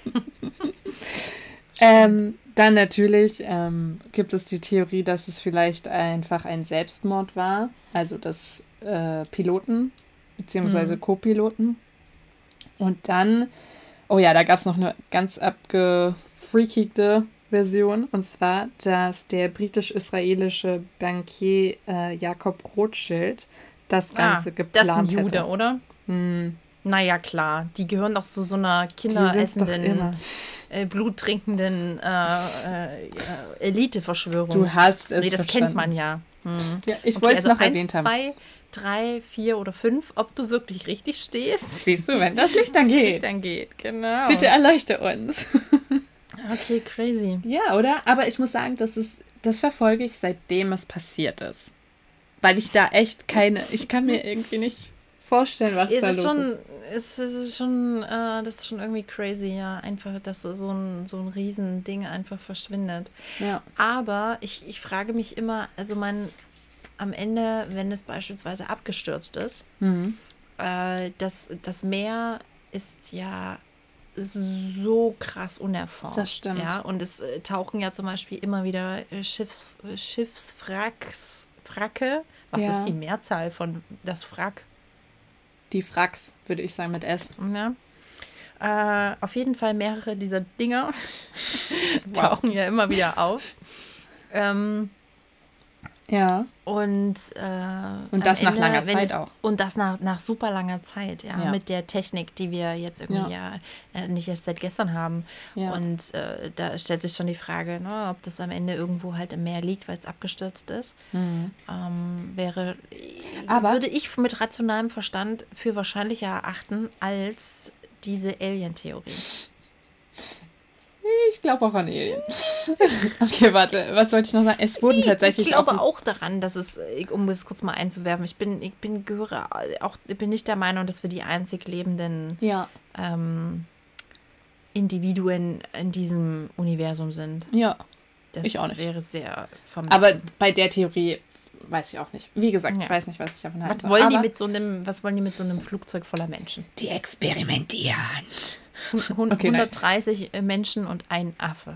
[SPEAKER 2] ähm, dann natürlich ähm, gibt es die Theorie, dass es vielleicht einfach ein Selbstmord war. Also des äh, Piloten beziehungsweise
[SPEAKER 1] Mhm.
[SPEAKER 2] Co-Piloten. Und dann, oh ja, da gab es noch eine ganz abgefreakigte Version. Und zwar, dass der britisch-israelische Bankier äh, Jakob Rothschild das Ganze
[SPEAKER 1] Ah, das ist ein
[SPEAKER 2] geplant
[SPEAKER 1] Jude,
[SPEAKER 2] hätte.
[SPEAKER 1] oder?
[SPEAKER 2] Hm,
[SPEAKER 1] Naja, klar. Die gehören doch zu so einer
[SPEAKER 2] die sind doch
[SPEAKER 1] kinderessenden,
[SPEAKER 2] immer.
[SPEAKER 1] äh, bluttrinkenden äh, äh, äh, Elite-Verschwörung.
[SPEAKER 2] Du hast es
[SPEAKER 1] Nee, das
[SPEAKER 2] verstanden.
[SPEAKER 1] kennt man ja. Mhm.
[SPEAKER 2] Ja, ich
[SPEAKER 1] Okay,
[SPEAKER 2] wollte es
[SPEAKER 1] also
[SPEAKER 2] noch
[SPEAKER 1] eins,
[SPEAKER 2] erwähnt haben.
[SPEAKER 1] zwei, drei, vier oder fünf, ob du wirklich richtig stehst,
[SPEAKER 2] Siehst du, wenn das Licht dann geht.
[SPEAKER 1] dann geht. Genau.
[SPEAKER 2] Bitte erleuchte uns.
[SPEAKER 1] Okay, crazy.
[SPEAKER 2] Ja, oder? Aber ich muss sagen, das ist, das verfolge ich, seitdem es passiert ist. Weil ich da echt keine, ich kann mir irgendwie nicht vorstellen, was
[SPEAKER 1] Es
[SPEAKER 2] da
[SPEAKER 1] ist
[SPEAKER 2] los
[SPEAKER 1] schon,
[SPEAKER 2] ist.
[SPEAKER 1] es ist schon, äh, das ist schon irgendwie crazy, ja. Einfach, dass so ein, so ein Riesending einfach verschwindet.
[SPEAKER 2] Ja.
[SPEAKER 1] Aber ich, ich frage mich immer, also man, am Ende, wenn es beispielsweise abgestürzt ist,
[SPEAKER 2] Mhm.
[SPEAKER 1] äh, das, das Meer ist ja so krass unerforscht.
[SPEAKER 2] Das stimmt.
[SPEAKER 1] Ja? Und es äh, tauchen ja zum Beispiel immer wieder äh, Schiffs, äh, Schiffswracks, Wracke. Was
[SPEAKER 2] Ja.
[SPEAKER 1] ist die Mehrzahl von das Wrack?
[SPEAKER 2] Die Fracks, würde ich sagen, mit S.
[SPEAKER 1] Ja. Äh, auf jeden Fall mehrere dieser Dinger
[SPEAKER 2] Wow.
[SPEAKER 1] tauchen ja immer wieder auf. Ähm,
[SPEAKER 2] Ja.
[SPEAKER 1] und äh,
[SPEAKER 2] Und
[SPEAKER 1] am
[SPEAKER 2] das nach
[SPEAKER 1] Ende,
[SPEAKER 2] langer
[SPEAKER 1] wenn
[SPEAKER 2] Zeit
[SPEAKER 1] es,
[SPEAKER 2] auch.
[SPEAKER 1] Und das nach, nach super langer Zeit, ja,
[SPEAKER 2] Ja.
[SPEAKER 1] mit der Technik, die wir jetzt irgendwie ja, äh, nicht erst seit gestern haben.
[SPEAKER 2] Ja.
[SPEAKER 1] Und äh, da stellt sich schon die Frage, ne, ob das am Ende irgendwo halt im Meer liegt, weil es abgestürzt ist.
[SPEAKER 2] Mhm.
[SPEAKER 1] Ähm, wäre,
[SPEAKER 2] Aber-
[SPEAKER 1] würde ich mit rationalem Verstand für wahrscheinlicher erachten als diese Alien-Theorie.
[SPEAKER 2] Ich glaube auch an Alien. Okay, warte, was wollte ich noch sagen? Es wurden tatsächlich
[SPEAKER 1] Ich glaube
[SPEAKER 2] auch...
[SPEAKER 1] auch daran, dass es, ich- um es kurz mal einzuwerfen, ich bin, ich bin gehöre auch, ich bin nicht der Meinung, dass wir die einzig lebenden
[SPEAKER 2] Ja,
[SPEAKER 1] ähm, Individuen in diesem Universum sind.
[SPEAKER 2] ja.
[SPEAKER 1] Das
[SPEAKER 2] Ich auch nicht.
[SPEAKER 1] wäre sehr vermessen.
[SPEAKER 2] Aber bei der Theorie weiß ich auch nicht. Wie gesagt,
[SPEAKER 1] Ja.
[SPEAKER 2] ich weiß nicht, was ich davon halte.
[SPEAKER 1] was wollen, die
[SPEAKER 2] Aber
[SPEAKER 1] mit so einem, was wollen die mit so einem Flugzeug voller Menschen?
[SPEAKER 2] die experimentieren.
[SPEAKER 1] Hun-
[SPEAKER 2] Okay, nein.
[SPEAKER 1] hundertdreißig Menschen und ein Affe.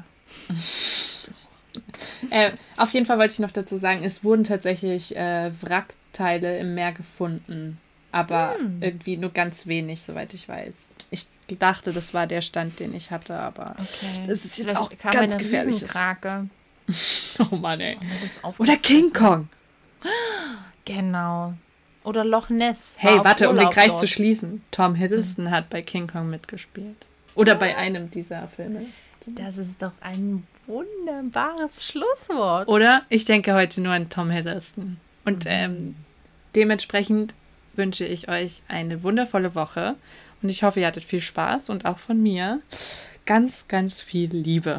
[SPEAKER 2] Äh, auf jeden Fall wollte ich noch dazu sagen, es wurden tatsächlich äh, Wrackteile im Meer gefunden. Aber
[SPEAKER 1] Hm.
[SPEAKER 2] irgendwie nur ganz wenig, soweit ich weiß. Ich dachte, das war der Stand, den ich hatte, aber...
[SPEAKER 1] Okay.
[SPEAKER 2] Das ist jetzt
[SPEAKER 1] Vielleicht
[SPEAKER 2] auch
[SPEAKER 1] kam
[SPEAKER 2] ganz
[SPEAKER 1] eine
[SPEAKER 2] gefährliches.
[SPEAKER 1] Riesenkrake
[SPEAKER 2] Oh Mann, ey.
[SPEAKER 1] und hat es
[SPEAKER 2] Oder
[SPEAKER 1] aufgefressen.
[SPEAKER 2] King Kong.
[SPEAKER 1] Genau. Oder Loch Ness.
[SPEAKER 2] Hey,
[SPEAKER 1] War auf
[SPEAKER 2] warte, um den
[SPEAKER 1] Urlaub
[SPEAKER 2] Kreis
[SPEAKER 1] dort.
[SPEAKER 2] zu schließen. Tom Hiddleston hat bei King Kong mitgespielt. Oder bei einem dieser Filme.
[SPEAKER 1] Das ist doch ein wunderbares Schlusswort.
[SPEAKER 2] Oder ich denke heute nur an Tom Hiddleston. Und
[SPEAKER 1] Mhm.
[SPEAKER 2] ähm, dementsprechend wünsche ich euch eine wundervolle Woche. Und ich hoffe, ihr hattet viel Spaß und auch von mir ganz, ganz viel Liebe.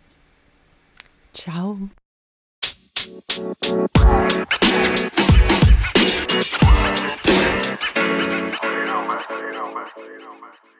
[SPEAKER 1] Ciao.
[SPEAKER 3] You know, man. You know, man. You know, man.